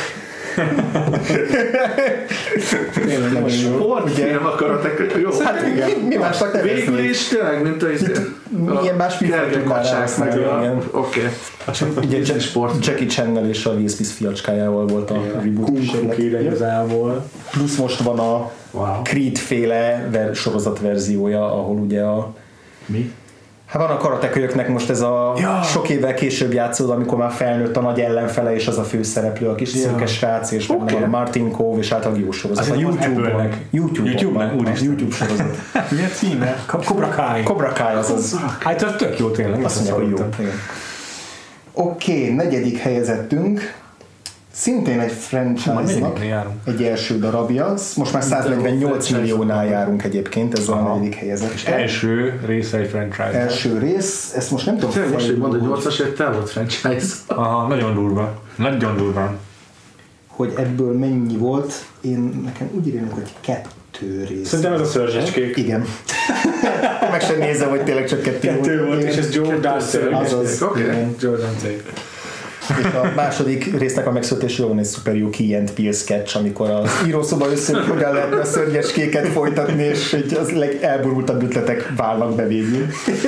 Tényleg nem Sportfilm a karatekölyök. Jó. Hát igen, mi másnak neveznék? Végül is tényleg, mint a milyen más műfajt már használni. Oké. Ugye Jackie Chan-nel és a Will Smith fiacskájával volt a reboot kísérlet. Igazából. Plusz most van a Creed-féle sorozatverziója, ahol ugye Mi? Hát van a karatekölyöknek most ez a sok évvel később játszód, amikor már felnőtt a nagy ellenfele, és az a főszereplő, a kis szürke srác, és benne van a Martin Cove, és általában jó sorozat. A YouTube sorozat. Mi a címe? Cobra Kai. Cobra Kai az. Hát az tök jó tényleg. Azt mondják, hogy jó. Oké, 4. helyezettünk. Szintén egy franchise-nak egy első darabja. Most már 148 milliónál járunk egyébként, ez a 4. helyezett. És első része egy franchise. Első rész, ezt most nem tudom. Tényleg most, hogy mondod, hogy 8-as egy volt franchise. Aha, nagyon durva. Nagyon durva. Hogy ebből mennyi volt, nekem úgy írjunk, hogy 2 rész. Szerintem ez a szörzsecskék. Igen. Meg sem nézem, hogy tényleg csak 2 volt. És ez Joe Dante. Azaz. Joe Dante. És a második résznek a megszületésről van egy szuper jó Key and Peele sketch, amikor az írószoba összejön, hogyan lehetne a szörnyecskéket folytatni, és az legelborultabb ötletek válnak be végül.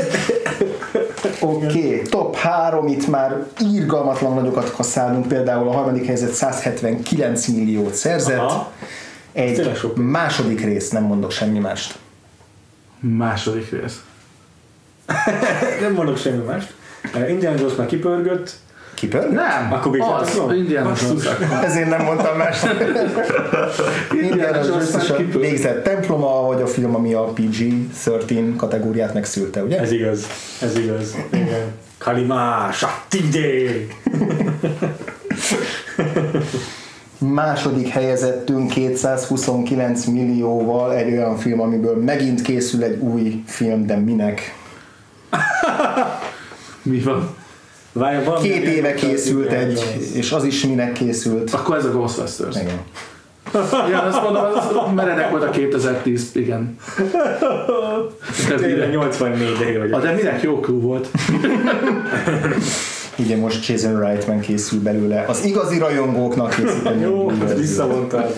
Oké, top 3, itt már irgalmatlan nagyokat kaszálunk, például a harmadik helyzet 179 milliót szerzett. Aha. Egy második rész, nem mondok semmi mást. Második rész. Nem mondok semmi mást. Indiana Jones már kipörgött. Kipörgött? Nem, akkor az Indiana Jones. Ezért nem mondtam mást. Indiana Jones is a végzett temploma, vagy a film, ami a PG-13 kategóriát megszülte, ugye? Ez igaz. Igen. Kalima, Shattide! Második helyezettünk 229 millióval egy olyan film, amiből megint készül egy új film, de minek? Mi van? Várja, 2 éve készült egy, és az is minek készült. Akkor ez a Ghostbusters. Igen. Igen, azt mondom, az meredek volt a 2010, igen. Tényleg 84 év vagyok. De minek jó crew volt. Ugye most Jason Reitman készül belőle. Az igazi rajongóknak készíteni. Jó, ezt visszavontál.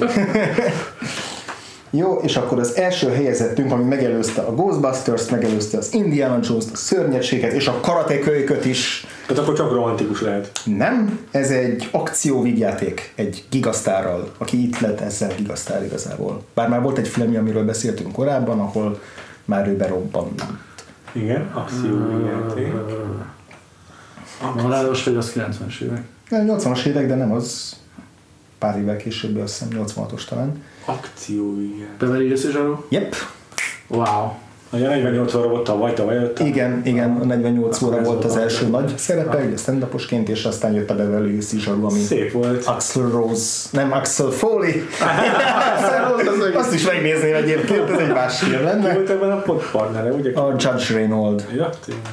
Jó, és akkor az első helyezettünk, ami megelőzte a Ghostbusters-t, megelőzte az Indiana Jones-t, a Szörnyetséget és a Karate Kölyköt is. Tehát akkor csak romantikus lehet. Nem, ez egy akcióvígjáték, egy gigasztárral, aki itt lett ezzel gigasztár igazából. Bár már volt egy film, amiről beszéltünk korábban, ahol már ő berobbant. Igen, akcióvígjáték. Halálos vagy az 90-es évek? 80-as évek, de nem az. Pár évvel később, azt hiszem 86-os talán. Akcióvígjáték. Beverly Hills és Arrow? Yep. Wow. A 48 óra volt tavaly előtt. Igen, a 48 óra volt az első nagy szerepe, ugye stand-uposként, és aztán jött a Beverly Hills is, ami szép volt. Axl Rose, nem Axel Foley. Azt is megnézném egyébként, ez egy más film lenne. Ki volt ebben a partnere, ugye? A Judge Reinhold. Ja,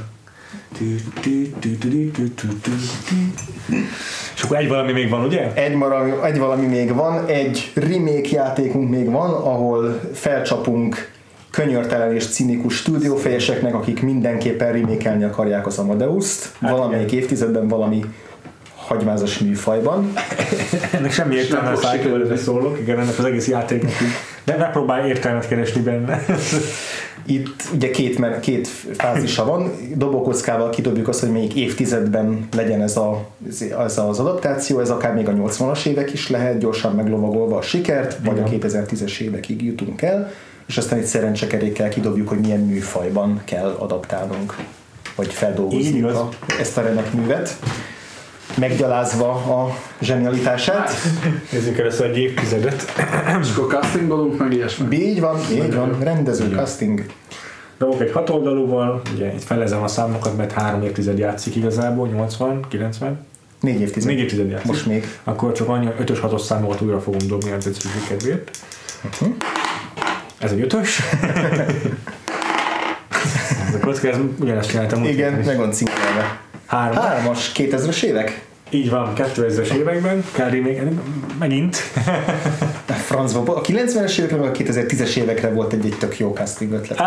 és akkor egy valami még van, ugye? Egy valami még van, egy remake játékunk még van, ahol felcsapunk könyörtelen és cinikus stúdiófejeseknek, akik mindenképpen remake-elni akarják az Amadeust, valamelyik évtizedben, valami hagymázas műfajban. Ennek semmi értelme a Cycle-re szólok, igen, ennek az egész játéknak így. De megpróbálj értelmet keresni benne. Itt ugye két fázisa van, dobókockával kidobjuk azt, hogy melyik évtizedben legyen ez az adaptáció, ez akár még a 80-as évek is lehet, gyorsan meglovagolva a sikert, vagy a 2010-es évekig jutunk el, és aztán egy szerencsekerékkel kidobjuk, hogy milyen műfajban kell adaptálnunk, vagy feldolgozni ezt a remek művet, meggyalázva a zsenialitását. Nézzük először egy évtizedet. És akkor castingolunk meg ilyesmi. Így van, rendező, casting. Dobok egy 6 oldalúval, ugye itt felezem a számokat, mert 3 évtized játszik igazából, 80, 90. 4 évtized. 4 évtized játszik. Most még. Akkor csak annyi 5-ös 6-os számokat újra fogom dobni az egyszerűség kedvéért. Ez egy 5-ös. Ez a kocka, ez ugyanezt csináltam. Igen, meg van cinkelve. 3-as, 2000-es évek? Így van, 2000-es években, kell megint. Francba, a 90-es évekre, meg a 2010-es évekre volt egy tök jó casting ötlet.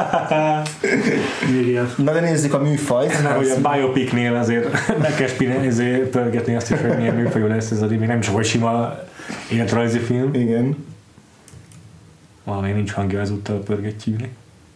Na de nézzük a műfajt. Mert hogy a biopicnél azért meg kell pörgetni azt is, hogy milyen műfajú lesz ez a remake, nem csak hogy sima életrajzi film. Igen. Valami nincs hangja ezúttal pörgetjük.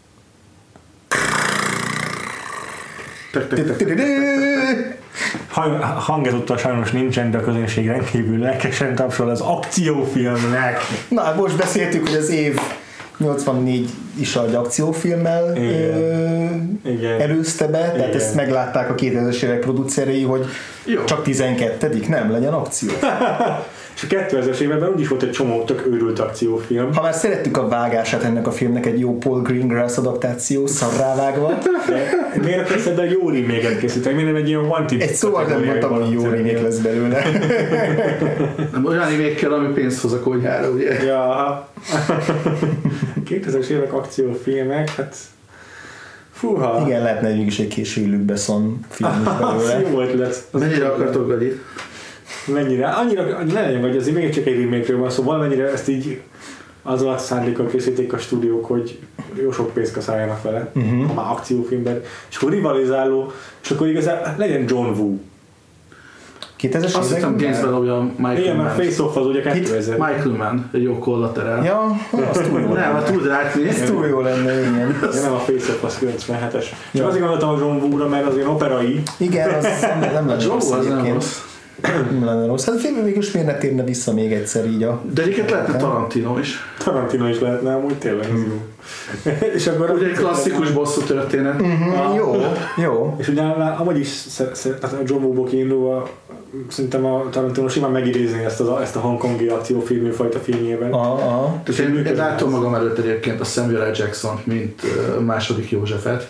Hang ezúttal sajnos nincsen, de a közönség rendkívül lelkesen tapsol az akciófilmnek. Na, most beszéltük, hogy az év 84 is egy akciófilmmel előzte be, tehát ezt meglátták a 2000-es évek producerei, hogy csak 12. nem legyen akció. És a 2000-es években úgyis volt egy csomó tök őrült akciófilm. Ha már szerettük a vágását ennek a filmnek, egy jó Paul Greengrass adaptáció, szarrávágva. De miért akarsz ebben jó remake-et készíteni? Miért nem egy ilyen wanted? Egy szóval nem mondtam, hogy jó remake lesz belőle. Olyan remake kell, ami pénzt hoz a konyhára, ugye? Ja. 2000-es évek akciófilmek, hát fúha. Igen, lehetne is egy késői Luc Besson film is belőle. Jó volt lesz. Mennyire akartok Gagyi? Mennyire? Annyira ne legyen, hogy azért még csak egy remake-ről van szó, valamennyire ezt így az alatt szándékkal készíték a stúdiók, hogy jó sok pénzt kaszáljanak vele, ha már akciófilmben, és akkor rivalizáló, és akkor igazán legyen John Woo. 2000-es Azt hiszem Games belőle Michael Igen, Mann. mert Face Off az ugye 2000. Michael Mann, egy jó collateral. Ja, az túl jó. Nem, túl drágni. Ez túl jó lenne, igen. Ja, nem a Face Off, az 97-es. Csak azért gondoltam a John Woo-ra, mert az ilyen operai. Igen, az nem lenne John rossz Woo az nem egyébként. rossz. Nem lenne rossz. Hát a filmben végül miért ne térne vissza még egyszer így a... De egyébként lehetne Tarantino is. Tarantino is lehetne, amúgy tényleg az jó. És akkor Ugye egy klasszikus bosszú történet. Jó. És ugye amúgy is tehát a John Woo-ból kiindulva szerintem a Tarantino simán megidézni ezt a hongkongi akciófilmű fajta filmjében. Én látom magam előtt egyébként a Samuel L. Jackson, mint második Józsefet.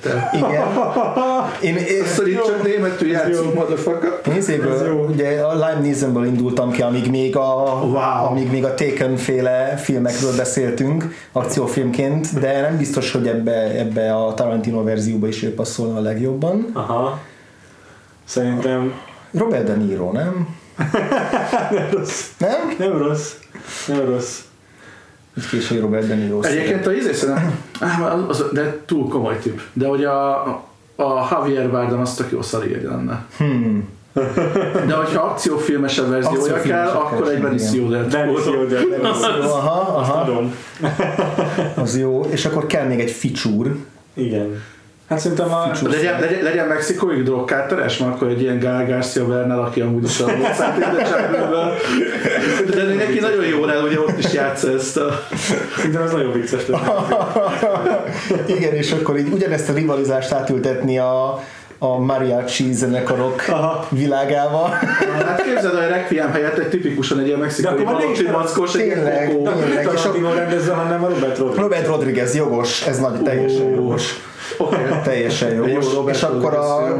Azt így csak németül játszunk, motherfucker. Nézzéből, ugye a Liam Neesonből indultam ki, amíg még a Taken féle filmekről beszéltünk akciófilmként, de nem biztos, hogy ebbe a Tarantino verzióba is ő passzolna a legjobban. Aha. Szerintem Robert De Niro, nem? nem rossz. Nem? Nem rossz. Itt késői Robert De Niro. Egyébként a ízé szerintem, de túl komoly tipp. De hogy a Javier Bardem az tök jó szarírja lenne. De hogyha akciófilmesebb verziója kell, akkor egy Benicio del Toro. Aha. Az jó. És akkor kell még egy ficsúr. Igen. Hát szerintem legyen mexikói drogkárteres, mert akkor egy ilyen Gael Garcia Bernal, aki amúgy is a Mozart édességből. De neki nagyon jó rá, ugye ott is játsza ezt a... Szerintem ez nagyon vicces lenne. Igen, és akkor így ugyanezt a rivalizást átültetni a mariachi zenekarok világába. Hát képzeld, hogy a Requiem helyett egy tipikusan egy ilyen mexikai balocsi mackos, egy ilyen kokó. Tényleg. Tarantino rendezze, hanem a Robert Rodriguez, jogos, ez nagy, teljesen jogos. Teljesen jogos. És akkor a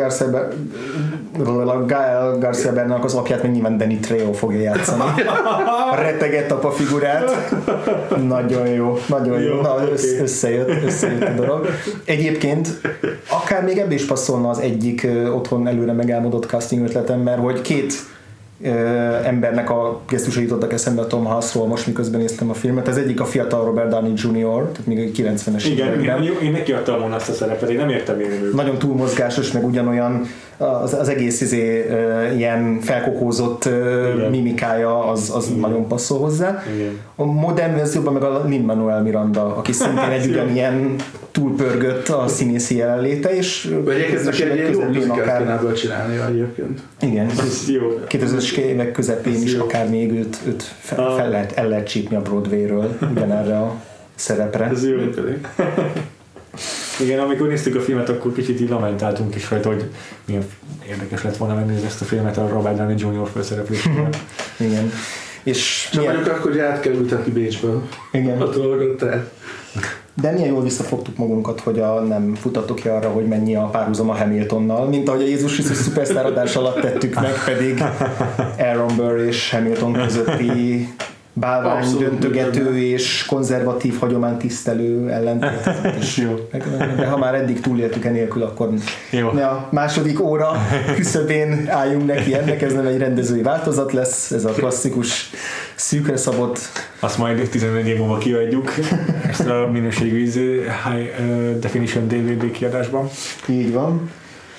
Gael Garcia Bernal az apját még nyilván Danny Trejo fogja játszani. A retegett apa figurát. Nagyon jó. Na, összejött a dolog. Egyébként akár még ebbe is passzolna az egyik otthon előre megálmodott casting ötletem, mert hogy két embernek a gesztusai jutottak eszembe a Tom Hanksról most, miközben néztem a filmet. Ez egyik a fiatal Robert Downey Jr., tehát még a 90-es években. Igen, én neki adtam volna azt a szerepet, én nem értem én őt. Nagyon túlmozgásos, meg ugyanolyan az egész ilyen felkokózott mimikája az nagyon passzol hozzá. Igen. A modern verzióban meg a Lin-Manuel Miranda, aki szintén egy ugyanilyen túlpörgött a színészi jelenléte, és közösen egy jó muzikát kéne ebből csinálni egyébként. Igen, 2000-es évek közepén is akár még őt el lehet csípni a Broadway-ről ugyanerre a szerepre. Ez jó. Igen, amikor néztük a filmet, akkor kicsit így lamentáltunk is rajta, hogy milyen érdekes lett volna megnézni ezt a filmet a Robert Downey Jr. főszereplésében. Igen. És csak mondjuk akkor, hogy át kell ültetni Bécsből. Igen. A dolgot te. De milyen jól visszafogtuk magunkat, hogy nem futottok ki arra, hogy mennyi a párhuzam a Hamiltonnal, mint ahogy a Jézus Krisztus szupersztár adás alatt tettük meg, pedig Aaron Burr és Hamilton közötti bálvány döntögető és konzervatív hagyománytisztelő ellentét. De ha már eddig túléltük enélkül, akkor a második óra küszöbén álljunk neki ennek, ez nem egy rendezői változat lesz, ez a klasszikus szűkre szabott. Azt majd 14 év múlva kiadjuk ezt a minőségű High Definition DVD kiadásban. Így van.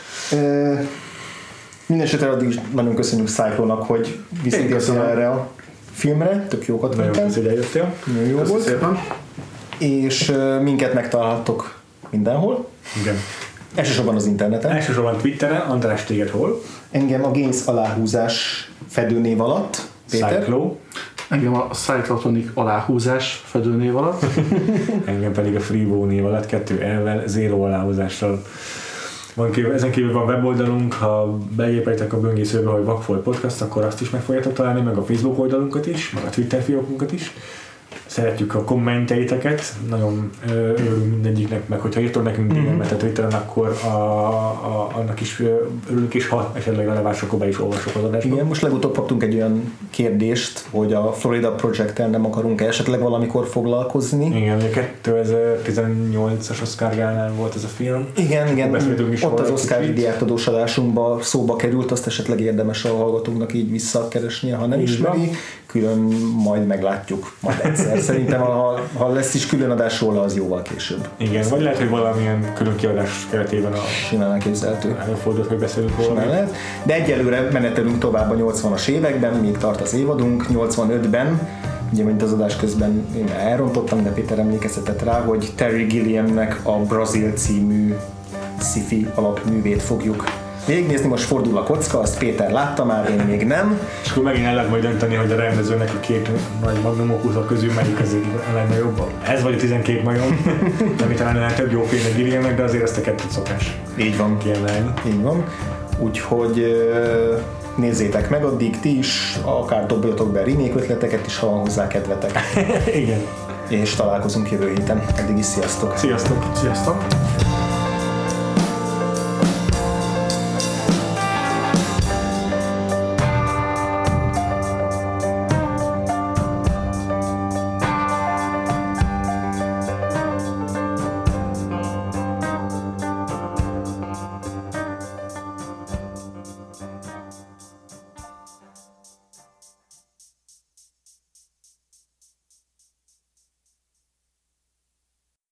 Mindenesetre addig is nagyon köszönjük Cyclonak, hogy visszatértél erre a filmre, tök jókat vettem. Nagyon köszönjük, hogy eljöttél. Nagyon jó volt. Szépen. És minket megtaláltok mindenhol. Igen. Elsősorban az interneten. Elsősorban Twitteren. András, téged hol? Engem a Gains aláhúzás fedőnév alatt. Péter. Cyclo. Engem a Cyclotonic aláhúzás fedőnév alatt. Engem pedig a Freebo név alatt 2 L-vel, 0 aláhúzással. Ezen kívül van weboldalunk, ha beépítek a böngészőbe, hogy Vakfolt Podcast, akkor azt is meg fogjátok találni, meg a Facebook oldalunkat is, meg a Twitter fiókunkat is. Szeretjük a kommenteiteket, nagyon örülünk mindegyiknek, meg hogyha írtok nekünk DM-et a Twitteren, akkor annak is örülünk, és ha esetleg releváns, akkor be is olvasok az adásban. Igen, most legutóbb kaptunk egy olyan kérdést, hogy a Florida Project-tel nem akarunk esetleg valamikor foglalkozni. Igen, 2018-as Oscar Gálnál volt ez a film. Igen, ott az Oscar díjátadós adásunkba szóba került, azt esetleg érdemes a hallgatóknak így visszakeresnie, ha nem ismeri. külön majd meglátjuk majd egyszer. Szerintem ha lesz is külön adás róla, az jóval később. Igen, vagy lehet, hogy valamilyen külön kiadás keretében simán elképzelhető. Előfordult, hogy beszélünk róla. De egyelőre menetelünk tovább a 80-as években, még tart az évadunk. 85-ben, ugye mint az adás közben én elrontottam, de Péter emlékeztetett rá, hogy Terry Gilliamnek a Brazil című sci-fi alapművét fogjuk végignézni. Most fordul a kocka, azt Péter látta már, én még nem. És akkor megint el lehet majd dönteni, hogy a rendezőnek a két nagy magnum opusa közül melyik az a legnagyobb. Ez vagy a 12 majom, ami talán több jó film egy Gilliamnek, de azért ezt a kettőt szokás. Így van. Kiemelni. Így van. Úgyhogy nézzétek meg addig ti is, akár dobjatok be remake ötleteket is, ha van hozzá kedvetek. Igen. És találkozunk jövő héten. Eddig is sziasztok! Sziasztok! Sziasztok!